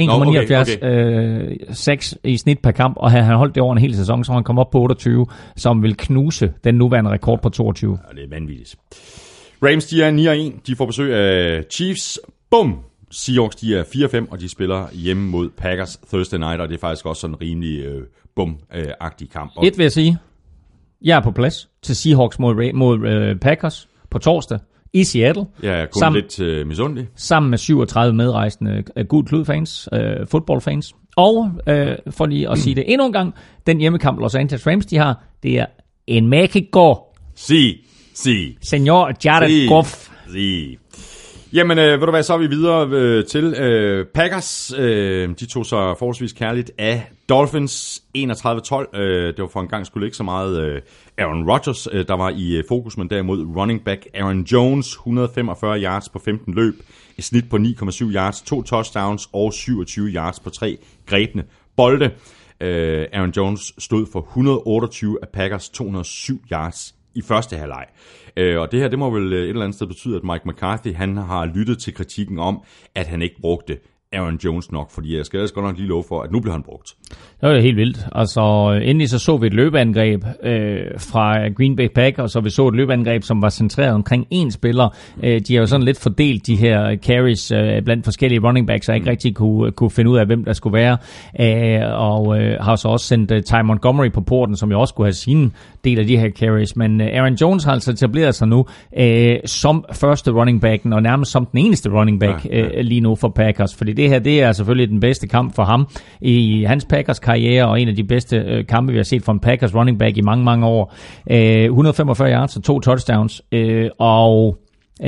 1,79, 6 i snit per kamp, og han holdt det over en hel sæson, så han kom op på 28, som vil knuse den nuværende rekord på 22.
Ja, det er vanvittigt. Rams, de er 9-1. De får besøg af Chiefs. Bum! Seahawks, de er 4-5, og de spiller hjemme mod Packers Thursday night, og det er faktisk også sådan en rimelig bum-agtig kamp.
Et vil jeg sige. Jeg er på plads til Seahawks mod Packers på torsdag i Seattle.
Jeg er kun lidt misundelig.
Sammen med 37 medrejsende gul klud-fans, fodboldfans. Og for lige at sige det endnu en gang, den hjemmekamp Los Angeles Rams, de har, det er en Mexico.
Si.
Senor Jared Goff.
Si. Jamen, ved du hvad, så er vi videre til Packers. De tog sig forholdsvis kærligt af Dolphins 31-12. Det var for en gang skulle ikke så meget Aaron Rodgers, der var i fokus, men derimod running back Aaron Jones, 145 yards på 15 løb, et snit på 9,7 yards, 2 touchdowns og 27 yards på 3 grebne bolde. Aaron Jones stod for 128 af Packers 207 yards i første halvleg. Og det her, det må vel et eller andet sted betyde, at Mike McCarthy, han har lyttet til kritikken om, at han ikke brugte Aaron Jones nok, fordi jeg skal ellers godt nok lige love for, at nu bliver han brugt.
Det var helt vildt. Altså, endelig så vi et løbeangreb fra Green Bay Packers, og vi så et løbeangreb, som var centreret omkring én spiller. De har jo sådan lidt fordelt de her carries blandt forskellige running backs, og ikke rigtig kunne finde ud af, hvem der skulle være. Og har så også sendt Ty Montgomery på porten, som jo også skulle have sin del af de her carries. Men Aaron Jones har altså etableret sig nu som første running backen, og nærmest som den eneste running back lige nu for Packers. Fordi det her, det er selvfølgelig den bedste kamp for ham i hans Packers karriere, og en af de bedste kampe, vi har set fra en Packers running back i mange, mange år. 145 yards og 2 touchdowns, og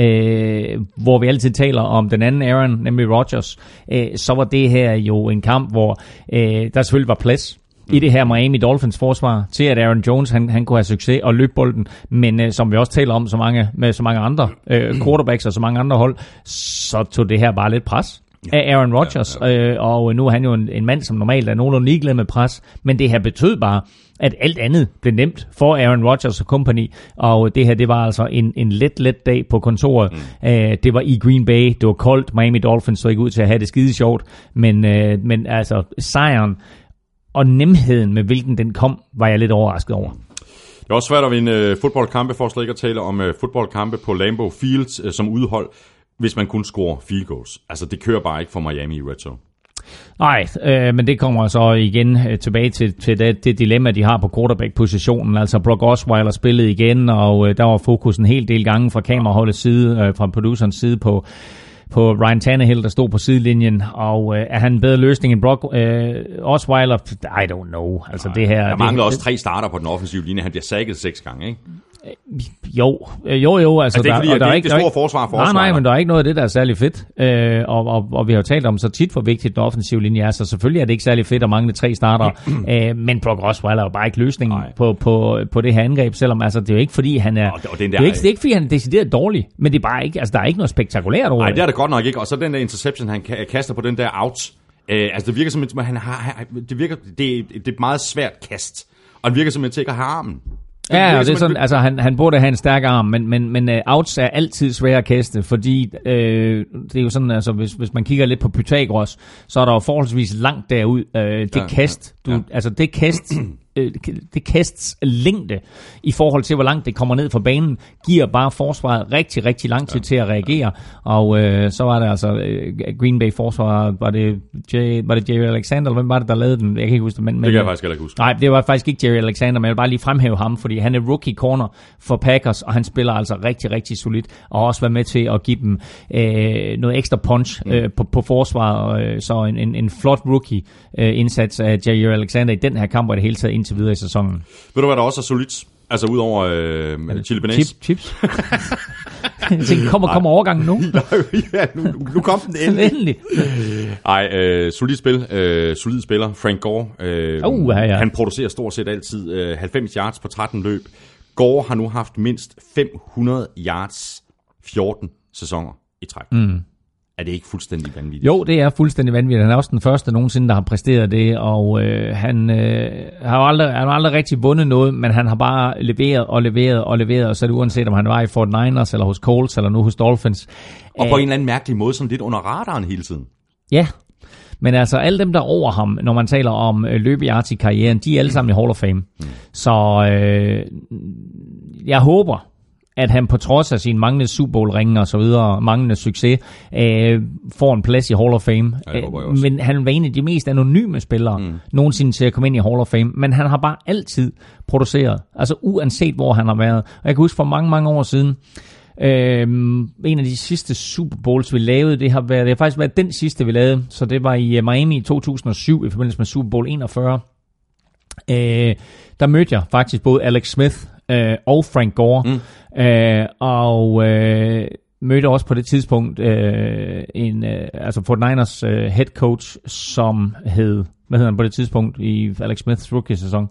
hvor vi altid taler om den anden Aaron, nemlig Rodgers, så var det her jo en kamp, hvor der selvfølgelig var plads i det her Miami Dolphins forsvar til, at Aaron Jones han kunne have succes og løbe bolden, men som vi også taler om med så mange andre quarterbacks og så mange andre hold, så tog det her bare lidt pres af Aaron Rodgers, og nu er han jo en mand, som normalt er nogenlunde ligeglad med pres, men det her betød bare, at alt andet blev nemt for Aaron Rodgers og company, og det her, det var altså en let dag på kontoret. Det var i Green Bay, det var koldt, Miami Dolphins så ikke ud til at have det skide sjovt, men altså sejren og nemheden med hvilken den kom, var jeg lidt overrasket over.
Det er også svært at vinde fodboldkampe, for slet ikke at tale om fodboldkampe på Lambeau Field som udhold, hvis man kun scorer field goals. Altså, det kører bare ikke for Miami i red zone.
Nej, men det kommer så igen tilbage til det dilemma, de har på quarterback-positionen. Altså Brock Osweiler spillede igen, og der var fokus en hel del gange fra kameraholdets side, fra producerens side på Ryan Tannehill, der stod på sidelinjen, og er han en bedre løsning end Brock Osweiler? I don't know. Altså, det her,
der mangler også 3 starter på den offensive linje. Han bliver sækket 6 gange, ikke?
Jo. Altså,
det er ikke fordi, det er ikke det store forsvar for Osweiler.
Nej, men der er ikke noget af det, der er særlig fedt. Og vi har jo talt om så tit, hvor vigtigt den offensive linje er, så selvfølgelig er det ikke særlig fedt at mangle 3 starter. Men Brock Osweiler er jo bare ikke løsningen på det her angreb, selvom altså, det er jo ikke fordi, han er... Det er ikke fordi, han er decideret dårlig, men det er bare ikke, altså, der er ikke noget spektakulært over det.
Nej, det er det godt nok ikke. Og så den der interception, han kaster på den der out. Altså, det virker som, at det er et meget svært kast. Og det virker som, at han ikke har armen.
Ja, og det er sådan, altså han burde have en stærk arm, men outs er altid svære at kaste, fordi det er jo sådan, altså hvis man kigger lidt på Pythagoras, så er der jo forholdsvis langt derud. Det kasts længde i forhold til, hvor langt det kommer ned fra banen, giver bare forsvaret rigtig, rigtig lang tid til at reagere. Og så var det altså Green Bay forsvaret, var det Jerry Alexander, eller hvem var det, der lavede den? Jeg kan ikke huske det. Men,
det kan jeg faktisk ikke huske.
Nej, det var faktisk ikke Jerry Alexander, men jeg vil bare lige fremhæve ham, fordi han er rookie corner for Packers, og han spiller altså rigtig, rigtig solidt, og også været med til at give dem noget ekstra punch på forsvaret. Så en flot rookie indsats af Jerry Alexander i den her kamp, og det hele taget indtil videre i sæsonen.
Ved du, hvad der også er solidt? Altså udover chili bearnaise? Chips.
Jeg tænkte, kommer overgangen nu?
Ja, nu kom den endelig. Ej, solid spiller, Frank Gore. Han producerer stort set altid 90 yards på 13 løb. Gore har nu haft mindst 500 yards 14 sæsoner i træk. Er det ikke fuldstændig vanvittigt?
Jo, det er fuldstændig vanvittigt. Han er også den første nogensinde, der har præsteret det, og han har aldrig rigtig vundet noget, men han har bare leveret, og så er det uanset, om han var i Fort Niners, eller hos Colts, eller nu hos Dolphins.
Og på en eller anden mærkelig måde, sådan lidt under radaren hele tiden.
Ja, men altså alle dem, der er over ham, når man taler om løbeyards i karrieren, de er alle sammen i Hall of Fame. Så jeg håber, at han på trods af sin manglende Super Bowl-ringe og så videre, manglende succes, får en plads i Hall of Fame. Men han var en af de mest anonyme spillere nogensinde til at komme ind i Hall of Fame. Men han har bare altid produceret, altså uanset hvor han har været. Og jeg kan huske for mange, mange år siden, en af de sidste Super Bowls, vi lavede, det har faktisk været den sidste, vi lavede. Så det var i Miami i 2007, i forbindelse med Super Bowl 41. Der mødte jeg faktisk både Alex Smith og Frank Gore, og mødte også på det tidspunkt altså Fort Niners head coach, som hed, hvad hedder han på det tidspunkt i Alex Smiths rookie-sæson?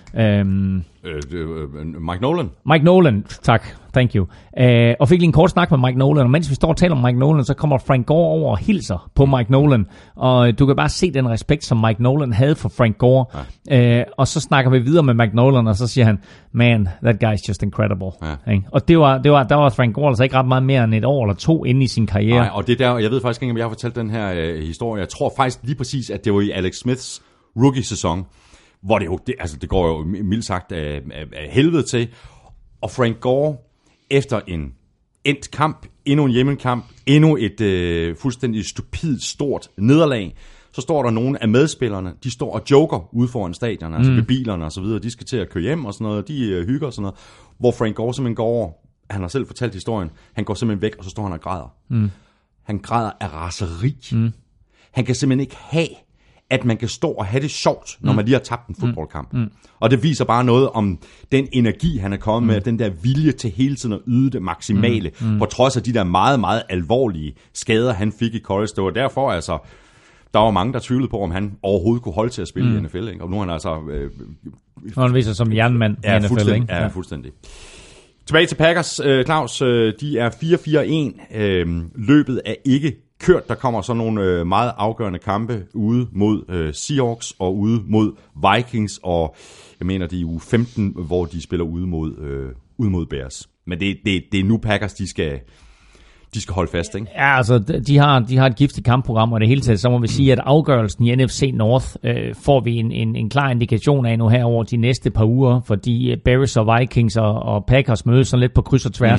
Mike Nolan, tak. Thank you. Og fik lige en kort snak med Mike Nolan, og mens vi står og taler om Mike Nolan, så kommer Frank Gore over og hilser på Mike Nolan, og du kan bare se den respekt, som Mike Nolan havde for Frank Gore. Og så snakker vi videre med Mike Nolan, og så siger han, man, that guy is just incredible. Og der var Frank Gore altså ikke ret meget mere end 1 år eller 2 inde i sin karriere.
Nej, og det der, jeg ved faktisk ikke, om jeg har fortalt den her historie. Jeg tror faktisk lige præcis, at det var i Alex Smiths rookie-sæson, hvor det går jo mildt sagt af helvede til. Og Frank Gore, efter en endt kamp, endnu en hjemmekamp, endnu et fuldstændig stupidt stort nederlag, så står der nogle af medspillerne, de står og joker ude foran stadion, altså ved bilerne og så videre, de skal til at køre hjem og sådan noget, de hygger og sådan noget, hvor Frank Gore simpelthen går over, han har selv fortalt historien, han går simpelthen væk, og så står han og græder. Han græder af raseri. Han kan simpelthen ikke have, at man kan stå og have det sjovt, når man lige har tabt en fodboldkamp. Og det viser bare noget om den energi, han er kommet med, den der vilje til hele tiden at yde det maksimale, på trods af de der meget, meget alvorlige skader, han fik i college. Det var derfor, altså, der var mange, der tvivlede på, om han overhovedet kunne holde til at spille i NFL. Ikke? Og nu er han altså...
han viser som jernmand i NFL, ikke?
Ja, fuldstændig. Tilbage til Packers, Claus. De er 4-4-1. Løbet er ikke kørt. Der kommer så nogle meget afgørende kampe ude mod Seahawks og ude mod Vikings, og jeg mener, det er uge 15, hvor de spiller ude mod Bears. Men det er nu Packers, de de skal holde fast, ikke?
Ja, altså, de har et giftigt kampprogram, og det hele taget, så må vi sige, at afgørelsen i NFC North får vi en klar indikation af nu her over de næste par uger, fordi Bears og Vikings og Packers mødes sådan lidt på kryds og tværs.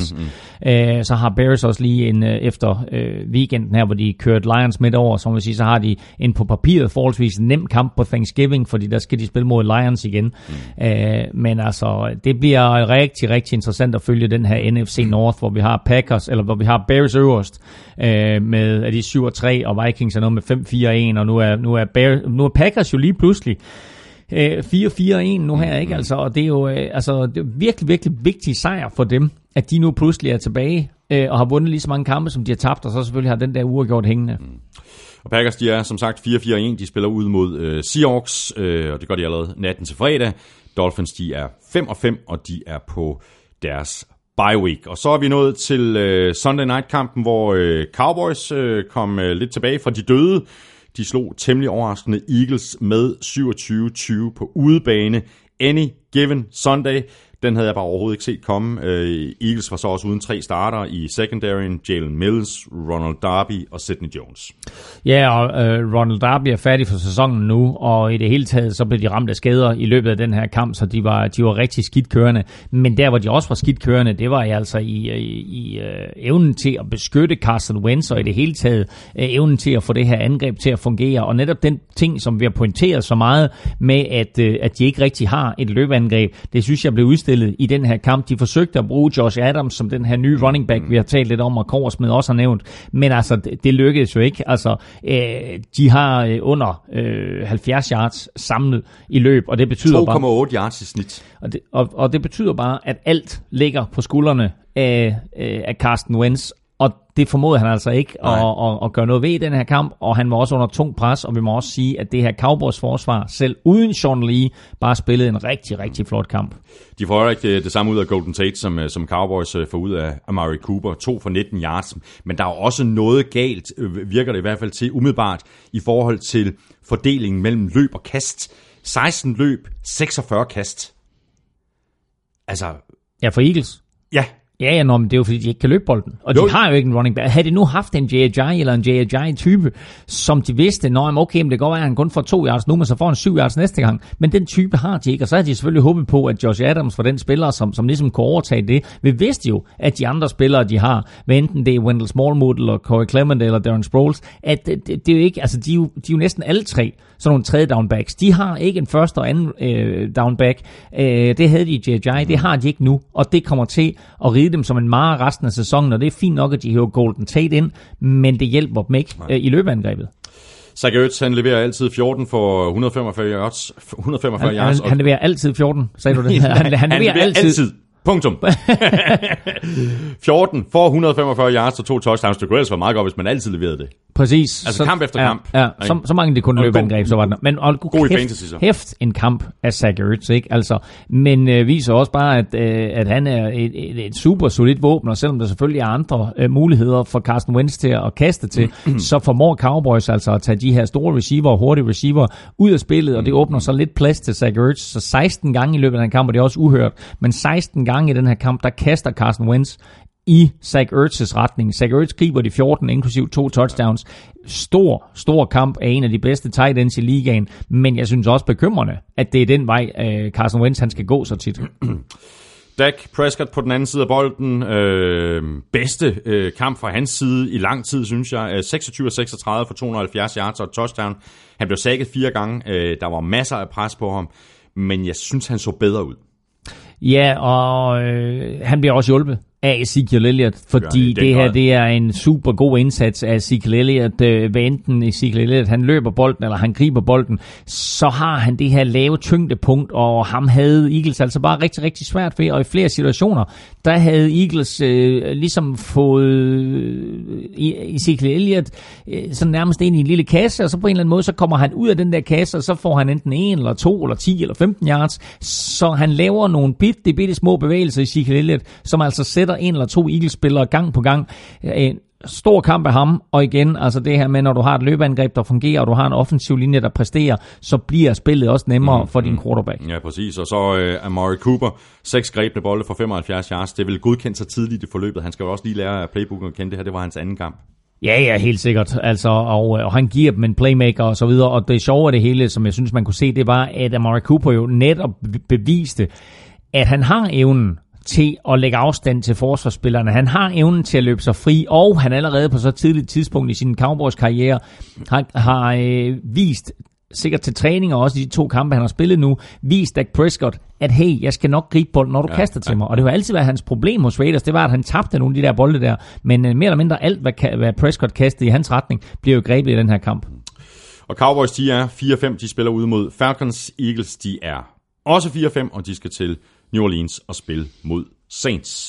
Så har Bears også lige efter weekenden her, hvor de kørte Lions midt over, så må vi sige, så har de en på papiret forholdsvis nem kamp på Thanksgiving, fordi der skal de spille mod Lions igen. Men altså, det bliver rigtig, rigtig interessant at følge den her NFC North, hvor vi har Packers, eller hvor vi har Bears øverst, med de 7-3, og Vikings er noget med 5-4-1, og nu er Packers jo lige pludselig 4-4-1 nu her, ikke? Altså, og det er jo det er virkelig, virkelig vigtig sejr for dem, at de nu pludselig er tilbage og har vundet lige så mange kampe, som de har tabt, og så selvfølgelig har den der uafgjort hængende.
Og Packers, de er som sagt 4-4-1, de spiller ud mod Seahawks, og det gør de allerede natten til fredag. Dolphins, de er 5-5, og de er på deres bye week. Og så er vi nået til Sunday Night-kampen, hvor Cowboys kom lidt tilbage fra de døde. De slog temmelig overraskende Eagles med 27-20 på udebane. Any given Sunday. Den havde jeg bare overhovedet ikke set komme. Eagles var så også uden 3 starter i secondaryen. Jalen Mills, Ronald Darby og Sidney Jones.
Ja, og Ronald Darby er færdig for sæsonen nu, og i det hele taget så blev de ramt af skader i løbet af den her kamp, så de var rigtig skidt kørende. Men der, hvor de også var skidt kørende, det var altså i evnen til at beskytte Carson Wentz, og i det hele taget evnen til at få det her angreb til at fungere. Og netop den ting, som vi har pointeret så meget med, at de ikke rigtig har et løbeangreb, det synes jeg blev udstillet i den her kamp. De forsøgte at bruge Josh Adams som den her nye running back, vi har talt lidt om, og Korsmed også har nævnt, men altså, det lykkedes jo ikke. Altså, de har under 70 yards samlet i løb, og det betyder
2,8 yards i snit.
Og det betyder bare, at alt ligger på skuldrene af Carson Wentz, og det formåede han altså ikke at gøre noget ved i den her kamp, og han var også under tung pres, og vi må også sige, at det her Cowboys forsvar, selv uden Sean Lee, bare spillede en rigtig, rigtig flot kamp.
De får ikke det samme ud af Golden Tate, som Cowboys får ud af Amari Cooper, 2 for 19 yards, men der er også noget galt, virker det i hvert fald til umiddelbart, i forhold til fordelingen mellem løb og kast. 16 løb, 46 kast. Altså...
Ja, for Eagles.
Ja.
Ja, men det er jo fordi, de ikke kan løbe bolden. Og de har jo ikke en running back. Havde de nu haft en J.J. eller en J.J. type, som de vidste, okay, men det går være, at han kun får 2 yards nu, men så får han 7 yards næste gang. Men den type har de ikke, og så har de selvfølgelig håbet på, at Josh Adams var den spiller, som ligesom kunne overtage det. Vi vidste jo, at de andre spillere, de har, hvad enten det er Wendell Smallwood, eller Corey Clement, eller Darren Sproles, at det er jo ikke, altså de er jo næsten alle 3 sådan nogle tredje downbacks. De har ikke en første og anden downback. Det havde de i J.J., det har de ikke nu, og det kommer til at ride dem som en mare resten af sæsonen, og det er fint nok, at de hæver Golden Tate ind, men det hjælper dem ikke i løbeangrebet.
Zach Ertz, han leverer altid 14 for 145 yards. 145 yards.
Han leverer altid 14, sagde du det? Han leverer altid.
Punktum. 14 for 145 yards og 2 touchdowns. Det kunne ellers være meget godt, hvis man altid leverede det.
Præcis.
Altså kamp efter kamp.
Ja, så mange det kunne løbeangreb, så var det. Men
god i fantasy så.
Hæft en kamp af Zach Ertz, ikke? Altså, men viser også bare, at han er et super solidt våben, og selvom der selvfølgelig er andre muligheder for Carson Wentz til at kaste til, så formår Cowboys altså at tage de her store receiver og hurtige receiver ud af spillet, og det åbner så lidt plads til Zach Ertz. Så 16 gange i løbet af den kamp, og det er også uhørt, men 16 gange i den her kamp, der kaster Carson Wentz i Zach Ertz's retning. Zach Ertz griber de 14, inklusiv 2 touchdowns. Stor kamp af en af de bedste tight ends i ligaen, men jeg synes også bekymrende, at det er den vej, Carson Wentz han skal gå så tit.
Dak Prescott på den anden side af bolden. Bedste kamp fra hans side i lang tid, synes jeg. 26-36 for 270 yards og touchdown. Han blev sacket 4 gange. Der var masser af pres på ham, men jeg synes, han så bedre ud.
Ja, og han bliver også hjulpet af Ezekiel Elliott, fordi det her det er en super god indsats af Ezekiel Elliott. Hvad enten Ezekiel Elliott han løber bolden, eller han griber bolden, så har han det her lave tyngdepunkt, og ham havde Eagles altså bare rigtig, rigtig svært ved, og i flere situationer, der havde Eagles ligesom fået Ezekiel Elliott sådan nærmest ind i en lille kasse, og så på en eller anden måde, så kommer han ud af den der kasse, og så får han enten 1 eller 2 eller 10 eller 15 yards, så han laver nogle bitte små bevægelser i Ezekiel Elliott, som altså sætter 1 eller 2 Eagles-spillere gang på gang. stor kamp af ham, og igen, altså det her med, når du har et løbeangreb, der fungerer, og du har en offensiv linje, der præsterer, så bliver spillet også nemmere for din quarterback.
Ja, præcis. Og så Amari Cooper, 6 grebne bolde for 75 yards. Det er vel godkendt så tidligt i forløbet. Han skal jo også lige lære playbooken at kende det her. Det var hans anden kamp.
Ja, helt sikkert. Altså, og han giver dem en playmaker og så videre, og det sjove af det hele, som jeg synes, man kunne se, det var, at Amari Cooper jo netop beviste, at han har evnen til at lægge afstand til forsvarsspillerne. Han har evnen til at løbe sig fri, og han allerede på så tidligt tidspunkt i sin Cowboys-karriere har vist, sikkert til træning og også i de 2 kampe, han har spillet nu, vist Dak Prescott, at hey, jeg skal nok gribe bolden, når du kaster til mig. Og det har altid været hans problem hos Raiders, det var, at han tabte nogle af de der bolde der, men mere eller mindre alt, hvad Prescott kastede i hans retning, bliver jo grebet i den her kamp.
Og Cowboys, de er 4-5, de spiller ude mod Falcons. Eagles, de er også 4-5, og de skal til New Orleans og spille mod Saints.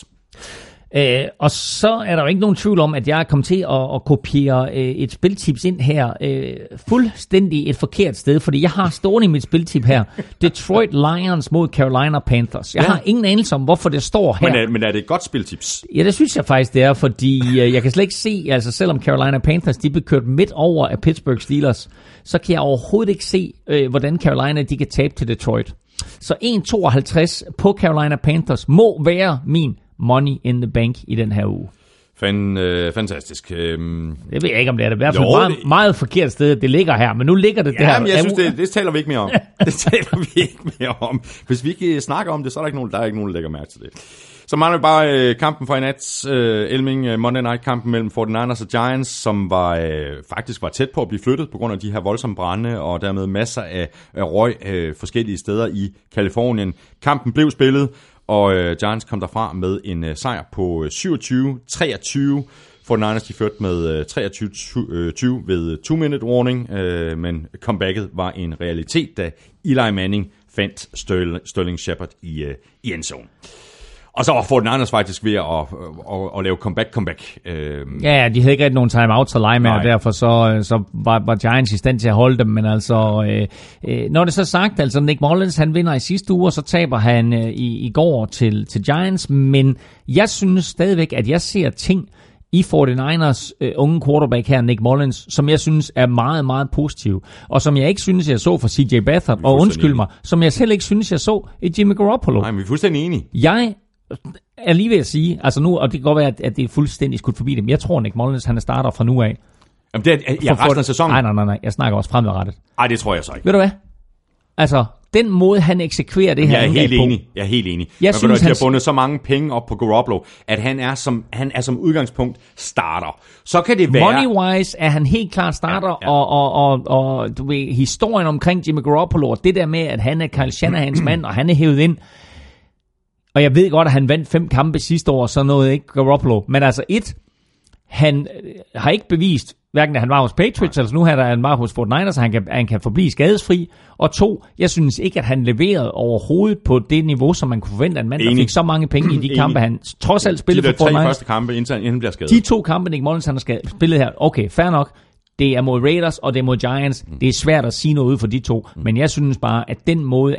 Og så er der jo ikke nogen tvivl om, at jeg er kommet til at kopiere et spiltips ind her fuldstændig et forkert sted, fordi jeg har stående i mit spiltip her, Detroit Lions mod Carolina Panthers. Jeg har ingen anelse om, hvorfor det står her.
Men er det et godt spiltips?
Ja, det synes jeg faktisk, det er, fordi jeg kan slet ikke se, altså selvom Carolina Panthers, de blev kørt midt over af Pittsburgh Steelers, så kan jeg overhovedet ikke se, hvordan Carolina, de kan tabe til Detroit. Så 1,52 på Carolina Panthers må være min money in the bank i den her uge.
Fantastisk.
Det ved jeg ikke, om det er det. I hvert fald meget, meget forkert sted, det ligger her. Men nu ligger det der.
Men jeg synes, det taler vi ikke mere om. Det taler vi ikke mere om. Hvis vi ikke snakker om det, så er der ikke nogen, der lægger mærke til det. Så mangler vi bare kampen fra i nat. Elming, Monday Night-kampen mellem 49ers og Giants, som faktisk var tæt på at blive flyttet på grund af de her voldsomme brande, og dermed masser af røg forskellige steder i Kalifornien. Kampen blev spillet, og Giants kom derfra med en sejr på 27-23. 49ers de førte med 23-20 ved 2-minute warning, men comebacket var en realitet, da Eli Manning fandt Sterling Shepard i endzone. Og så var 49ers faktisk ved at lave comeback.
Ja, de havde ikke rigtig nogen timeout at lege med, og derfor så var Giants i stand til at holde dem. Men altså, når det så sagt, altså Nick Mullins, han vinder i sidste uge, og så taber han i går til Giants. Men jeg synes stadigvæk, at jeg ser ting i 49ers unge quarterback her, Nick Mullins, som jeg synes er meget, meget positiv. Og som jeg ikke synes, jeg så for CJ Beathard, og undskyld mig, som jeg selv ikke synes, jeg så i Jimmy Garoppolo.
Nej, men vi er fuldstændig enige.
Jeg er lige ved at sige, altså nu, og det kan godt være, at det er fuldstændig skudt forbi dem. Jeg tror, Nick Mullins, han er starter fra nu af.
Jamen det er resten af sæsonen?
Nej, jeg snakker også fremadrettet.
Nej, det tror jeg så ikke.
Ved du hvad? Altså, den måde, han eksekverer det her
angreb på. Jeg er helt enig. Jeg synes, de har bundet så mange penge op på Garoppolo, at han er som udgangspunkt starter. Så kan det være...
Money-wise er han helt klart starter, ja. Og du ved, historien omkring Jimmy Garoppolo, og det der med, at han er Kyle Shanahans mand, og han er hævet ind. Og jeg ved godt, at han vandt 5 kampe sidste år, så noget ikke Garoppolo. Men altså han har ikke bevist, hverken da han var hos Patriots, eller nu her, da han var hos 49ers, så han kan forblive skadesfri. Og 2, jeg synes ikke, at han leverede overhovedet på det niveau, som man kunne forvente af en mand, der fik så mange penge i de kampe, han trods alt spillede for 49ers.
De 3 første kampe, inden han bliver skadet.
De 2 kampe, Nick Mullins, han har spillet her, okay, fair nok. Det er mod Raiders, og det er mod Giants. Det er svært at sige noget ud for de 2. Men jeg synes bare, at den måde,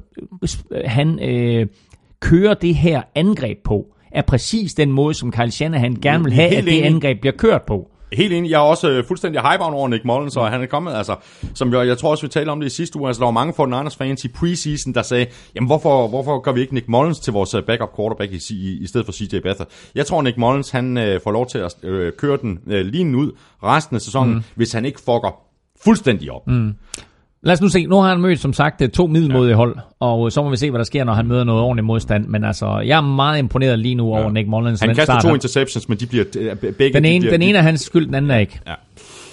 han kører det her angreb på, er præcis den måde, som Kyle Shanahan gerne vil have, at det angreb bliver kørt på.
Helt enig. Jeg er også fuldstændig hype over Nick Mullins, og han er kommet, altså, som jeg tror også, vi talte om det i sidste uge, altså der var mange 49ers fans i preseason, der sagde, jamen hvorfor gør vi ikke Nick Mullins til vores backup quarterback i stedet for CJ Beathard? Jeg tror, Nick Mullins, han får lov til at køre den lige ud resten af sæsonen, hvis han ikke fucker fuldstændig op.
Lad os nu se. Nu har han mødt, som sagt, 2 middelmodige hold, og så må vi se, hvad der sker, når han møder noget ordentligt modstand. Men altså, jeg er meget imponeret lige nu over Nick Mullins.
Han kaster 2 interceptions, men de bliver begge...
Den ene er hans skyld, den anden er ikke.
Ja.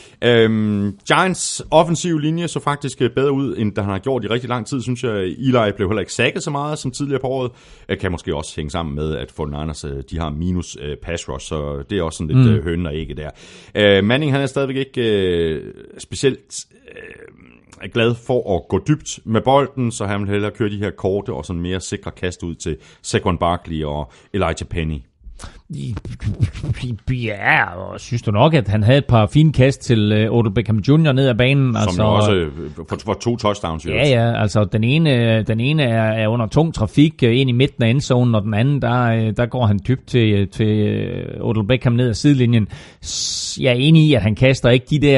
Giants offensiv linje så faktisk bedre ud, end han har gjort i rigtig lang tid, synes jeg. Eli blev heller ikke sacket så meget som tidligere på året. Kan måske også hænge sammen med, at 49ers, de har minus pass rush, så det er også sådan lidt hønen og ikke der. Manning, han er stadigvæk ikke specielt... er glad for at gå dybt med bolden, så han vil hellere køre de her korte og sådan mere sikre kast ud til Saquon Barkley og Elijah Penny.
Ja, og synes du nok, at han havde et par fine kast til Odell Beckham Jr. ned ad banen.
Som
altså,
jo også for 2 touchdowns.
Ja, altså den ene er under tung trafik ind i midten af endzonen, og den anden, der går han dybt til Odell Beckham ned ad sidelinjen. Jeg er enig i, at han kaster ikke de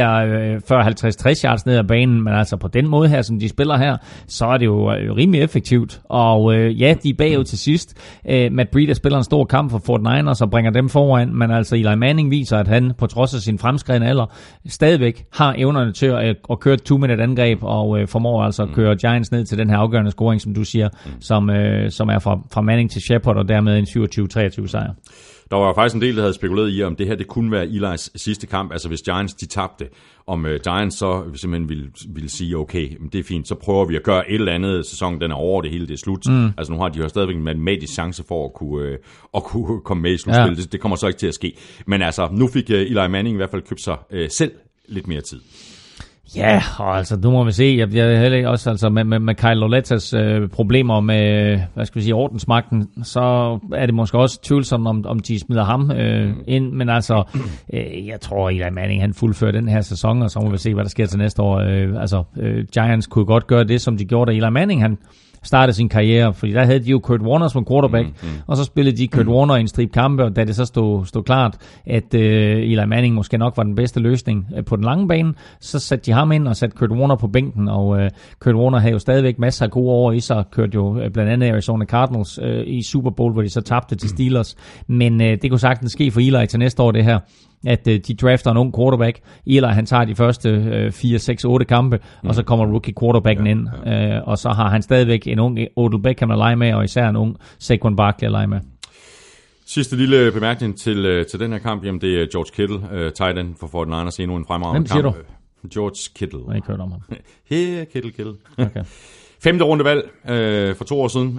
der 40-50-60 yards ned ad banen, men altså på den måde her, som de spiller her, så er det jo rimelig effektivt. Og ja, de er bagud til sidst. Matt Breida spiller en stor kamp for Fort Niners og bringer dem foran, men altså Eli Manning viser, at han på trods af sin fremskredne alder stadigvæk har evnerne til at køre et 2-minute angreb og formår altså at køre Giants ned til den her afgørende scoring, som du siger, som er fra Manning til Shepard og dermed en 27-23 sejr.
Der var faktisk en del, der havde spekuleret i, om det her det kunne være Eli's sidste kamp, altså hvis Giants de tabte, om Giants så simpelthen ville sige, okay, det er fint, så prøver vi at gøre et eller andet, sæsonen den er over, det hele det er slut. Altså nu har de jo stadigvæk en matematisk chance for at kunne komme med i slutspillet. Ja. Det kommer så ikke til at ske. Men altså, nu fik Eli Manning i hvert fald købt sig selv lidt mere tid.
Ja, og altså, nu må vi se. Jeg heller også altså med Kyle Laulettas problemer med, hvad skal vi sige, ordensmagten, så er det måske også tvivlsomt, om de smider ham ind. Men altså, jeg tror, Eli Manning, han fuldfører den her sæson, og så må vi se, hvad der sker til næste år. Giants kunne godt gøre det, som de gjorde, da Eli Manning, han startede sin karriere, fordi der havde de jo Kurt Warner som quarterback, og så spillede de Kurt Warner i en stribe kampe, og da det så stod klart, at Eli Manning måske nok var den bedste løsning på den lange bane, så satte de ham ind og satte Kurt Warner på bænken, og Kurt Warner havde jo stadigvæk masser af gode år i sig, kørte jo blandt andet Arizona Cardinals i Super Bowl, hvor de så tabte til Steelers, men det kunne sagtens ske for Eli til næste år det her, at de drafter en ung quarterback. Eli, han tager de første 4, 6, 8 kampe, og så kommer rookie quarterbacken ind. Og så har han stadigvæk en ung Odell Beckham at lege med, og især en ung Saquon Barkley at lege med.
Sidste lille bemærkning til den her kamp, jamen det er George Kittle, tight end for Fort Niners, endnu en fremragende kamp.
Hvem siger du?
George Kittle.
Jeg har ikke hørt om ham.
Hey, Kittle.
Okay.
5. rundevalg for 2 år siden.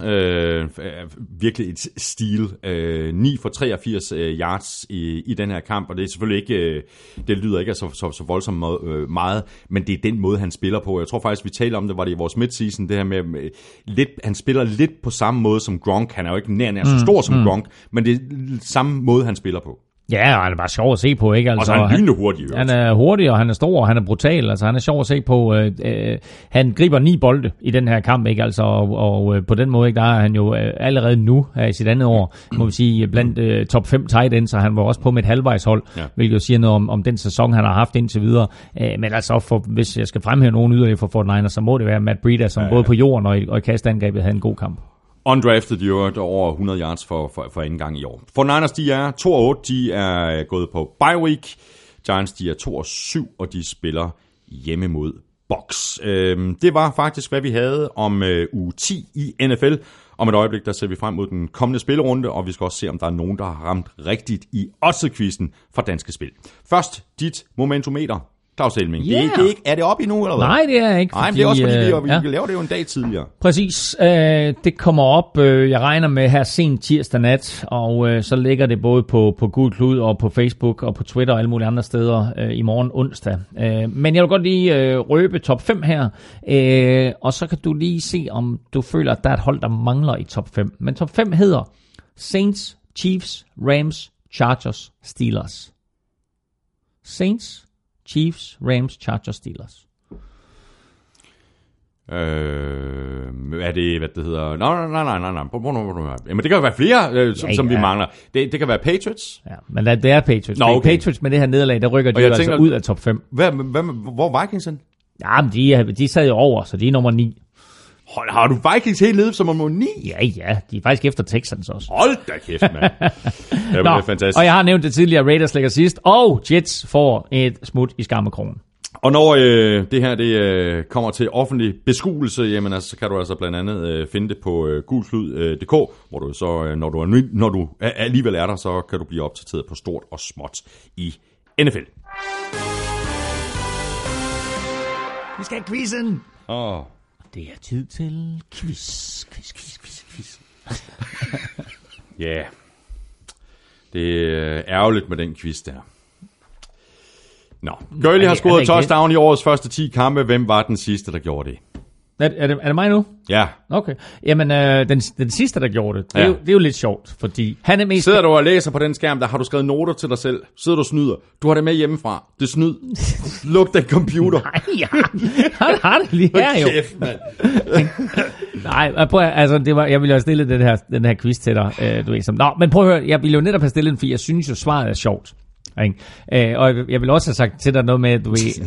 Virkelig et stil. 9 for 83 yards i den her kamp, og det er selvfølgelig ikke, det lyder ikke så voldsomt meget, men det er den måde, han spiller på. Jeg tror faktisk, vi talte om det, var det i vores midseason, det her med lidt, han spiller lidt på samme måde som Gronk. Han er jo ikke nær så stor som Gronk, men det er samme måde, han spiller på.
Ja, og han er bare sjov at se på, ikke? Altså,
og så er han lynende hurtig.
Han er hurtig, og han er stor, og han er brutal. Altså, han er sjov at se på. Han griber 9 bolde i den her kamp, ikke? Altså, og på den måde, ikke? Der er han jo allerede nu, her i sit andet år, må vi sige, blandt top 5 tight ends, så han var også på med et halvvejshold, hvilket jo siger noget om den sæson, han har haft indtil videre. Men altså, hvis jeg skal fremhæve nogen yderligere for Fort Niners, så må det være Matt Breida, som både på jorden og i kastangrebet havde en god kamp.
Undrafted, de er over 100 yards for anden gang i år. For Niners, de er 2-8, de er gået på bye week. Giants, de er 2-7, og de spiller hjemme mod Bucks. Det var faktisk, hvad vi havde om uge 10 i NFL. Om et øjeblik, der ser vi frem mod den kommende spillerunde, og vi skal også se, om der er nogen, der har ramt rigtigt i odds-quizzen fra Danske Spil. Først, dit momentometer. Claus Elming.
Yeah.
Det er ikke, er det op endnu, eller hvad?
Nej, det er ikke.
Nej, men det er også fordi, vi laver det jo en dag tidligere.
Præcis. Det kommer op, jeg regner med her sent tirsdag nat, og så ligger det både på Gul Klud og på Facebook og på Twitter og alle mulige andre steder i morgen onsdag. Men jeg vil godt lige røbe top 5 her, og så kan du lige se, om du føler, at der er et hold, der mangler i top 5. Men top 5 hedder Saints, Chiefs, Rams, Chargers, Steelers. Saints, Chiefs, Rams, Chargers, Steelers.
Er det, hvad det hedder? Nej. Jamen, det kan jo være flere, som vi mangler. Det kan være Patriots.
Ja, men det er Patriots. Nå, okay. Patriots med det her nederlag, der rykker de altså ud af top 5.
Hvor er Vikings hen?
Ja, men de sad jo over, så de er nummer 9.
Har du Vikings helt nede som nummer 9?
Ja, de er faktisk efter Texans også.
Hold da kæft, mand. Det er fantastisk.
Og jeg har nævnt det tidligere, Raiders ligger sidst, og Jets får et smut i skammekrogen. Og
når det her det kommer til offentlig beskuelse, jamen altså, så kan du altså blandt andet finde det på gulslud.dk, hvor du så, når du alligevel er der, så kan du blive opdateret på stort og småt i NFL.
Vi skal have quizzen! Det er tid til quiz.
Ja, det er ærgerligt med den quiz der. Nå, Gurley har scoret touchdown i årets første 10 kampe. Hvem var den sidste, der gjorde det?
Er det mig nu?
Ja.
Okay. Jamen, den sidste, der gjorde det, det er jo lidt sjovt, fordi han er mest...
Sidder du og læser på den skærm, der har du skrevet noter til dig selv. Sidder du og snyder. Du har det med hjemmefra. Det er snyd. Luk den computer.
Nej, ja. Han har det lige her, jo.
Kæft, mand.
Nej, prøv at, altså, jeg ville jo have stillet den her quiz til dig, du ved, som... Nå, men prøv at høre, jeg ville jo netop have stillet den, fordi jeg synes jo, svaret er sjovt. Og jeg vil også have sagt til dig noget med,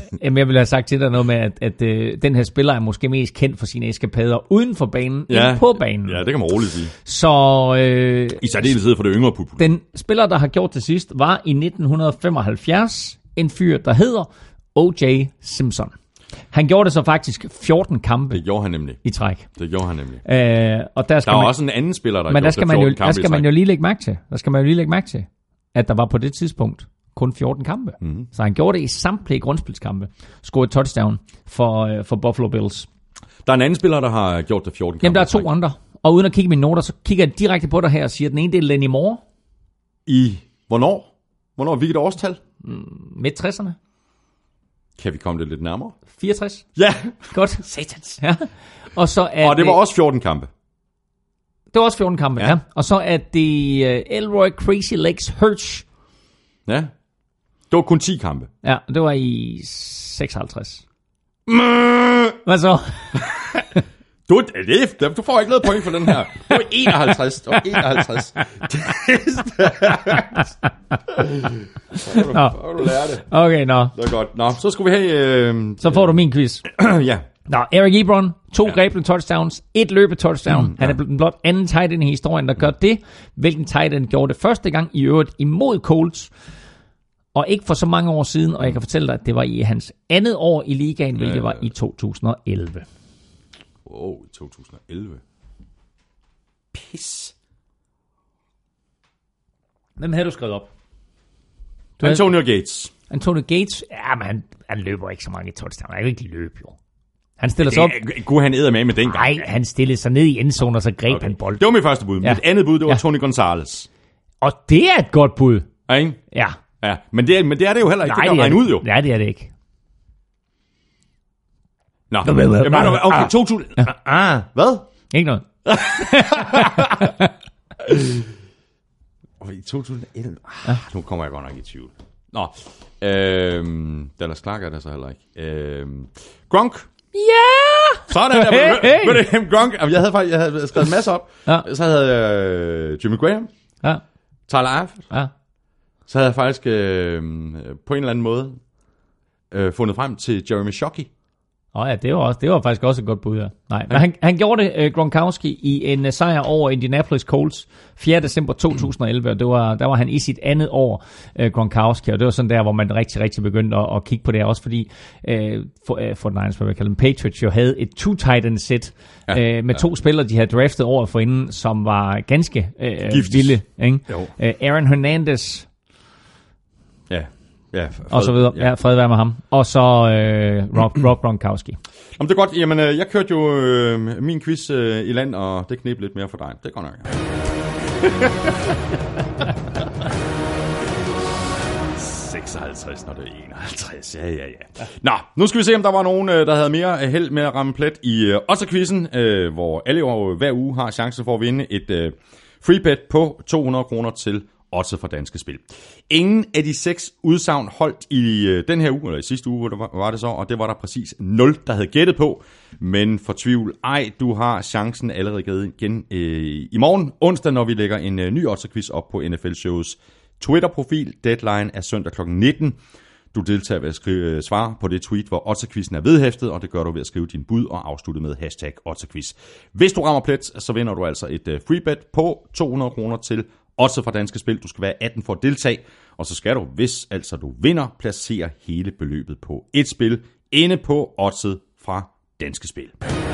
at den her spiller er måske mest kendt for sine eskapader uden for banen, end på banen.
Ja, det kan man roligt sige.
Så
i særdeleshed for det yngre publikum.
Den spiller, der har gjort det sidst, var i 1975 en fyr, der hedder O.J. Simpson. Han gjorde det så faktisk 14 kampe.
Det gjorde han nemlig.
I træk.
Det gjorde han nemlig.
Og der
er også en anden spiller, der
gjorde det 14 kampe.
Der skal man jo lige lægge
mærke til. At der var på det tidspunkt kun 14 kampe. Mm-hmm. Så han gjorde det i samtlige grundspilskampe. Scorede touchdown for Buffalo Bills.
Der er en anden spiller, der har gjort det 14 kampe.
Jamen, der er 2 andre. Og uden at kigge mine noter, så kigger jeg direkte på dig her og siger, at den ene det er Lenny Moore.
I hvornår? Hvilket årstal?
Midt-60'erne.
Kan vi komme det lidt nærmere?
64.
Ja.
Godt. Satans. Ja. Og det
var også 14 kampe.
Det var også 14 kampe, ja. Og så er det Elroy Crazy Legs Hirsch.
Ja. Det var kun 10 kampe.
Ja, det var i 56. Hvad så?
Du får ikke noget point for den her. Det var 51. Det var 51. Hvor du lære det.
Okay, nå.
Det er godt. Nå, så skulle vi have...
så får du min quiz.
Ja.
Nå, Eric Ebron, 2 grebne touchdowns, 1 løbet touchdown. Han er blevet blot anden tight end i historien, der gør det. Hvilken tight end gjorde det første gang i øvrigt imod Colts. Og ikke for så mange år siden, og jeg kan fortælle dig, at det var i hans andet år i ligaen, hvilket var i 2011.
I 2011. Pis.
Hvem havde du skrevet op?
Antonio Gates.
Antonio Gates? Ja, men han løber ikke så mange touchdowns. Han kan ikke løbe, jo. Han stiller sig op.
Kunne han eddermame med den gang?
Nej, han stillede sig ned i endzone, og så greb han bolden.
Det var mit første bud. Mit andet bud, det var Tony Gonzalez.
Og det er et godt bud.
Ikke?
Ja.
Ja, men det er det jo heller ikke.
Nej,
det kan regne ud jo.
Nej, det er det ikke.
Nå. Okay, 2000. Ja. Hvad?
Ikke noget.
I 2011. Nu kommer jeg godt nok i tvivl. Nå. Dallas Clark er der så heller ikke. Gronk.
Ja!
Sådan der. Gronk. Jeg havde skrevet en masse op.
Ja.
Så havde jeg Jimmy Graham.
Ja.
Tyler Eifert.
Ja.
Så havde jeg faktisk på en eller anden måde fundet frem til Jeremy Shockey.
Ja, det var faktisk også et godt bud, ja. Nej, men han gjorde det, Gronkowski, i en sejr over Indianapolis Colts 4. december 2011, og der var han i sit andet år, Gronkowski, og det var sådan der, hvor man rigtig begyndte at kigge på det, også fordi Niners, hvad vi kalder dem, Patriots jo havde et 2-tight-end set med 2 spillere, de havde draftet året forinden, som var ganske vilde, ikke? Aaron Hernandez. Ja, og så videre. Ja, fred være med ham. Og så Rob Gronkowski.
Jamen, det er godt. Jamen, jeg kørte jo min quiz i land, og det kneb lidt mere for dig. Det er godt nok. 56, når det er 51. Ja. Nå, nu skal vi se, om der var nogen, der havde mere held med at ramme plet i Odds-quizzen, hvor alle jo hver uge har chance for at vinde et free bet på 200 kroner til Odds fra Danske Spil. Ingen af de 6 udsagn holdt i den her uge, eller i sidste uge, hvor var det så, og det var der præcis 0, der havde gættet på. Men for tvivl, du har chancen allerede givet igen i morgen, onsdag, når vi lægger en ny Odds-quiz op på NFL Shows Twitter-profil. Deadline er søndag kl. 19. Du deltager ved at svare på det tweet, hvor Odds-quizzen er vedhæftet, og det gør du ved at skrive din bud og afslutte med #Odds-quiz. Hvis du rammer plet, så vinder du altså et free bet på 200 kroner til Odds fra Danske Spil. Du skal være 18 for at deltage, og så skal du, hvis altså du vinder, placere hele beløbet på et spil inde på Oddset fra Danske Spil.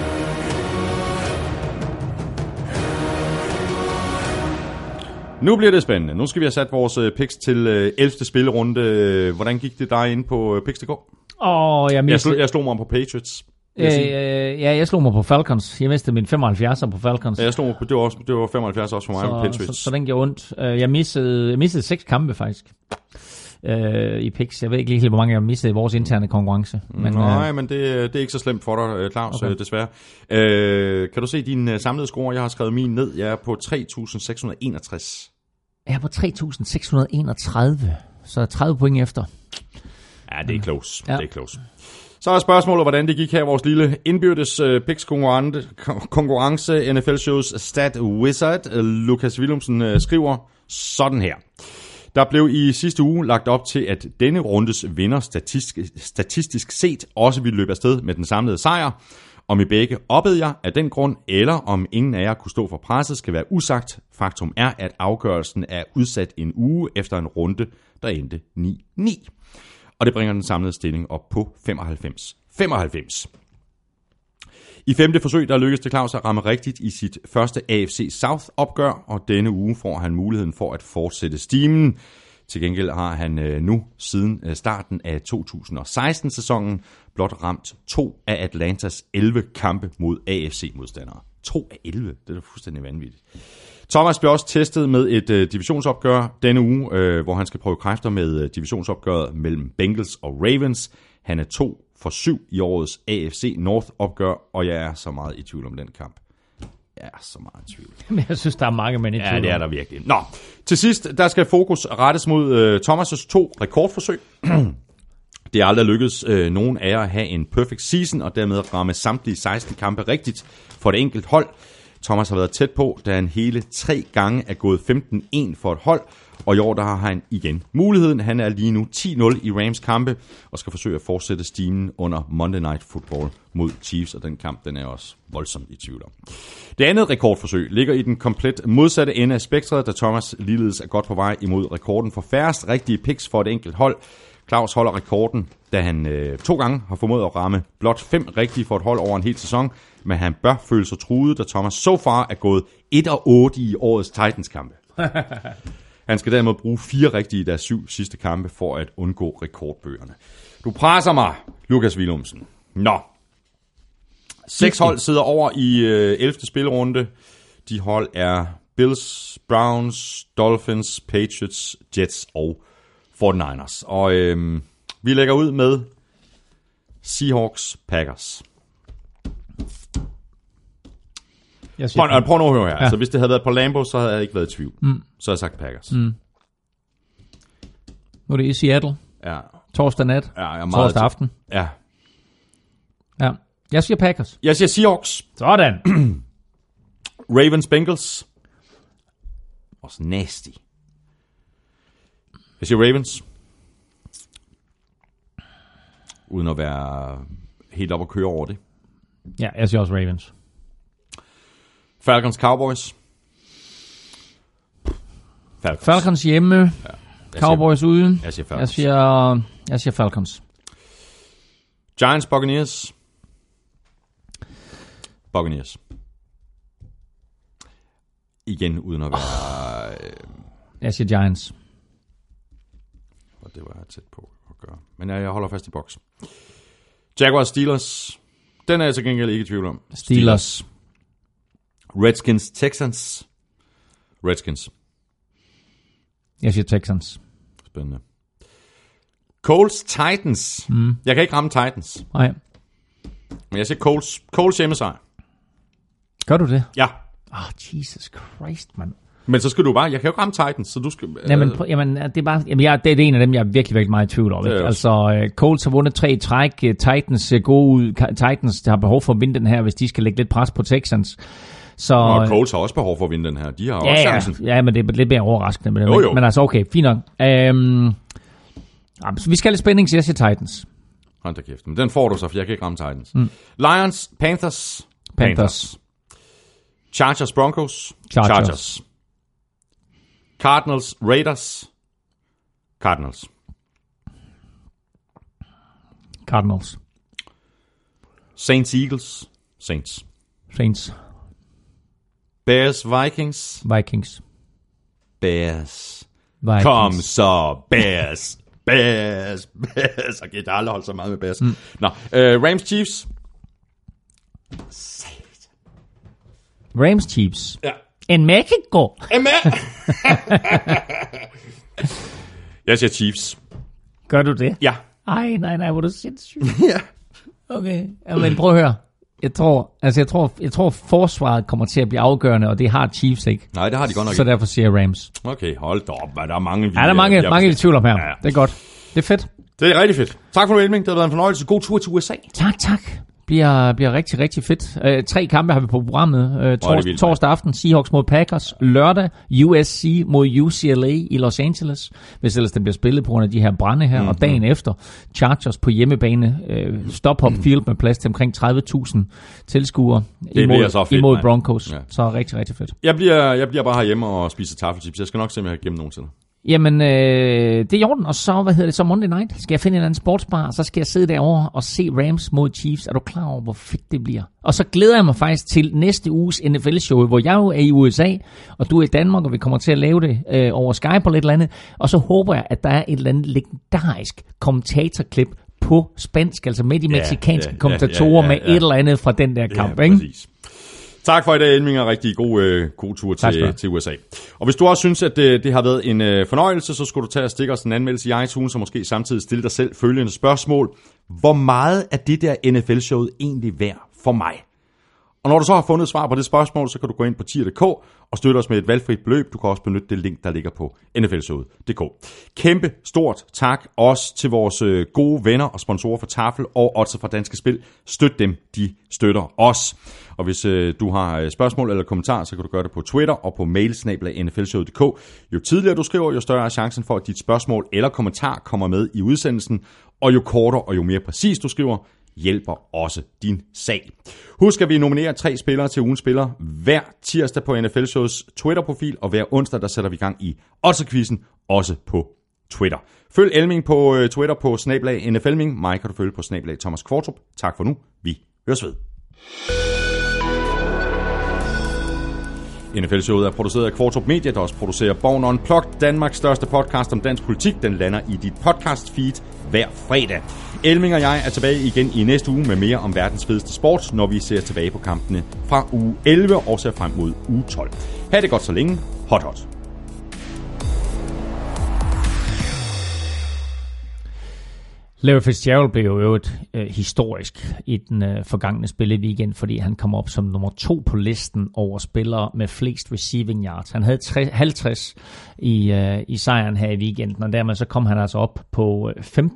Nu bliver det spændende. Nu skal vi have sat vores picks til 11. spillerunde. Hvordan gik det der inde på picks.dk? Jeg slog mig på Patriots.
Jeg slog mig på Falcons. Jeg mistede min 75'er på Falcons.
Ja, jeg slog mig på, det var 75 også for mig med Patriots.
Så den gjorde ondt. Jeg missede 6 kampe faktisk. i picks. Jeg ved ikke lige helt, hvor mange jeg har mistet i vores interne konkurrence.
Men, men det er ikke så slemt for dig, Claus, okay. Desværre. Kan du se din samlede score? Jeg har skrevet min ned. Jeg er på 3.661.
Jeg er på 3.631, så 30 point efter.
Ja, det er close. Ja. Det er close. Så er spørgsmålet, hvordan det gik her i vores lille indbyrdes picks konkurrence. NFL-shows Stat Wizard Lukas Willumsen skriver sådan her. Der blev i sidste uge lagt op til, at denne rundes vinder statistisk set også ville løbe afsted med den samlede sejr. Om I begge oppede jeg af den grund, eller om ingen af jer kunne stå for presset, skal være usagt. Faktum er, at afgørelsen er udsat en uge efter en runde, der endte 9-9. Og det bringer den samlede stilling op på 95. I 5. forsøg, der lykkedes det Claus at ramme rigtigt i sit første AFC South-opgør, og denne uge får han muligheden for at fortsætte stimen. Til gengæld har han nu siden starten af 2016-sæsonen blot ramt 2 af Atlantas 11 kampe mod AFC-modstandere. 2 af 11, det er da fuldstændig vanvittigt. Thomas bliver også testet med et divisionsopgør denne uge, hvor han skal prøve kræfter med divisionsopgøret mellem Bengals og Ravens. Han er 2 for 7 i årets AFC North-opgør, og jeg er så meget i tvivl om den kamp. Jeg er så meget i tvivl.
Men jeg synes, der er mange mænd i tvivl.
Ja, det er der virkelig. Nå, til sidst, der skal fokus rettes mod Thomas' 2 rekordforsøg. Det er aldrig lykkedes nogen af jer at have en perfect season, og dermed ramme samtlige 16 kampe rigtigt for et enkelt hold. Thomas har været tæt på, da han hele 3 gange er gået 15-1 for et hold, og i år der har han igen muligheden. Han er lige nu 10-0 i Rams kampe, og skal forsøge at fortsætte stigen under Monday Night Football mod Chiefs, og den kamp den er også voldsomt i tvivl om. Det andet rekordforsøg ligger i den komplet modsatte ende af spektret, da Thomas ligeledes er godt på vej imod rekorden for færrest rigtige picks for et enkelt hold. Claus holder rekorden, da han 2 gange har formået at ramme blot 5 rigtige for et hold over en hel sæson, men han bør føle sig truet, da Thomas so far er gået 1-8 i årets Titans-kampe. Han skal derimod bruge 4 rigtige i deres 7 sidste kampe for at undgå rekordbøgerne. Du presser mig, Lukas Willumsen. Nå. 6 hold sidder over i 11. spillerunde. De hold er Bills, Browns, Dolphins, Patriots, Jets og 49ers. Og vi lægger ud med Seahawks, Packers. Prøv nu at høre her. Ja. Altså, hvis det havde været på Lambeau, så havde jeg ikke været i tvivl. Så havde jeg sagt Packers.
Nu er det i Seattle.
Ja.
Torsdag nat.
Ja, jeg er meget
torsdag aften.
Ja.
Ja. Jeg siger Packers.
Jeg siger Seahawks.
Sådan.
Ravens, Bengals. Også nasty. Jeg siger Ravens. Uden at være helt op at køre over det.
Ja, jeg siger også Ravens.
Falcons, Cowboys.
Falcons hjemme. Ja. Cowboys ude.
Jeg siger Falcons.
Jeg siger Falcons.
Giants, Buccaneers. Buccaneers. Igen uden at være...
Jeg siger Giants.
Og det var jeg tæt på at gøre. Men jeg holder fast i boks. Jaguars, Steelers. Den er jeg til gengæld ikke i tvivl om.
Steelers.
Redskins, Texans. Redskins.
Jeg siger Texans.
Spændende. Colts, Titans. Jeg kan ikke ramme Titans.
Nej.
Men jeg siger Colts. Colts hjemmesejr.
Gør du det?
Ja.
Jesus Christ, mand.
Men så skal du bare... Jeg kan jo ikke ramme Titans, så du skal...
Jamen, det er bare... Jamen, det er en af dem, jeg er virkelig, virkelig meget i tvivl om. Altså, Colts har vundet 3 træk. Titans går ud. Titans har behov for at vinde den her, hvis de skal lægge lidt pres på Texans. Så,
og Colts har også behov for at vinde den her. De har også chancen.
Ja, men det er lidt mere overraskende med det.
Jo.
Men altså, okay, fint nok. Vi skal have lidt spænding, så jeg siger Titans.
Hold da kæft. Men den får du så, for jeg kan ikke ramme Titans. Lions, Panthers. Chargers, Broncos. Chargers. Cardinals, Raiders.
Cardinals.
Saints, Eagles. Saints. Bears, Vikings. Bears. Kom så, Bears. Okay, der har aldrig holdt så meget med Bears. Nå, Rams, Chiefs.
Rams, Chiefs.
Ja.
En Mexico.
Jeg siger Chiefs.
Gør du det?
Ja.
Ej, nej, hvor er du sindssygt.
Ja.
Okay, men prøv at høre. Jeg tror forsvaret kommer til at blive afgørende, og det har Chiefs ikke.
Nej, det har de godt nok
Så
ikke.
derfor siger jeg Rams.
Okay, hold da op. Der er mange,
Ja, der er mange i tvivl om her.
Ja.
Det er godt. Det er fedt.
Det er rigtig fedt. Tak for nu, Elming. Det har været en fornøjelse. God tur til USA.
Tak. Bliver rigtig, rigtig fedt. 3 kampe har vi på programmet. Torsdag aften, Seahawks mod Packers. Lørdag, USC mod UCLA i Los Angeles. Hvis ellers det bliver spillet på grund af de her brande her. Og dagen efter, Chargers på hjemmebane. Stop-hop field med plads til omkring 30.000 tilskuere imod Broncos. Ja. Så rigtig, rigtig fedt.
Jeg bliver bare herhjemme og spiser taffelchips. Jeg skal nok se, om jeg kan gemme nogensinde.
Jamen, det er i orden, og så Monday night skal jeg finde en eller anden sportsbar, og så skal jeg sidde derovre og se Rams mod Chiefs. Er du klar over, hvor fedt det bliver? Og så glæder jeg mig faktisk til næste uges NFL-show, hvor jeg jo er i USA, og du er i Danmark, og vi kommer til at lave det over Skype eller et eller andet. Og så håber jeg, at der er et eller andet legendarisk kommentatorklip på spansk, altså med de mexikanske kommentatorer med et eller andet fra den der kamp, ikke?
Præcis. Tak for i dag, Elming, og rigtig god tur til USA. Og hvis du også synes, at det har været en fornøjelse, så skulle du tage og stikke os en anmeldelse i iTunes, og måske samtidig stille dig selv følgende spørgsmål. Hvor meget er det der NFL-showet egentlig værd for mig? Og når du så har fundet svar på det spørgsmål, så kan du gå ind på tier.dk og støtte os med et valgfrit beløb. Du kan også benytte det link, der ligger på nflshowet.dk. Kæmpe stort tak også til vores gode venner og sponsorer for Tafel og Odds fra Danske Spil. Støt dem, de støtter os. Og hvis du har spørgsmål eller kommentarer, så kan du gøre det på Twitter og på mail@nflshowet.dk. Jo tidligere du skriver, jo større er chancen for, at dit spørgsmål eller kommentar kommer med i udsendelsen. Og jo kortere og jo mere præcis du skriver, hjælper også din sag. Husk, at vi nominerer 3 spillere til ugens spiller hver tirsdag på NFL Shows Twitter-profil, og hver onsdag, der sætter vi gang i Odds-quizzen, også på Twitter. Følg Elming på Twitter på @NFLming. Mig kan du følge på @Thomas Kvartrup. Tak for nu. Vi høres ved. NFL-showet er produceret af Kvartrup Media, der også producerer Born Unplugged, Danmarks største podcast om dansk politik. Den lander i dit podcast-feed hver fredag. Elming og jeg er tilbage igen i næste uge med mere om verdens fedeste sport, når vi ser tilbage på kampene fra uge 11 og ser frem mod uge 12. Ha' det godt så længe. Hot.
Larry Fitzgerald blev jo historisk i den forgangne spilleweekend, fordi han kom op som nummer 2 på listen over spillere med flest receiving yards. Han havde 50 i sejren her i weekenden, og dermed så kom han altså op på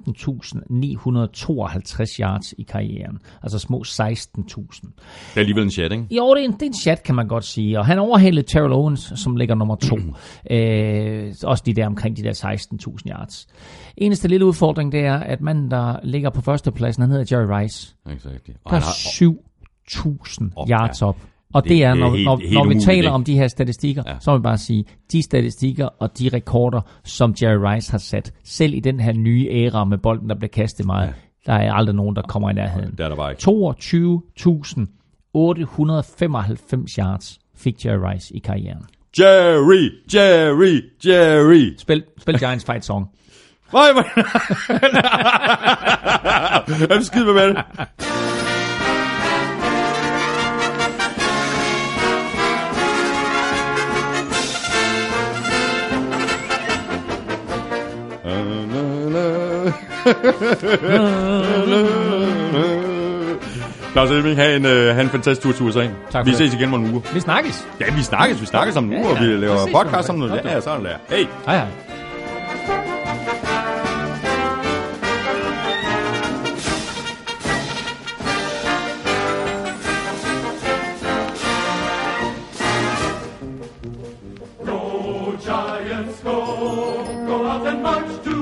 15.952 yards i karrieren. Altså små 16.000.
Det er alligevel en chat, ikke?
Jo, det er en chat, kan man godt sige. Og han overhældede Terrell Owens, som ligger nummer 2. Også de der omkring de der 16.000 yards. Eneste lille udfordring, det er, at manden, der ligger på førstepladsen, han hedder Jerry Rice.
Exactly.
Der er 7.000 yards op. Og det er, når vi taler om de her statistikker, så må vi bare sige, de statistikker og de rekorder, som Jerry Rice har sat, selv i den her nye æra med bolden, der bliver kastet meget, der er aldrig nogen, der kommer i nærheden. 22.895 yards fik Jerry Rice i karrieren.
Jerry!
Spil Giants Fight Song.
Nej, er du skide med det? Claus Elming, have en fantastisk tur til USA. Vi ses igen om en uge.
Vi snakkes.
Ja, vi snakkes om en uge, og vi laver podcast om noget. Ja, sådan der. Hey.
Hej.
Go Giants, go out and march to